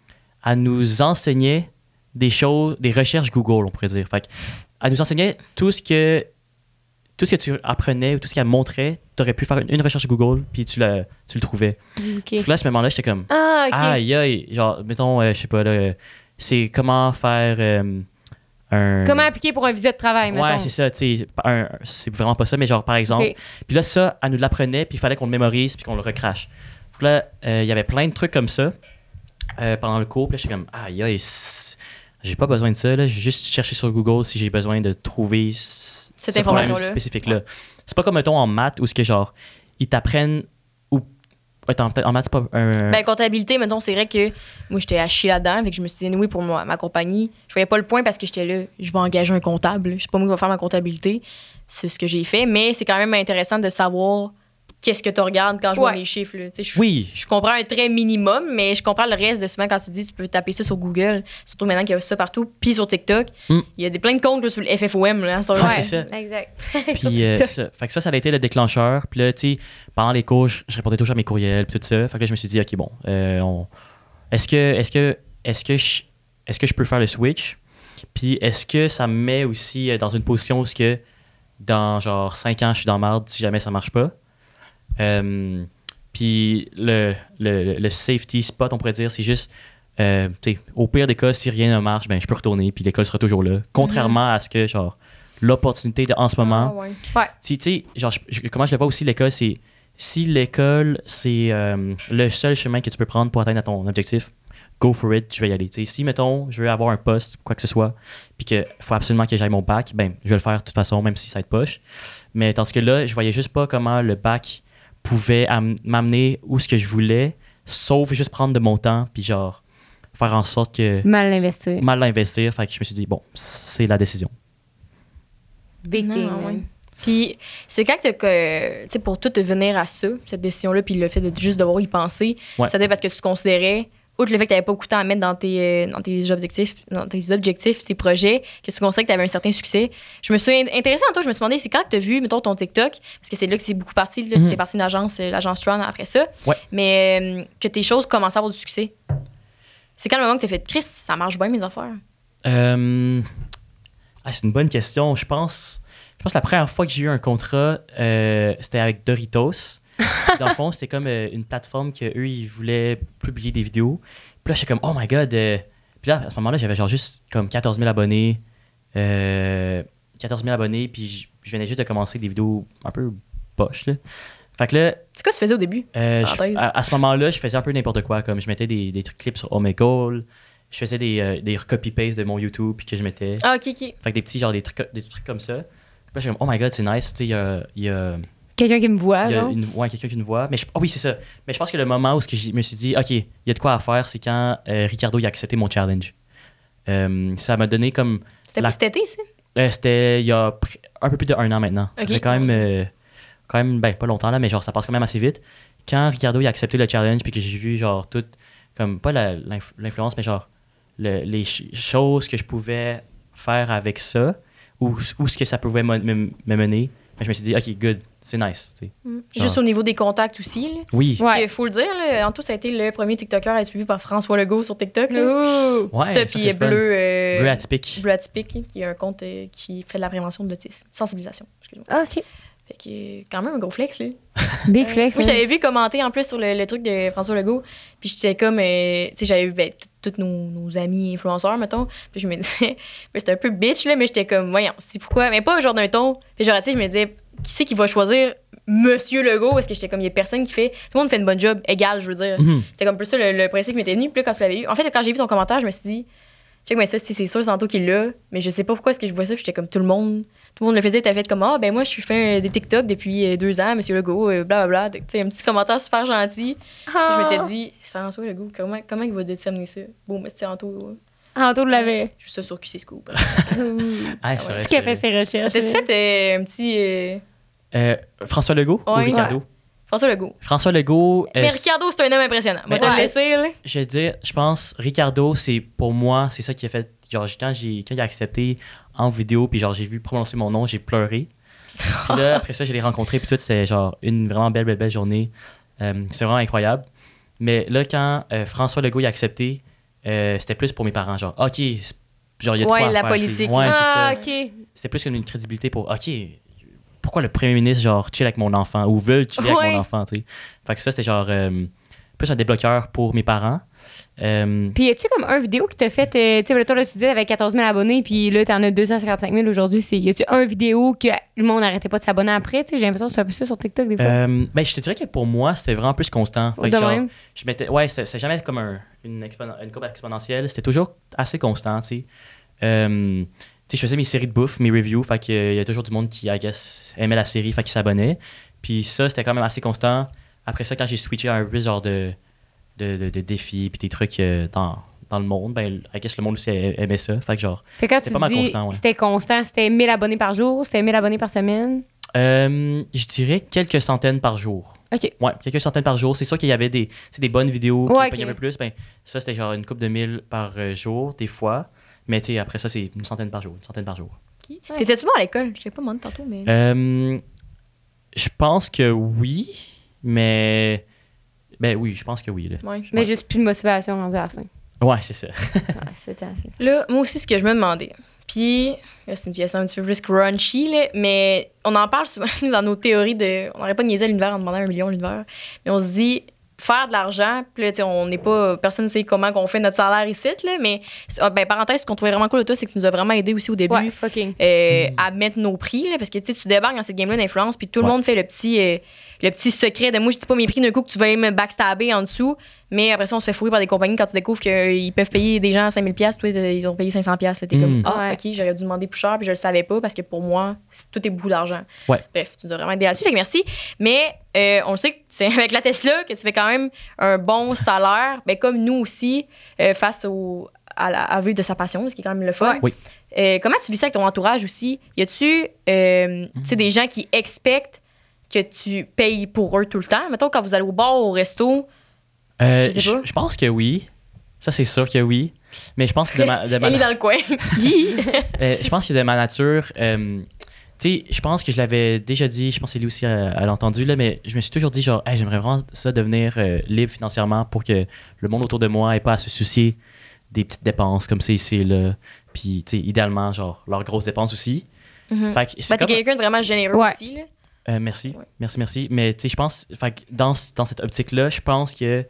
à nous enseigner des choses, des recherches Google, on pourrait dire. Fait que, elle nous enseignait tout ce que. Tout ce que tu apprenais ou tout ce qu'elle montrait, tu aurais pu faire une, une recherche Google, puis tu, la, tu le trouvais. OK. Puis là, à ce moment-là, j'étais comme. Ah, OK. Aïe, aïe. Genre, mettons, euh, je sais pas, là, euh, c'est comment faire euh, un. Comment appliquer pour un visa de travail, mettons? Ouais, c'est ça, tu sais. un- C'est vraiment pas ça, mais genre, par exemple. OK. Puis là, ça, elle nous l'apprenait, puis il fallait qu'on le mémorise, puis qu'on le recrache. Puis là, euh, il y avait plein de trucs comme ça euh, pendant le cours. Puis là, j'étais comme, aïe, aïe, c'est- j'ai pas besoin de ça, là. J'ai juste cherché sur Google si j'ai besoin de trouver c- Cette ce problème information-là. spécifique-là. C'est pas comme, mettons, en maths, où ce que, genre, ils t'apprennent. Ou. Ouais, en, en maths, c'est pas un. Ben, comptabilité, mettons, c'est vrai que moi, j'étais à chier là-dedans. Fait que je me suis dit, oui, pour moi, ma compagnie, je voyais pas le point parce que j'étais là, je vais engager un comptable. Je sais pas moi qui va faire ma comptabilité. C'est ce que j'ai fait. Mais c'est quand même intéressant de savoir qu'est-ce que tu regardes quand je vois Ouais. mes chiffres. là. Tu sais, Je, Oui. je comprends un trait minimum, mais je comprends le reste de souvent quand tu dis, tu peux taper ça sur Google, surtout maintenant qu'il y a ça partout, puis sur TikTok. Mm. Il y a des, plein de comptes là, sur le F F O M. Là, à ce temps-là. Ouais, c'est ça. Exact. Puis euh, c'est ça. Fait que ça, ça a été le déclencheur. Puis là, tu sais, pendant les cours, je, je répondais toujours à mes courriels, puis tout ça. Fait que là, je me suis dit, OK, bon, euh, on... est-ce que, est-ce que, est-ce que, je, est-ce que je peux faire le switch? Puis est-ce que ça me met aussi euh, dans une position où ce que dans genre cinq ans, je suis dans la merde si jamais ça marche pas? Euh, puis le, le, le safety spot, on pourrait dire, c'est juste, euh, tu sais, au pire des cas, si rien ne marche, ben, je peux retourner, puis l'école sera toujours là. Contrairement à ce que, genre, l'opportunité de, en ce moment, Ah, ouais. si, tu sais, genre, je- je- comment je le vois aussi, l'école, c'est si l'école, c'est euh, le seul chemin que tu peux prendre pour atteindre ton objectif, go for it, je vais y aller. Tu sais, si, mettons, je veux avoir un poste, quoi que ce soit, puis qu'il faut absolument que j'aille mon bac, ben, je vais le faire de toute façon, même si ça va être poche. Mais dans ce cas-là, je voyais juste pas comment le bac pouvait am- m'amener où ce que je voulais, sauf juste prendre de mon temps, puis genre, faire en sorte que Mal investir. mal l'investir. Fait que je me suis dit, bon, c'est la décision. Big Non, thing, ouais. man. Puis c'est quand que, que tu sais, pour tout venir à ça, cette décision-là, puis le fait de juste devoir y penser, Ouais. ça doit être parce que tu te considérais outre le fait que tu n'avais pas beaucoup de temps à mettre dans tes, euh, dans tes objectifs, dans tes objectifs, tes projets, que tu considères que tu avais un certain succès. Je me suis intéressée en toi, je me suis demandé, c'est quand que tu as vu, mettons, ton TikTok, parce que c'est là que c'est beaucoup parti, là, Mhm. tu es parti d'une agence, euh, l'agence Tron après ça, Ouais. mais euh, que tes choses commençaient à avoir du succès. C'est quand le moment que tu as fait, Chris, ça marche bien mes affaires. Euh, ah, c'est une bonne question. Je pense, je pense que la première fois que j'ai eu un contrat, euh, c'était avec Doritos. Puis dans le fond, c'était comme euh, une plateforme qu'eux, ils voulaient publier des vidéos. Puis là, j'étais comme, oh my god. euh. Puis là, à ce moment-là, j'avais genre juste comme quatorze mille abonnés. Euh, quatorze mille abonnés, puis je- je venais juste de commencer des vidéos un peu poches, là. Fait que là, C'est quoi que tu faisais au début? euh, je- Parenthèse. à, à ce moment-là, je faisais un peu n'importe quoi. Comme je mettais des, des trucs clips sur Omegle. Je faisais des, euh, des copy-paste de mon YouTube, puis que je mettais. Ah, ok, ok. Fait que des petits, genre des trucs, des trucs comme ça. Puis là, j'étais comme, oh my god, c'est nice. Tu sais, il y a, il y a, Quelqu'un qui me voit, il y a genre. une, ouais, quelqu'un qui nous voit. Mais je, oh oui, c'est ça. Mais je pense que le moment où ce que je me suis dit, OK, il y a de quoi à faire, c'est quand euh, Ricardo il a accepté mon challenge. Euh, ça m'a donné comme. C'était La- pas cet été, ça? euh, C'était il y a pr- un peu plus d'un an maintenant. Ça Ok. fait quand même, euh, quand même, ben, pas longtemps là, mais genre, ça passe quand même assez vite. Quand Ricardo il a accepté le challenge, puis que j'ai vu, genre, tout, comme, pas la- l'inf- l'influence, mais genre, le- les ch- choses que je pouvais faire avec ça, ou où ce que ça pouvait me, me- me mener, ben, je me suis dit, OK, good, c'est nice. tu sais. Genre- Juste au niveau des contacts aussi, là. Oui. Parce Ouais. qu'il faut le dire, là, Anto, ça a été le premier TikToker à être suivi par François Legault sur TikTok. Là. Ouh. Ouais, ça, ça, puis c'est le fun. Bleu, euh, Bleu atypique. Bleu Atypique, là, qui est un compte euh, qui fait de la prévention de l'autisme. Sensibilisation, excuse-moi. Ah, OK. Fait que, euh, quand même, un gros flex, là. Big Euh, flex. Moi, hein. j'avais vu commenter en plus sur le, le truc de François Legault. Puis j'étais comme, euh, tu sais, j'avais vu ben, tous nos, nos amis influenceurs, mettons. Puis je me disais, ben, c'était un peu bitch, là, mais j'étais comme, voyons, c'est pourquoi. Mais pas genre d'un ton. Puis genre, tu sais, je me disais, qui c'est qui va choisir Monsieur Legault? Parce que j'étais comme, il y a personne qui fait. Tout le monde fait une bonne job, égale, je veux dire. Mhm. C'était comme plus ça le, le principe qui m'était venu. Puis là, quand tu l'avais vu, en fait, quand j'ai vu ton commentaire, je me suis dit, check, mais ça, c'est c'est sûr, c'est Anto qui l'a. Mais je sais pas pourquoi est-ce que je vois ça. Puis j'étais comme, tout le monde. Tout le monde le faisait, t'as fait comme, ah, ben moi, je suis fait euh, des TikTok depuis euh, deux ans, Monsieur Legault, euh, blablabla. Tu sais, un petit commentaire super gentil. Puis je m'étais dit, c'est François Legault, comment, comment il va déterminer ça? Bon, mais c'est Anto. euh, Anto l'avait. Je suis ça sur Q C Scoop. Ah, c'est vrai C'est que qui a fait c'est- ses recherches. T'as-tu fait euh, un petit. euh, Euh, François Legault ou Ouais. Ricardo? François Legault. François Legault. euh, Mais Ricardo, c'est un homme impressionnant. Moi, Mais te le ouais. laisser, là. Je vais te dire, je pense, Ricardo, c'est pour moi, c'est ça qui a fait. Genre, quand, j'ai, quand il a accepté en vidéo, puis genre, j'ai vu prononcer mon nom, j'ai pleuré. Puis là, après ça, je l'ai rencontré, puis tout, c'est genre une vraiment belle, belle, belle journée. Euh, c'est vraiment incroyable. Mais là, quand euh, François Legault il a accepté, euh, c'était plus pour mes parents. Genre, OK, c'est- genre, il y a de Ouais, quoi à la faire, politique. tu sais. Ouais, Ah, c'est ça. OK. C'était plus comme une crédibilité pour, OK, pourquoi le premier ministre, genre, chill avec mon enfant ou veut chiller Ouais. avec mon enfant, tu sais. Fait que ça, c'était genre euh, plus un débloqueur pour mes parents. Euh, Puis, y a-tu comme un vidéo qui t'a fait. euh, tu sais, toi, là, tu disais, avec quatorze mille abonnés, puis là, t'en as deux cent cinquante-cinq mille aujourd'hui. C'est, y a-tu un vidéo que le monde n'arrêtait pas de s'abonner après? Tu sais, j'ai l'impression que c'est un peu ça sur TikTok, des fois. euh, ben, je te dirais que pour moi, c'était vraiment plus constant. Fait que De genre, même. je m'étais, ouais, c'est, c'est jamais comme un- une, exponen- une courbe exponentielle. C'était toujours assez constant, tu sais. Euh, tu sais, je faisais mes séries de bouffe, mes reviews, fait qu'il y a toujours du monde qui, I guess, aimait la série, fait qui s'abonnait. Puis ça, c'était quand même assez constant. Après ça, quand j'ai switché à un peu genre de, de, de, de défis puis des trucs euh, dans, dans le monde, ben, I guess le monde aussi aimait ça. Fait que genre, Fait que quand c'était tu pas mal dis constant, ouais. c'était constant, c'était mille abonnés par jour, c'était mille abonnés par semaine. euh, je dirais quelques centaines par jour. OK. Ouais, quelques centaines par jour. C'est sûr qu'il y avait des, tu sais, des bonnes vidéos qui Ouais, payaient ok. un peu plus. Ben, ça, c'était genre une couple de mille par euh, jour, des fois. Mais tu sais, après ça, c'est une centaine par jour. Une centaine par jour. T'étais-tu bon à l'école? Je sais pas demandé tantôt, mais. Euh, je pense que oui, mais. Ben oui, je pense que oui. Là, Ouais. Mais Ouais. juste plus de motivation rendue à la fin. ouais c'est ça. Ouais, c'était assez. Là, moi aussi, ce que je me demandais. Puis, là, c'est une question un petit peu plus crunchy, là, mais on en parle souvent dans nos théories de. On n'aurait pas de niaiser à l'univers en demandant un million à l'univers. Mais on se dit, faire de l'argent, puis là, tu sais, on n'est pas. Personne ne sait comment on fait notre salaire ici, là, mais. ah, ben, parenthèse, ce qu'on trouvait vraiment cool de toi, c'est que tu nous as vraiment aidé aussi au début. Ouais, fucking. euh, à mettre nos prix, là, parce que tu sais, tu débarques dans cette game-là d'influence, puis tout le Ouais. monde fait le petit, euh, le petit secret de moi, je dis pas mes prix d'un coup que tu vas aller me backstabber en dessous, mais après ça, on se fait fourrer par des compagnies quand tu découvres qu'ils peuvent payer des gens cinq mille dollars, toi, ils ont payé cinq cents dollars. C'était comme, Mm. ah, Ouais. ok, j'aurais dû demander plus cher, puis je le savais pas, parce que pour moi, c'est- tout est beaucoup d'argent. Ouais. Bref, tu nous as vraiment aidé là-dessus, fait que merci. Mais euh, on le sait que c'est avec la Tesla que tu fais quand même un bon salaire, ben, comme nous aussi, euh, face au, à, la, à vivre de sa passion, ce qui est quand même le fun. Ouais. Oui. Euh, comment tu vis ça avec ton entourage aussi? Y a-tu euh, tu sais, des gens qui expectent que tu payes pour eux tout le temps? Mettons, quand vous allez au bar, au resto, Euh, Je sais je pas. je pense que oui. Ça, c'est sûr que oui. Mais je pense que de ma, de ma, Elle est dans le coin. euh, je pense que de ma nature, euh, tu sais, je pense que je l'avais déjà dit, je pense que Ellie aussi euh, elle l'a entendu, là, mais je me suis toujours dit, genre, hey, j'aimerais vraiment ça devenir euh, libre financièrement pour que le monde autour de moi ait pas à se soucier des petites dépenses comme c'est ici, là. Puis, tu sais, idéalement, genre, leurs grosses dépenses aussi. Mhm. Fait que c'est Ben, t'es comme- quelqu'un de vraiment généreux Ouais. aussi, là. Euh, merci, Ouais. merci, merci. Mais tu sais, je pense, fait que dans, dans cette optique-là, je pense que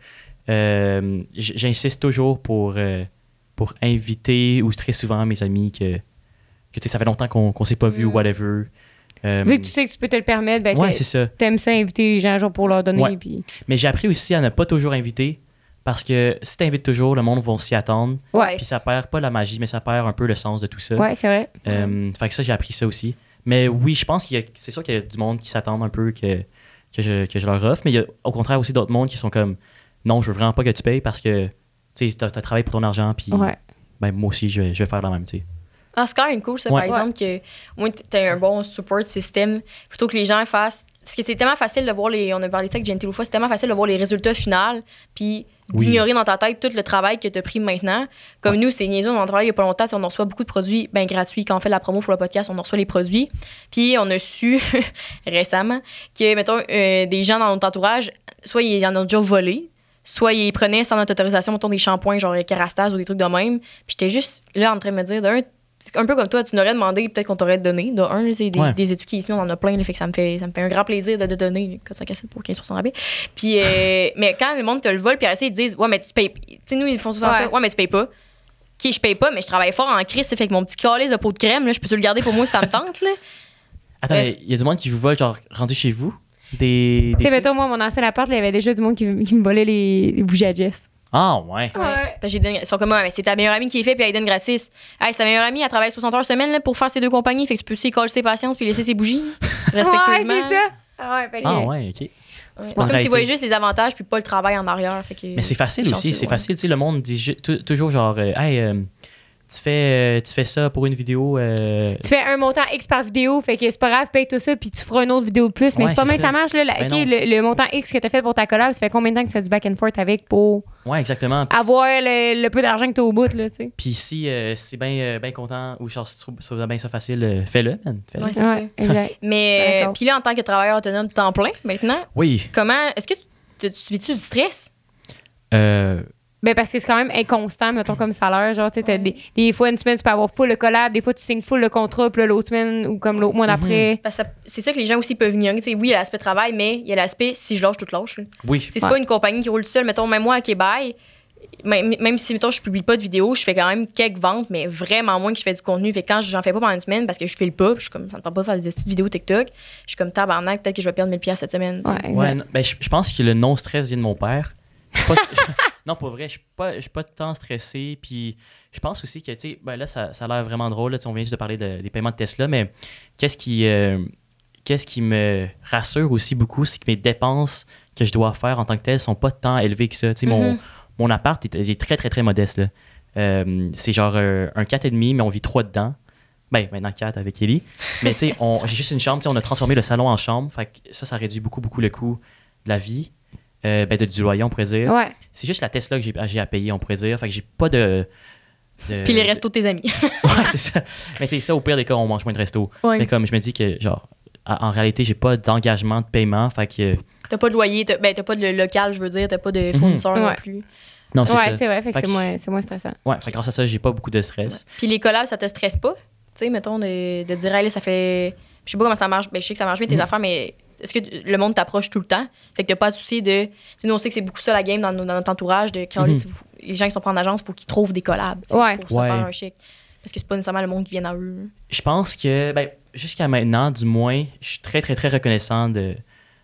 euh, j- j'insiste toujours pour, euh, pour inviter ou très souvent mes amis que, que tu sais, ça fait longtemps qu'on qu'on s'est pas vu ou Mm. whatever. Euh, Vu que tu sais que tu peux te le permettre, ben ouais, t'es- c'est ça. t'aimes ça inviter les gens genre pour leur donner. Ouais. Puis... Mais j'ai appris aussi à ne pas toujours inviter parce que si tu invites toujours, le monde va s'y attendre. Ouais. Puis ça perd pas la magie, mais ça perd un peu le sens de tout ça. Ouais, c'est vrai. Euh, fait que ça, j'ai appris ça aussi. Mais oui, je pense qu'il y a, c'est sûr qu'il y a du monde qui s'attend un peu que, que, je, que je leur offre, mais il y a au contraire aussi d'autres mondes qui sont comme non, je veux vraiment pas que tu payes parce que tu sais, t'as, t'as travaillé pour ton argent, puis Ouais. ben, moi aussi, je vais, je vais faire la même, tu sais. Ah, c'est quand même cool, ça, Ouais. par exemple, que au moins t'as un bon support system plutôt que les gens fassent. Parce que c'est tellement facile de voir les. On a parlé de ça avec Gentil l'autre fois, c'est tellement facile de voir les résultats finaux, puis Oui. d'ignorer dans ta tête tout le travail que t'as pris maintenant. Comme Ouais. nous, c'est niaiseux, on en travaille il y a pas longtemps, on en reçoit beaucoup de produits ben, gratuits. Quand on fait de la promo pour le podcast, on en reçoit les produits. Puis on a su récemment que, mettons, euh, des gens dans notre entourage, soit ils en ont déjà volé, soit ils prenaient sans notre autorisation, mettons, des shampoings genre Kerastase ou des trucs de même. Puis j'étais juste là en train de me dire, d'un, c'est un peu comme toi, tu n'aurais demandé, peut-être qu'on t'aurait donné. De un, c'est des, Ouais. des études qui ici, on en a plein, là, fait que ça me fait, ça me fait un grand plaisir de te donner code cinq à sept pour quinze pour cent de rabais. Puis, euh, mais quand le monde te le vole, puis après, ils te disent, ouais, mais tu payes. Tu sais, nous, ils font souvent Ouais. ça. Ouais, mais tu payes pas. OK, je paye pas, mais je travaille fort en crise, ça fait que mon petit calice de pot de crème, là, je peux te le garder pour moi si ça me tente, là. Attends, Bref. mais il y a du monde qui vous vole, genre, rendu chez vous? Des. Tu des sais, mettons, moi, mon ancien appart, là, il y avait déjà du monde qui, qui me volait les, les bougies à Jess. Ah, ouais. Ouais. Parce que j'ai donné- ils sont comme, ouais, mais c'est ta meilleure amie qui est fait, puis elle donne gratis. Hey, sa meilleure amie, elle travaille soixante heures semaine là, pour faire ses deux compagnies, fait que tu peux aussi coller ses patience puis laisser ses bougies. Respectueusement. Ouais, c'est ça. Ah ouais, fait que- Ah, ouais, ok. Ouais. C'est En comme s'ils réalité. voyaient juste les avantages puis pas le travail en arrière. Fait que, Mais c'est facile aussi, chanceux, c'est ouais. facile, tu sais, le monde dit ju- tou- toujours genre, euh, hey, euh, tu, fais, euh, tu fais ça pour une vidéo. euh, Tu fais un montant X par vidéo, fait que c'est pas grave, paye tout ça, puis tu feras une autre vidéo de plus. Mais Ouais, c'est pas c'est mal que ça. ça marche, là. La- Ben ok, non. le, le montant X que t'as fait pour ta collab, ça fait combien de temps que tu fais du back and forth avec pour Ouais, exactement. Puis- avoir le, le peu d'argent que t'as au bout, là, tu sais? Puis si euh, c'est bien euh, ben content ou genre si tu trouves ça bien ça facile, euh, fais-le, man. Fais-le. Ouais, c'est Ouais, ça. exact. Mais D'accord. puis là, en tant que travailleur autonome temps plein, maintenant, Oui. comment. Est-ce que tu, tu vis-tu du stress? Euh, Ben parce que c'est quand même inconstant, mettons, comme salaire. Genre, tu sais, t'as des, des fois, une semaine, tu peux avoir full le collab, des fois, tu signes full le contrat, puis là, l'autre semaine, ou comme l'autre mois d'après. Parce que ça- c'est ça que les gens aussi peuvent ignorer. Tu sais, oui, il y a l'aspect travail, mais il y a l'aspect si je lâche, tout lâche. là. oui. Tu sais, C'est Ouais. pas une compagnie qui roule tout seul. Mettons, même moi à Québec, même, même si mettons, je publie pas de vidéos, je fais quand même quelques ventes, mais vraiment moins que je fais du contenu. Fait que quand j'en fais pas pendant une semaine parce que je file pas, puis je suis comme, ça me tente pas de faire des petites vidéos TikTok, je suis comme tabarnak, peut-être que je vais perdre mille pièces cette semaine. tu sais. Ouais, exact. Ouais, non, ben, je, je pense que le non-stress vient de mon père. Je suis pas- non, pour vrai, je suis pas, je suis pas tant stressé. Puis je pense aussi que, tu sais, ben là, ça, ça a l'air vraiment drôle. Là, tu sais, on vient juste de parler de- des paiements de Tesla, mais qu'est-ce qui, euh, qu'est-ce qui me rassure aussi beaucoup, c'est que mes dépenses que je dois faire en tant que telles sont pas tant élevées que ça. Tu sais, mon, Mhm. mon appart est, est très, très, très modeste. Là. Euh, c'est genre euh, un quatre virgule cinq, mais on vit trois dedans. Ben, maintenant quatre avec Ellie. Mais tu sais, on- j'ai juste une chambre. Tu sais, on a transformé le salon en chambre. Fait que ça, ça réduit beaucoup, beaucoup le coût de la vie. Euh, ben, de, du loyer, on pourrait dire. Ouais. C'est juste la Tesla que j'ai, j'ai à payer, on pourrait dire. Fait que j'ai pas de. de- Puis les restos de tes amis. Ouais, c'est ça. Mais tu sais, ça, au pire des cas, on mange moins de resto. Ouais. Mais comme je me dis que, genre, à- en réalité, j'ai pas d'engagement de paiement. Fait que. T'as pas de loyer, t'as, ben, t'as pas de local, je veux dire, t'as pas de fournisseur non Ouais. plus. Non, c'est Ouais, ça. c'est vrai, fait que Fait c'est que- moins, c'est moins stressant. Ouais, fait que grâce à ça, j'ai pas beaucoup de stress. Puis les collabs, ça te stresse pas? Tu sais, mettons, de, de dire, hey, là, ça fait. Je sais pas comment ça marche. Ben, je sais que ça marche bien tes Mhm. affaires, mais est-ce que le monde t'approche tout le temps? Fait que t'as pas à te soucier de. Tu sais, nous, on sait que c'est beaucoup ça la game dans, nos- dans notre entourage, de quand Mhm. les, les gens qui sont pas en agence, faut qu'ils trouvent des collabs. tu sais, Ouais. Pour se Ouais. faire un chèque. Parce que c'est pas nécessairement le monde qui vient à eux. Je pense que, ben, jusqu'à maintenant, du moins, je suis très, très, très reconnaissant de,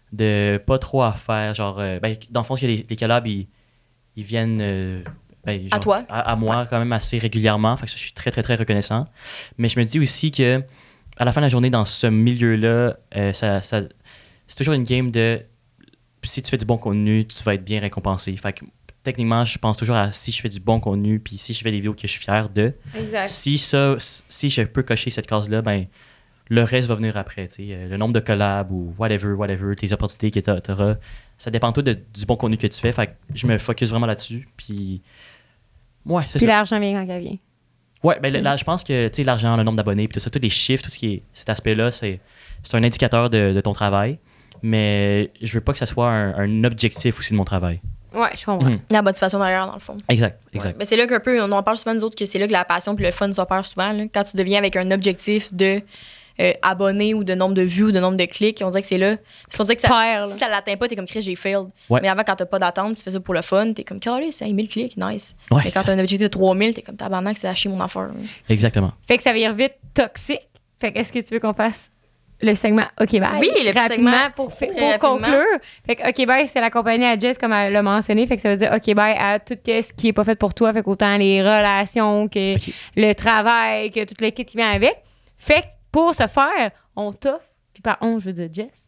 de pas trop à faire. Genre, euh, ben, dans le fond, que les, les collabs, ils, ils viennent. euh, ben, À genre, toi? À, à moi, quand même, assez régulièrement. Fait que ça, je suis très, très, très reconnaissant. Mais je me dis aussi que, à la fin de la journée, dans ce milieu-là, euh, ça, ça- c'est toujours une game de. Si tu fais du bon contenu, tu vas être bien récompensé. Fait que, techniquement, je pense toujours à si je fais du bon contenu, puis si je fais des vidéos que je suis fier de. Exact. Si ça, si je peux cocher cette case-là, ben le reste va venir après. tu sais. Euh, Le nombre de collabs ou whatever, whatever, tes opportunités que tu auras, ça dépend tout de- du bon contenu que tu fais. Fait que je me focus vraiment là-dessus. Puis Ouais, c'est Puis ça. l'argent vient quand elle vient. Ouais, ben là, je pense que tu sais, l'argent, le nombre d'abonnés, puis tout ça, tous les chiffres, tout ce qui est cet aspect-là, c'est, c'est un indicateur de, de ton travail. Mais je veux pas que ça soit un, un objectif aussi de mon travail. Ouais, je comprends. Mhm. La motivation derrière, dans le fond. Exact, exact. Ouais. Mais c'est là qu'un peu, on en parle souvent nous autres, que c'est là que la passion puis le fun s'opèrent souvent. Là. Quand tu deviens avec un objectif de euh, abonnés ou de nombre de vues ou de nombre de clics, on dirait que c'est là. Parce qu'on dirait que ça, Père, là. si ça l'atteint pas, t'es comme Chris, j'ai failed. Ouais. Mais avant, quand t'as pas d'attente, tu fais ça pour le fun, t'es comme Carré, c'est mille clics, nice. Ouais, Mais quand t'as un objectif de trois mille, t'es comme tabarnak, c'est lâcher mon affaire. Là. Exactement. Fait que ça vire vite toxique. Fait que est-ce que tu veux qu'on fasse le segment OK Bye? Oui, le petit rapidement segment pour, pour- pour très rapidement. conclure. Fait que OK Bye, c'est la compagnie à Jess, comme elle l'a mentionné. Fait que ça veut dire OK Bye à tout ce qui est pas fait pour toi. Fait qu'autant les relations que OK. le travail, que tout le kit qui vient avec. Fait que pour ce faire, on t'offre, puis par on, je veux dire Jess.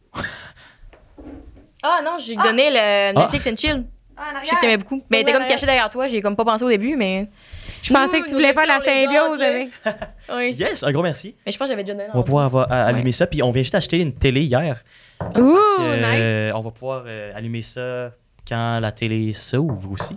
Ah non, j'ai donné le Netflix and Chill. Ah, Je sais que t'aimais beaucoup. Mais elle était comme caché derrière toi, j'ai comme pas pensé au début, mais. Je pensais que tu Nous, voulais nous faire la étions les symbiose gars, avec. Oui. Yes, un gros merci. Mais je pense que j'avais déjà donné. On va pouvoir avoir- à- allumer ça. Puis on vient juste acheter une télé hier. Ouh, Fait que, nice. euh, on va pouvoir euh, allumer ça quand la télé s'ouvre aussi.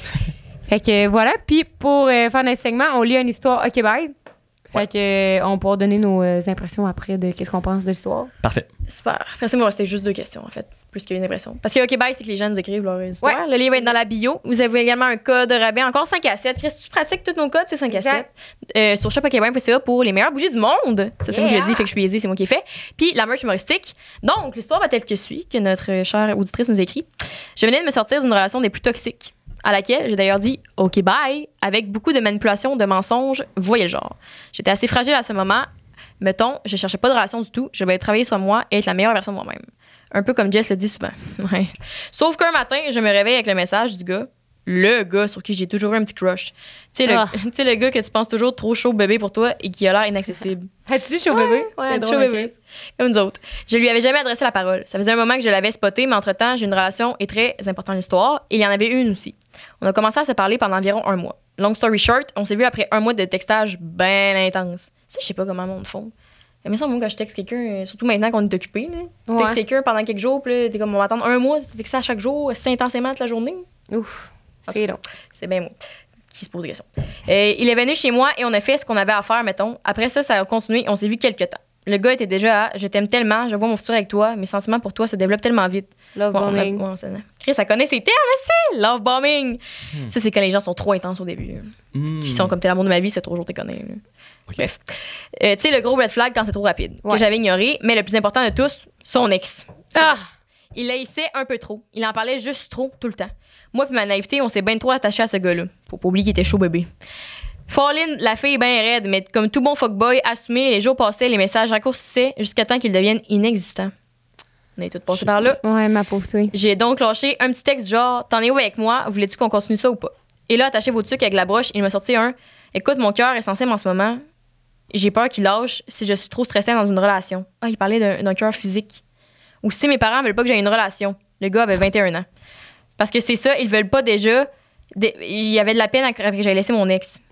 Fait que voilà. Puis pour euh, faire notre segment, on lit une histoire OK Bye. Fait Ouais. que euh, on pourra donner nos euh, impressions après de qu'est-ce qu'on pense de l'histoire. Parfait. Super. Après ça, il me restait juste deux questions, en fait, plus qu'une impression. Parce que OK Bye, c'est que les gens nous écrivent leur histoire. Le livre va être dans la bio. Vous avez également un code rabais, encore cinq à sept. Chris, tu pratiques tous nos codes, c'est cinq à sept. Exact. Euh, sur shop ok bye point c a pour les meilleures bougies du monde. Ça, c'est moi qui Yeah. l'ai dit, fait que je suis biaisée, c'est moi qui l'ai fait. Puis la merch humoristique. Donc, l'histoire va telle que suit, que notre chère auditrice nous écrit. Je venais de me sortir d'une relation des plus toxiques, à laquelle j'ai d'ailleurs dit OK bye, avec beaucoup de manipulations, de mensonges, voyez le genre. J'étais assez fragile à ce moment. Mettons, je cherchais pas de relation du tout. Je voulais travailler sur moi et être la meilleure version de moi-même. Un peu comme Jess le dit souvent. Ouais. Sauf qu'un matin, je me réveille avec le message du gars. Le gars sur qui j'ai toujours eu un petit crush. Tu sais, le, Ah. tu sais, le gars que tu penses toujours trop chaud bébé pour toi et qui a l'air inaccessible. As-tu dit chaud bébé? Ouais, C'est chaud drôle, bébé. ok. Comme nous autres. Je lui avais jamais adressé la parole. Ça faisait un moment que je l'avais spoté, mais entre-temps, j'ai une relation et très importante dans l'histoire. Et il y en avait une aussi. On a commencé à se parler pendant environ un mois. Long story short, on s'est vu après un mois de textage bien intense. Ça, je sais pas comment le monde font. Mais ça, moi, quand je texte quelqu'un, euh, surtout maintenant qu'on est occupé, là, tu Ouais. textes quelqu'un pendant quelques jours, puis là, t'es comme, on va attendre un mois, tu textes à chaque jour, c'est intensément toute la journée. Ouf. C'est long. C'est bien moi qui se pose des questions. Euh, il est venu chez moi et on a fait ce qu'on avait à faire, mettons. Après ça, ça a continué et on s'est vu quelques temps. Le gars était déjà à « Je t'aime tellement, je vois mon futur avec toi, mes sentiments pour toi se développent tellement vite. » Love Bon, on a- bombing. ouais, on s'en a- Chris, ça connaît ses termes aussi! Love bombing! Ça, c'est quand les gens sont trop intenses au début. là. Hmm. Puis ils sont comme « T'es l'amour de ma vie, c'est trop jour t'es connu. là. Ok. Bref. Euh, tu sais, le gros red flag quand c'est trop rapide, Ouais. que j'avais ignoré, mais le plus important de tous, son ex. Ah! Il haïssait un peu trop. Il en parlait juste trop, tout le temps. Moi puis ma naïveté, on s'est bien trop attachés à ce gars-là. Faut pas oublier qu'il était chaud bébé. Fallen, la fille est bien raide, mais comme tout bon fuckboy, assumé, les jours passaient, les messages raccourcissaient jusqu'à temps qu'ils deviennent inexistants. On est tous passés par là. Ouais, ma pauvre toi. J'ai donc lâché un petit texte genre « T'en es où avec moi? Voulais-tu qu'on continue ça ou pas? » Et là, attachez vos trucs avec la broche, il m'a sorti un « Écoute, mon cœur est sensible en ce moment. J'ai peur qu'il lâche si je suis trop stressée dans une relation. » Ah, il parlait d'un d'un cœur physique. Ou si mes parents veulent pas que j'aie une relation. Le gars avait vingt et un ans. Parce que c'est ça, ils veulent pas déjà. Des- il y avait de la peine après que j'avais laissé mon ex.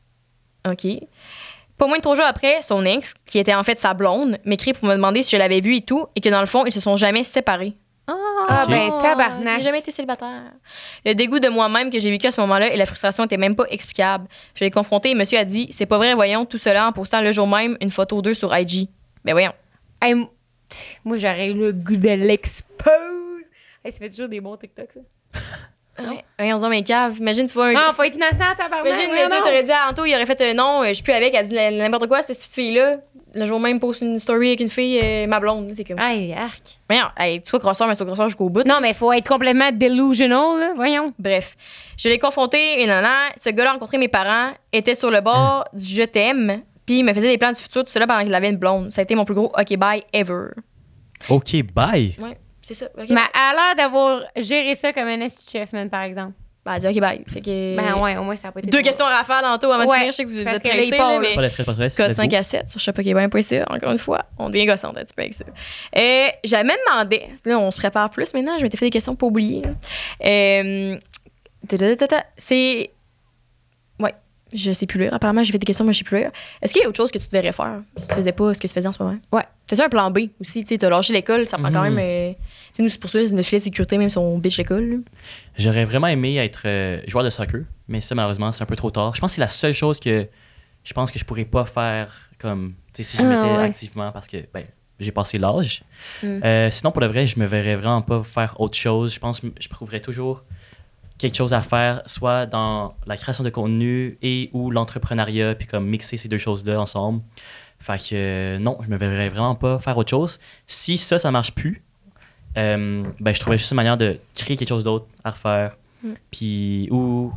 OK. Pas moins de trois jours après, son ex, qui était en fait sa blonde, m'écrit pour me demander si je l'avais vu et tout, et que dans le fond, ils se sont jamais séparés. Ah, Ok. ben, tabarnak. J'ai jamais été célibataire. Le dégoût de moi-même que j'ai vécu à ce moment-là et la frustration étaient même pas explicables. Je l'ai confronté et monsieur a dit c'est pas vrai, voyons, tout cela en postant le jour même une photo d'eux sur I G. Ben voyons. Hey, m- moi, j'aurais eu le goût de l'expose. Hey, ça fait toujours des bons TikTok, ça. Ouais. Voyons, on se dit, mais cave. Imagine, tu vois un. Non, faut être innocent, tabarnak. Imagine, voyons toi, donc. t'aurais dit à Anto, il aurait fait euh, non, euh, je suis plus avec. Elle dit la- n'importe quoi, c'était cette fille-là. Le jour même, poste une story avec une fille, euh, ma blonde. C'est comme. Hey, arc. Voyons, hey, tu vois, grosseur, mais c'est grosseur jusqu'au bout. Non, mais faut être complètement delusional, là. Voyons. Bref, je l'ai confronté et non, non, ce gars-là a rencontré mes parents, était sur le bord du je t'aime, puis il me faisait des plans du futur, tout cela pendant qu'il avait une blonde. Ça a été mon plus gros OK bye ever. OK, bye. Ouais, c'est ça. OK. Mais elle a l'air d'avoir géré ça comme un esti chef, man, par exemple. Ben, elle dit OK bye. Fait que. Ben ouais, au moins, ça a pas été Deux trop. questions à rafale, Anto, avant de Ouais, finir. Je sais que vous, vous parce êtes que là, pressés, il part, là, là. mais. Pas de stress, pas de stress. Code let's go. cinq à sept sur shop ok bye point c a, encore une fois. On devient gossante un petit peu avec ça. Euh, J'avais demandé, là, on se prépare plus maintenant, je m'étais fait des questions pour oublier. là. Euh, ta-ta-ta-ta, C'est. Ouais. Je sais plus lire. Apparemment, j'ai fait des questions, mais je sais plus lire. Est-ce qu'il y a autre chose que tu devrais faire si tu faisais pas ce que tu faisais en ce moment? Ouais. T'as-tu un plan B aussi? Tu sais, t'as lâché l'école, ça prend Mhm. quand même. euh, Tu sais, nous, c'est pour ça, c'est notre filet de sécurité, même si on bitch l'école. là. J'aurais vraiment aimé être euh, joueur de soccer, mais ça, malheureusement, c'est un peu trop tard. Je pense que c'est la seule chose que je pense que je pourrais pas faire comme, tu sais, si je Ah, mettais ouais. activement parce que, ben, j'ai passé l'âge. Mm. Euh, sinon, pour le vrai, je me verrais vraiment pas faire autre chose. Je pense que je trouverais toujours quelque chose à faire, soit dans la création de contenu et ou l'entrepreneuriat, puis comme mixer ces deux choses-là ensemble. Fait que euh, non, je me verrais vraiment pas faire autre chose. Si ça, ça marche plus, euh, ben, je trouverais juste une manière de créer quelque chose d'autre à refaire, Mm. puis ou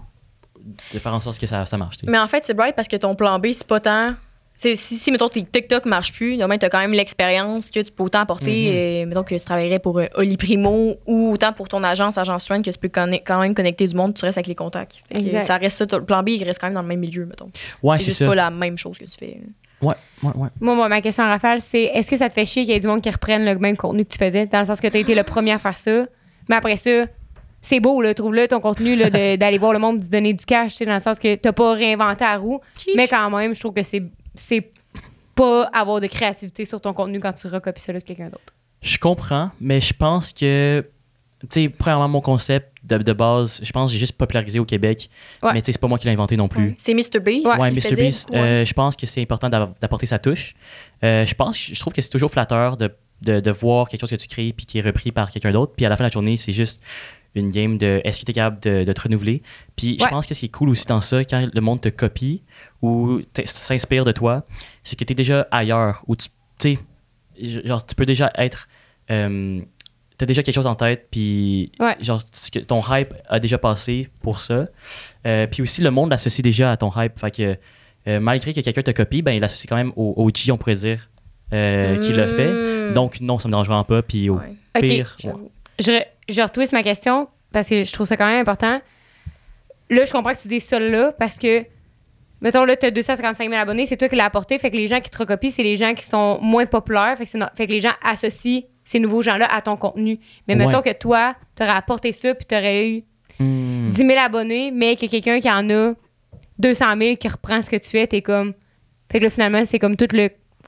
de faire en sorte que ça, ça marche. tu sais. Mais en fait, c'est bright parce que ton plan B, c'est pas tant. C'est, si, si, mettons, tes TikTok marche plus, demain, t'as quand même l'expérience que tu peux autant apporter, Mhm. euh, mettons que tu travaillerais pour euh, Oli Primo ou autant pour ton agence, Agence Trend, que tu peux conne- quand même connecter du monde, tu restes avec les contacts. Fait que Exact. ça reste ça, ton- le plan B, il reste quand même dans le même milieu, mettons. Ouais, c'est c'est juste ça. pas la même chose que tu fais. Ouais, ouais, ouais. Moi, moi, ma question à Raphaël, c'est est-ce que ça te fait chier qu'il y ait du monde qui reprenne le même contenu que tu faisais, dans le sens que tu as été le premier à faire ça, mais après ça, c'est beau, là, trouve-le, ton contenu, là, de- d'aller voir le monde, de donner du cash, tu sais, dans le sens que t'as pas réinventé la roue, mais quand même, je trouve que c'est, c'est pas avoir de créativité sur ton contenu quand tu recopies ça là de quelqu'un d'autre. Je comprends, mais je pense que, tu sais, premièrement, mon concept de, de base, je pense que j'ai juste popularisé au Québec, Ouais. mais tu sais, c'est pas moi qui l'ai inventé non plus. C'est mister Beast. Ouais, qui mister faisait, Beast, ouais. euh, je pense que c'est important d'av- d'apporter sa touche. Euh, je pense, je trouve que c'est toujours flatteur de, de, de voir quelque chose que tu crées puis qui est repris par quelqu'un d'autre. Puis à la fin de la journée, c'est juste une game de est-ce que tu es capable de, de te renouveler. Puis je Ouais. pense que ce qui est cool aussi dans ça, quand le monde te copie ou t- s'inspire de toi, c'est que tu es déjà ailleurs. Ou tu tu sais, genre, tu peux déjà être. Euh, T'as déjà quelque chose en tête, puis Ouais. genre, ce que- ton hype a déjà passé pour ça. Euh, puis aussi, le monde l'associe déjà à ton hype. Fait que euh, malgré que quelqu'un te copie, ben, il l'associe quand même au O G, on pourrait dire, euh, qui l'a fait. Mm. Donc, non, ça me dérange vraiment pas. Puis au Ouais. OK. pire, ouais. J'avoue. Je, je retwist ma question parce que je trouve ça quand même important. Là, je comprends que tu dis ça là parce que, mettons, là, tu as deux cent cinquante-cinq mille abonnés, c'est toi qui l'as apporté. Fait que les gens qui te recopient, c'est les gens qui sont moins populaires. Fait que, c'est no- fait que les gens associent ces nouveaux gens-là à ton contenu. Mais mettons Ouais. que toi, tu aurais apporté ça puis tu aurais eu Hmm. dix mille abonnés, mais qu'il y a quelqu'un qui en a deux cent mille qui reprend ce que tu fais, t'es comme. Fait que là, finalement, c'est comme tout le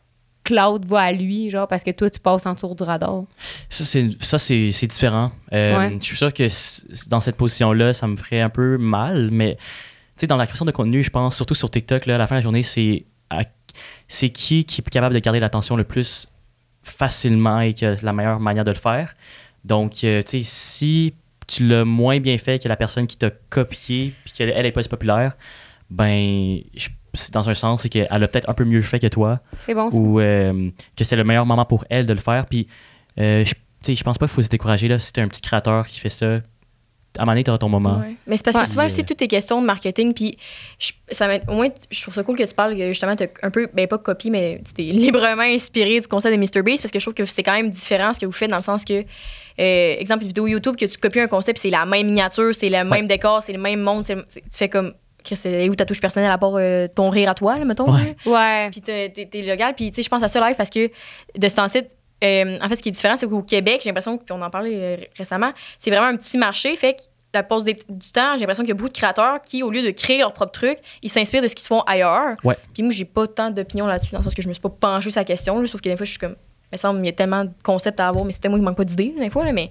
cloud va à lui, genre, parce que toi, tu passes en dessous du radar. Ça, c'est, ça, c'est, c'est différent. Euh, Ouais. Je suis sûr que c- dans cette position-là, ça me ferait un peu mal, mais tu sais, dans la création de contenu, je pense, surtout sur TikTok, là, à la fin de la journée, c'est, à- c'est qui qui est capable de garder l'attention le plus facilement et qui a la meilleure manière de le faire. Donc, euh, tu sais, si tu l'as moins bien fait que la personne qui t'a copié puis qu'elle elle est pas si populaire, ben, je- c'est dans un sens, c'est qu'elle a peut-être un peu mieux fait que toi C'est bon, ça. ou euh, que c'est le meilleur moment pour elle de le faire. Puis, euh, je, tu sais, je pense pas qu'il faut se décourager. Là, si t'es un petit créateur qui fait ça, à un moment donné, t'auras ton moment. Ouais. Mais c'est parce Ouais. que souvent Euh, aussi, toutes tes questions de marketing, puis je- ça m'aide- au moins, je trouve ça cool que tu parles que justement, t'as un peu, ben pas copié, mais tu t'es librement inspiré du concept de mister Beast parce que je trouve que c'est quand même différent ce que vous faites dans le sens que, euh, exemple, une vidéo YouTube, que tu copies un concept, c'est la même miniature, c'est le même décor, c'est le même monde, c'est le- tu fais comme, Chris, c'est où ta touche personnelle à part euh, ton rire à toi, là, mettons. Ouais. là. Ouais. Puis t'es, t'es, t'es légal. Puis, tu sais, je pense à ça live parce que de ce temps-ci, euh, en fait, ce qui est différent, c'est qu'au Québec, j'ai l'impression, puis on en parlait euh, récemment, c'est vraiment un petit marché. Fait que la pause des- du temps, j'ai l'impression qu'il y a beaucoup de créateurs qui, au lieu de créer leur propre truc, ils s'inspirent de ce qui se font ailleurs. Ouais. Puis moi, j'ai pas tant d'opinion là-dessus, dans le sens que je me suis pas penchée sur la question. Là, sauf que des fois, je suis comme. Il me semble qu'il y a tellement de concepts à avoir, mais c'était moi qui manque pas d'idées, des fois. Là, mais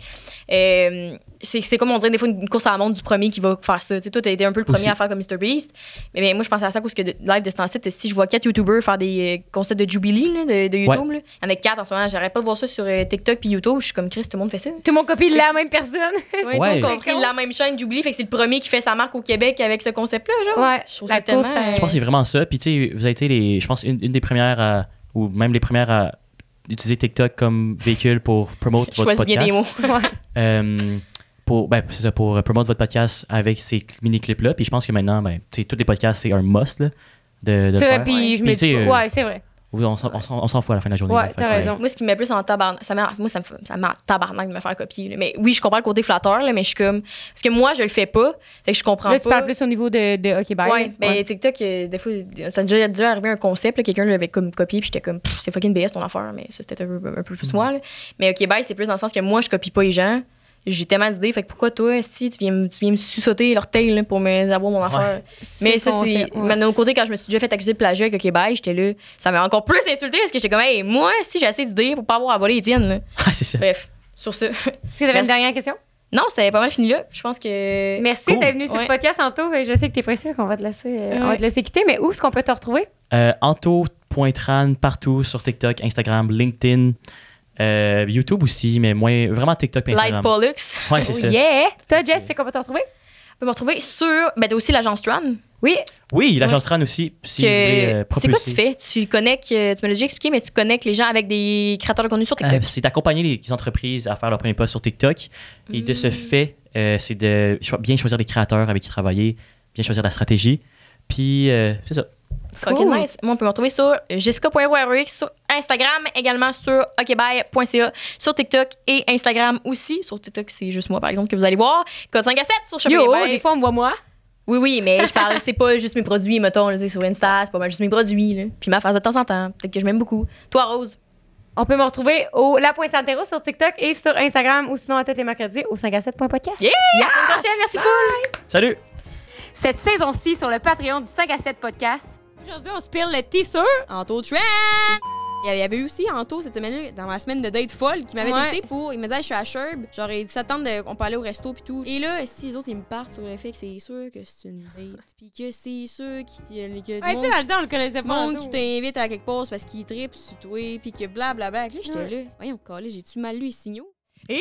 euh, c'est, c'est comme on dirait des fois une course à la montre du premier qui va faire ça. Tu sais, toi, t'as été un peu le premier Aussi. à faire comme mister Beast. Mais, mais moi, je pensais à ça parce que de, live de ce temps-ci, si je vois quatre YouTubers faire des euh, concepts de Jubilee là, de, de YouTube, là, il y en a quatre en ce moment. J'arrête pas de voir ça sur euh, TikTok puis YouTube. Je suis comme Chris, tout le monde fait ça. Tout le monde copie la même personne. Ouais, Ouais. Tout le monde compris la même chaîne Jubilee. Fait que c'est le premier qui fait sa marque au Québec avec ce concept-là. Genre. Ouais, Je trouve la ça tellement. course à- Je pense que c'est vraiment ça. Puis, tu sais, vous avez été, les, je pense, une, une des premières à, ou même les premières à utiliser TikTok comme véhicule pour promote Je votre choisis bien podcast. des mots. Ouais. Euh, pour, ben, c'est ça, pour promote votre podcast avec ces mini-clips-là. Puis je pense que maintenant, ben, tu sais, tous les podcasts, c'est un must là, de, de le C'est vrai, faire. puis je Puis, me tu sais, dis. euh, Ouais, c'est vrai. Oui, on s'en, on s'en- on s'en fout à la fin de la journée. Ouais, là. Fait t'as que, raison. Moi, ce qui me met plus en tabarnak, ça, m'a- moi, ça me, fait- ça me met en tabarnak de me faire copier. là. Mais oui, je comprends le côté flatteur, là, mais je suis comme. Parce que moi, je le fais pas. Fait que je comprends Là, pas. tu parles plus au niveau de, de OK, bye. Ouais, ben Ouais. TikTok, euh, des fois, ça a déjà, déjà arrivé un concept, là, quelqu'un l'avait comme copié, puis j'étais comme, Pff, c'est fucking B S ton affaire, mais ça, c'était un peu, un peu plus moi. Là. Mais OK, bye, c'est plus dans le sens que moi, je copie pas les gens. j'ai tellement d'idées. Fait que pourquoi toi, si tu viens, me- tu viens me sussauter l'orteil là, pour me avoir mon affaire? Mais ça, c'est. ouais. Mais d'un autre côté, quand je me suis déjà fait accuser de plagiat avec OK Bye, j'étais là. Ça m'a encore plus insulté parce que j'étais comme, hey, moi, si j'ai assez d'idées pour pas avoir à voler Étienne. Là. Ah, c'est ça. Bref, sur ce. Est-ce que t'avais Merci. une dernière question? Non, c'était pas mal fini là. Je pense que. Merci Cool. d'être venu sur Ouais. le podcast, Anto. Je sais que t'es pressé, qu'on va te laisser, euh, on va te laisser quitter, mais où est-ce qu'on peut te retrouver? Euh, Anto.tran partout sur TikTok, Instagram, LinkedIn, euh, YouTube aussi, mais moins vraiment TikTok et Light Instagram. Pollux. Ouais, c'est Oh, ça. yeah! Toi, Jess, c'est qu'on peut te retrouver? On peut me retrouver sur. Ben, t'as aussi l'agence Tran. Oui. Oui, l'agence Tran aussi, si Que- vous voulez euh, c'est quoi propulser. tu fais? Tu connectes, euh, tu me l'as déjà expliqué, mais tu connectes les gens avec des créateurs de contenu sur TikTok. Euh, c'est d'accompagner les entreprises à faire leur premier pas sur TikTok. Et de ce fait, euh, c'est de cho- bien choisir les créateurs avec qui travailler, bien choisir la stratégie. Puis, euh, c'est ça. Fucking Cool. nice. Moi, on peut me retrouver sur jessica point w r x sur Instagram, également sur okbye point c a, sur TikTok et Instagram aussi. Sur TikTok, c'est juste moi, par exemple, que vous allez voir. Code cinq à sept sur Shopping Yo, Ebay. des fois, on me voit moi. Oui, oui, mais je parle, c'est pas juste mes produits, mettons, je sais, sur Insta, c'est pas mal juste mes produits, là. Puis ma face de temps en temps. Peut-être que je m'aime beaucoup. Toi, Rose. On peut me retrouver au La Pointe Santero sur TikTok et sur Instagram ou sinon à tous les mercredis au cinq à sept point podcast. Yeah! À la semaine prochaine, merci full! Salut! Cette saison-ci sur le Patreon du cinq à sept podcast. Aujourd'hui, on se pile le t-shirt. Anto Trend! Il y avait eu aussi Anto cette semaine-là, dans ma semaine de date folle, qui m'avait Ouais. testé pour. Il me disait, je suis à Sherb, genre, il s'attend qu'on peut aller au resto pis tout. Et là, si les autres, ils me partent sur le fait que c'est sûr que c'est une date, pis que c'est sûr qu'il y a que Ouais, le tu sais, monde, dans le temps, on le connaissait le pas. monde Anto. qui t'invite à quelque part c'est parce qu'il tripe sur toi, pis que blablabla. Là, j'étais Ouais. là, voyons, calé, j'ai-tu mal lu les signaux? Hey,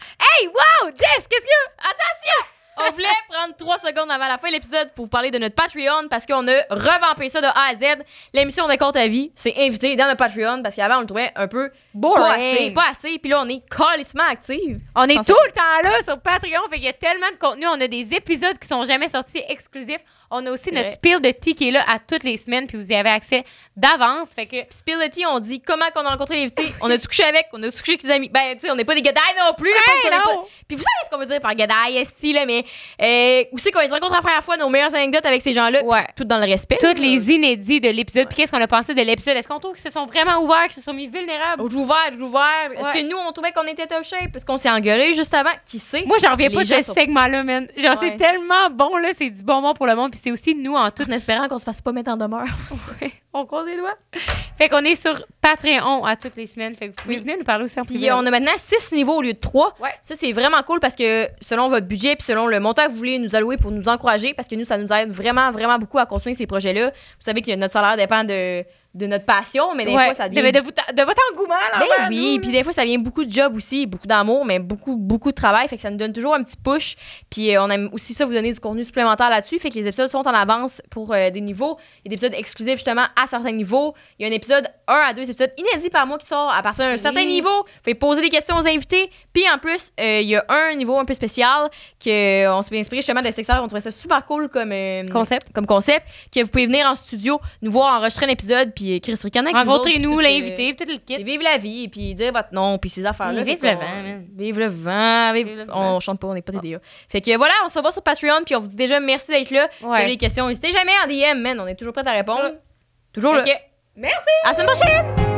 wow! Jess, qu'est-ce qu'il y a? On voulait prendre trois secondes avant la fin de l'épisode pour vous parler de notre Patreon parce qu'on a revampé ça de A à Z. L'émission de Compte à vie, c'est invité dans notre Patreon parce qu'avant, on le trouvait un peu pas assez, pas assez. Puis là, on est calissement active. On est Sans- tout le temps là sur Patreon, fait qu'il y a tellement de contenu. On a des épisodes qui sont jamais sortis exclusifs. On a aussi C'est notre vrai. spill de tea qui est là à toutes les semaines, puis vous y avez accès d'avance. Fait que Puis Spill the Tea, on dit comment qu'on a rencontré l'invité. On a-tu couché avec, on a-tu couché avec ses amis. Ben, tu sais, on n'est pas des gadailles non plus. là, Hey, on connaît non! pas- Puis vous savez ce qu'on veut dire par gadaille, esti, là, mais euh, où c'est qu'on les rencontre la première fois, nos meilleures anecdotes avec ces gens-là, Ouais. puis tout dans le respect. toutes les inédits de l'épisode. Puis qu'est-ce qu'on a pensé de l'épisode? Est-ce qu'on trouve qu'ils se sont vraiment ouverts, qu'ils se sont mis vulnérables? Au joue ouvert, au joue ouvert. Est-ce Ouais. que nous, on trouvait qu'on était top shape parce qu'on s'est engueulé juste avant? Qui sait? Moi, j'en reviens Les pas de gens ce sont- segment-là, man. Genre, Ouais. c'est tellement bon, là. C'est du bonbon pour le monde. Puis c'est aussi nous en tout. En espérant qu'on se fasse pas mettre en demeure. On croise les doigts. Fait qu'on est sur Patreon à toutes les semaines. Fait que vous pouvez Oui. venir nous parler aussi en Puis privé. euh, on a maintenant six niveaux au lieu de trois. Ouais. Ça, c'est vraiment cool parce que selon votre budget puis selon le montant que vous voulez nous allouer pour nous encourager, parce que nous, ça nous aide vraiment, vraiment beaucoup à construire ces projets-là. Vous savez que notre salaire dépend de, de notre passion, mais des Ouais. fois, ça devient... de, de, vous- de votre engouement, là. Ben envers oui, nous, puis là. des fois, ça vient beaucoup de job aussi, beaucoup d'amour, mais beaucoup, beaucoup de travail. Fait que ça nous donne toujours un petit push. Puis euh, on aime aussi ça, vous donner du contenu supplémentaire là-dessus. Fait que les épisodes sont en avance pour euh, des niveaux. Il y a des épisodes exclusifs, justement, à certains niveaux. Il y a un épisode, un à deux épisodes inédits par mois qui sort à partir d'un Oui. certain niveau. Fait poser des questions aux invités. Puis en plus, euh, il y a un niveau un peu spécial qu'on s'est inspiré justement de Sexteur. On trouvait ça super cool comme euh, Concept. Comme concept. Que vous pouvez venir en studio, nous voir enregistrer un épisode, puis euh, Chris Ricanet avec nous autres, puis Rencontrez-nous, tout, euh, l'invité, peut-être le et kit. vivre la vie, puis dire votre nom, puis ces affaires-là. Oui, vive Fait le qu'on- vent, man. Vive le vent. Vive... Vive le On vent. chante pas, on n'est pas T D A. Fait que voilà, on se revoit sur Patreon, puis on vous dit déjà merci d'être là. Si vous Ouais. avez des questions, n'hésitez jamais en D M, man. On est toujours prêts à répondre. Toujours là. Ok. Merci! À la semaine prochaine!